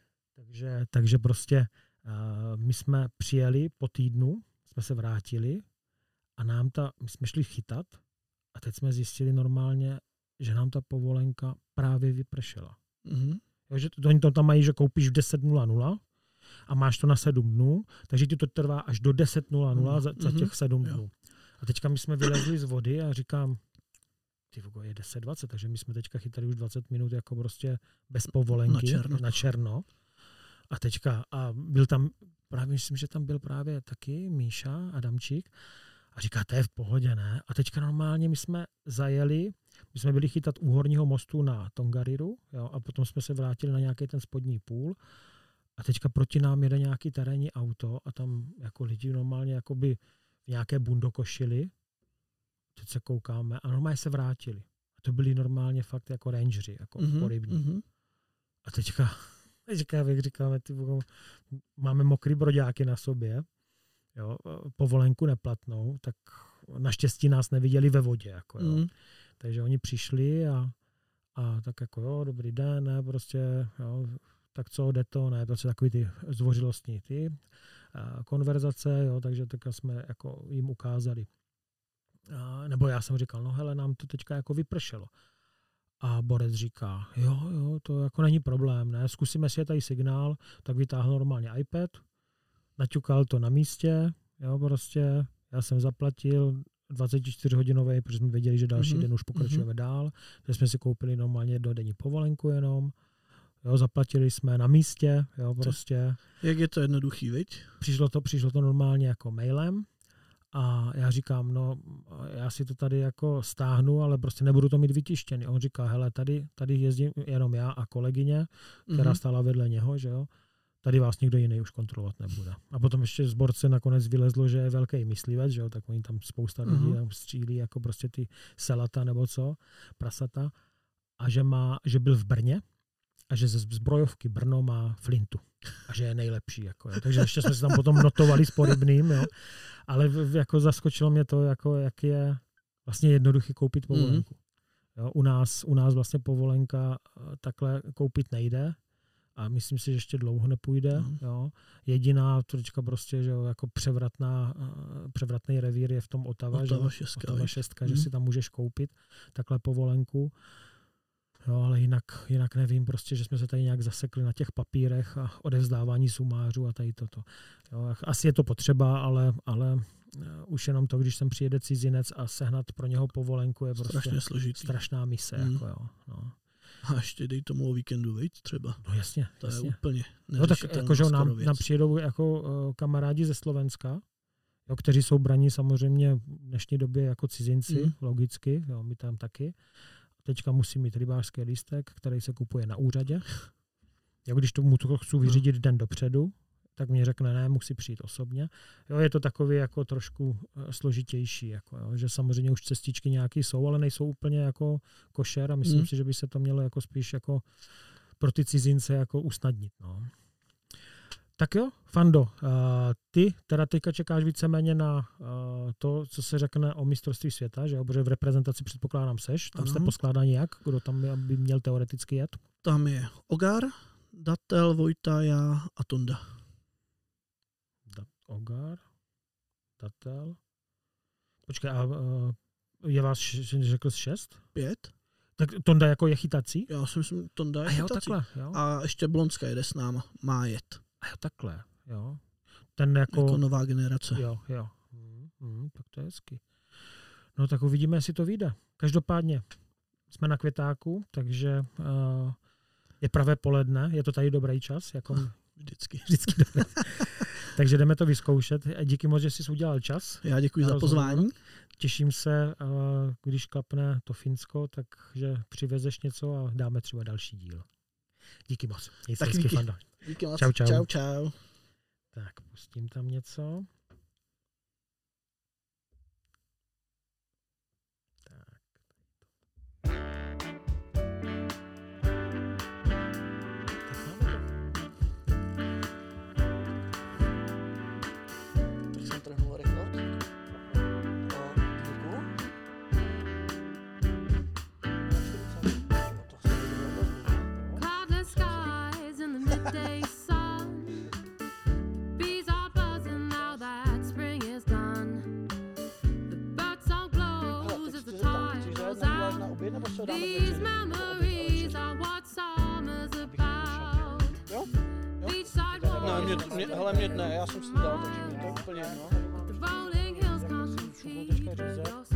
Takže prostě my jsme přijeli po týdnu, jsme se vrátili a my jsme šli chytat a teď jsme zjistili normálně, že nám ta povolenka právě vypršela. Mm-hmm. Jo, že oni to tam mají, že koupíš v 10:00 a máš to na 7 dnů, takže ti to trvá až do 10:00 za těch 7 dnů. A teďka my jsme vylezli z vody a říkám, ty vogo, je 10:20, takže my jsme teďka chytali už 20 minut jako prostě bez povolenky na černo. A teďka, a byl tam, právě myslím, že tam byl právě taky Míša Adamčík a říká, to je v pohodě, ne? A teďka normálně my jsme zajeli, my jsme byli chytat u horního mostu na Tongariru, jo, a potom jsme se vrátili na nějaký ten spodní půl a teďka proti nám jede nějaký terénní auto a tam jako lidi normálně jakoby v nějaké bundokošili. Teď se koukáme a normálně se vrátili. A to byli normálně fakt jako rangeři, jako porybní. Mm-hmm. A teďka jak říkáme, máme mokrý broďáky na sobě, jo, povolenku neplatnou, tak naštěstí nás neviděli ve vodě. Jako, jo. Takže oni přišli a tak jako jo, dobrý den, ne, prostě, jo, tak co, jde to, ne, prostě takový ty zdvořilostní konverzace, jo, takže tak jsme jako jim ukázali. Nebo já jsem říkal, no hele, nám to teďka jako vypršelo. A borec říká, jo, to jako není problém, ne, zkusíme si tady signál, tak vytáhl normálně iPad, naťukal to na místě, jo, prostě, já jsem zaplatil 24-hodinový, protože jsme věděli, že další den už pokračujeme dál, takže jsme si koupili normálně jednodenní povolenku jenom, Jo, zaplatili jsme na místě, jo, prostě. Jak je to jednoduchý, viď? Přišlo to normálně jako mailem a já říkám, no, já si to tady jako stáhnu, ale prostě nebudu to mít vytištěný. On říká, hele, tady jezdím jenom já a kolegyně, která stála vedle něho, že jo. Tady vás nikdo jiný už kontrolovat nebude. A potom ještě z borce nakonec vylezlo, že je velký myslivec, že jo, tak oni tam spousta lidí tam střílí jako prostě ty selata nebo co, prasata. A že byl v Brně a že ze zbrojovky Brno má flintu. A že je nejlepší. Jako, jo. Takže ještě jsme se tam potom notovali s Porybným, jo. Ale jako zaskočilo mě to, jako, jak je vlastně jednoduchý koupit povolenku. Jo, u nás vlastně povolenka takhle koupit nejde. A myslím si, že ještě dlouho nepůjde. Jo. Jediná tročka prostě, že jo, jako převratný revír je v tom Otava 6, že si tam můžeš koupit takhle povolenku. Jo, ale jinak nevím, prostě, že jsme se tady nějak zasekli na těch papírech a odevzdávání sumářů a tady toto. Jo, asi je to potřeba, ale už jenom to, když sem přijede cizinec a sehnat pro něho povolenku je prostě strašná mise. Jako, jo, no. A ještě dej tomu o víkendu, viď, třeba. No jasně. To je úplně no tak jakože nám přijedou jako kamarádi ze Slovenska, jo, kteří jsou braní samozřejmě v dnešní době jako cizinci, logicky, jo, my tam taky. Teďka musí mít rybářský lístek, který se kupuje na úřadě. Jo, když tomu to chci vyřídit den dopředu, tak mi řekne, ne, musí přijít osobně. Jo, je to takový jako trošku složitější, jako, jo, že samozřejmě už cestičky nějaký jsou, ale nejsou úplně jako košer a myslím si, že by se to mělo jako spíš jako pro ty cizince jako usnadnit. No. Tak jo, Fando, ty teda teďka čekáš víceméně na to, co se řekne o mistrovství světa, že jo? Protože v reprezentaci předpokládám seš, tam jste poskládáni jak? Kdo tam by měl teoreticky jet? Tam je Ogar, Datel, Vojta, já a Tonda. Ogar, Datel. Počkej, a je vás, řekl jsi 6? 5. Tak Tonda jako je chytací? Já si myslím, Tonda je chytací. Takhle, jo. A ještě Blonska jede s náma, má jet. A jo, takhle, jo. Ten jako nová generace. Jo. Tak to je hezky. No tak uvidíme, jestli to vyjde. Každopádně jsme na Květáku, takže je pravé poledne, je to tady dobrý čas. Jako vždycky dobrý. Takže jdeme to vyzkoušet. Díky moc, že jsi udělal čas. Já děkuji za pozvání. Těším se, když klapne to Finsko, takže přivezeš něco a dáme třeba další díl. Díky moc. Tak díky. Fando. Díky moc. Čau. Tak, pustím tam něco. These memories are what summer's about. Beach side walks. Mě ne, já jsem si dal, takže mě to úplně jedno. The rolling hills come to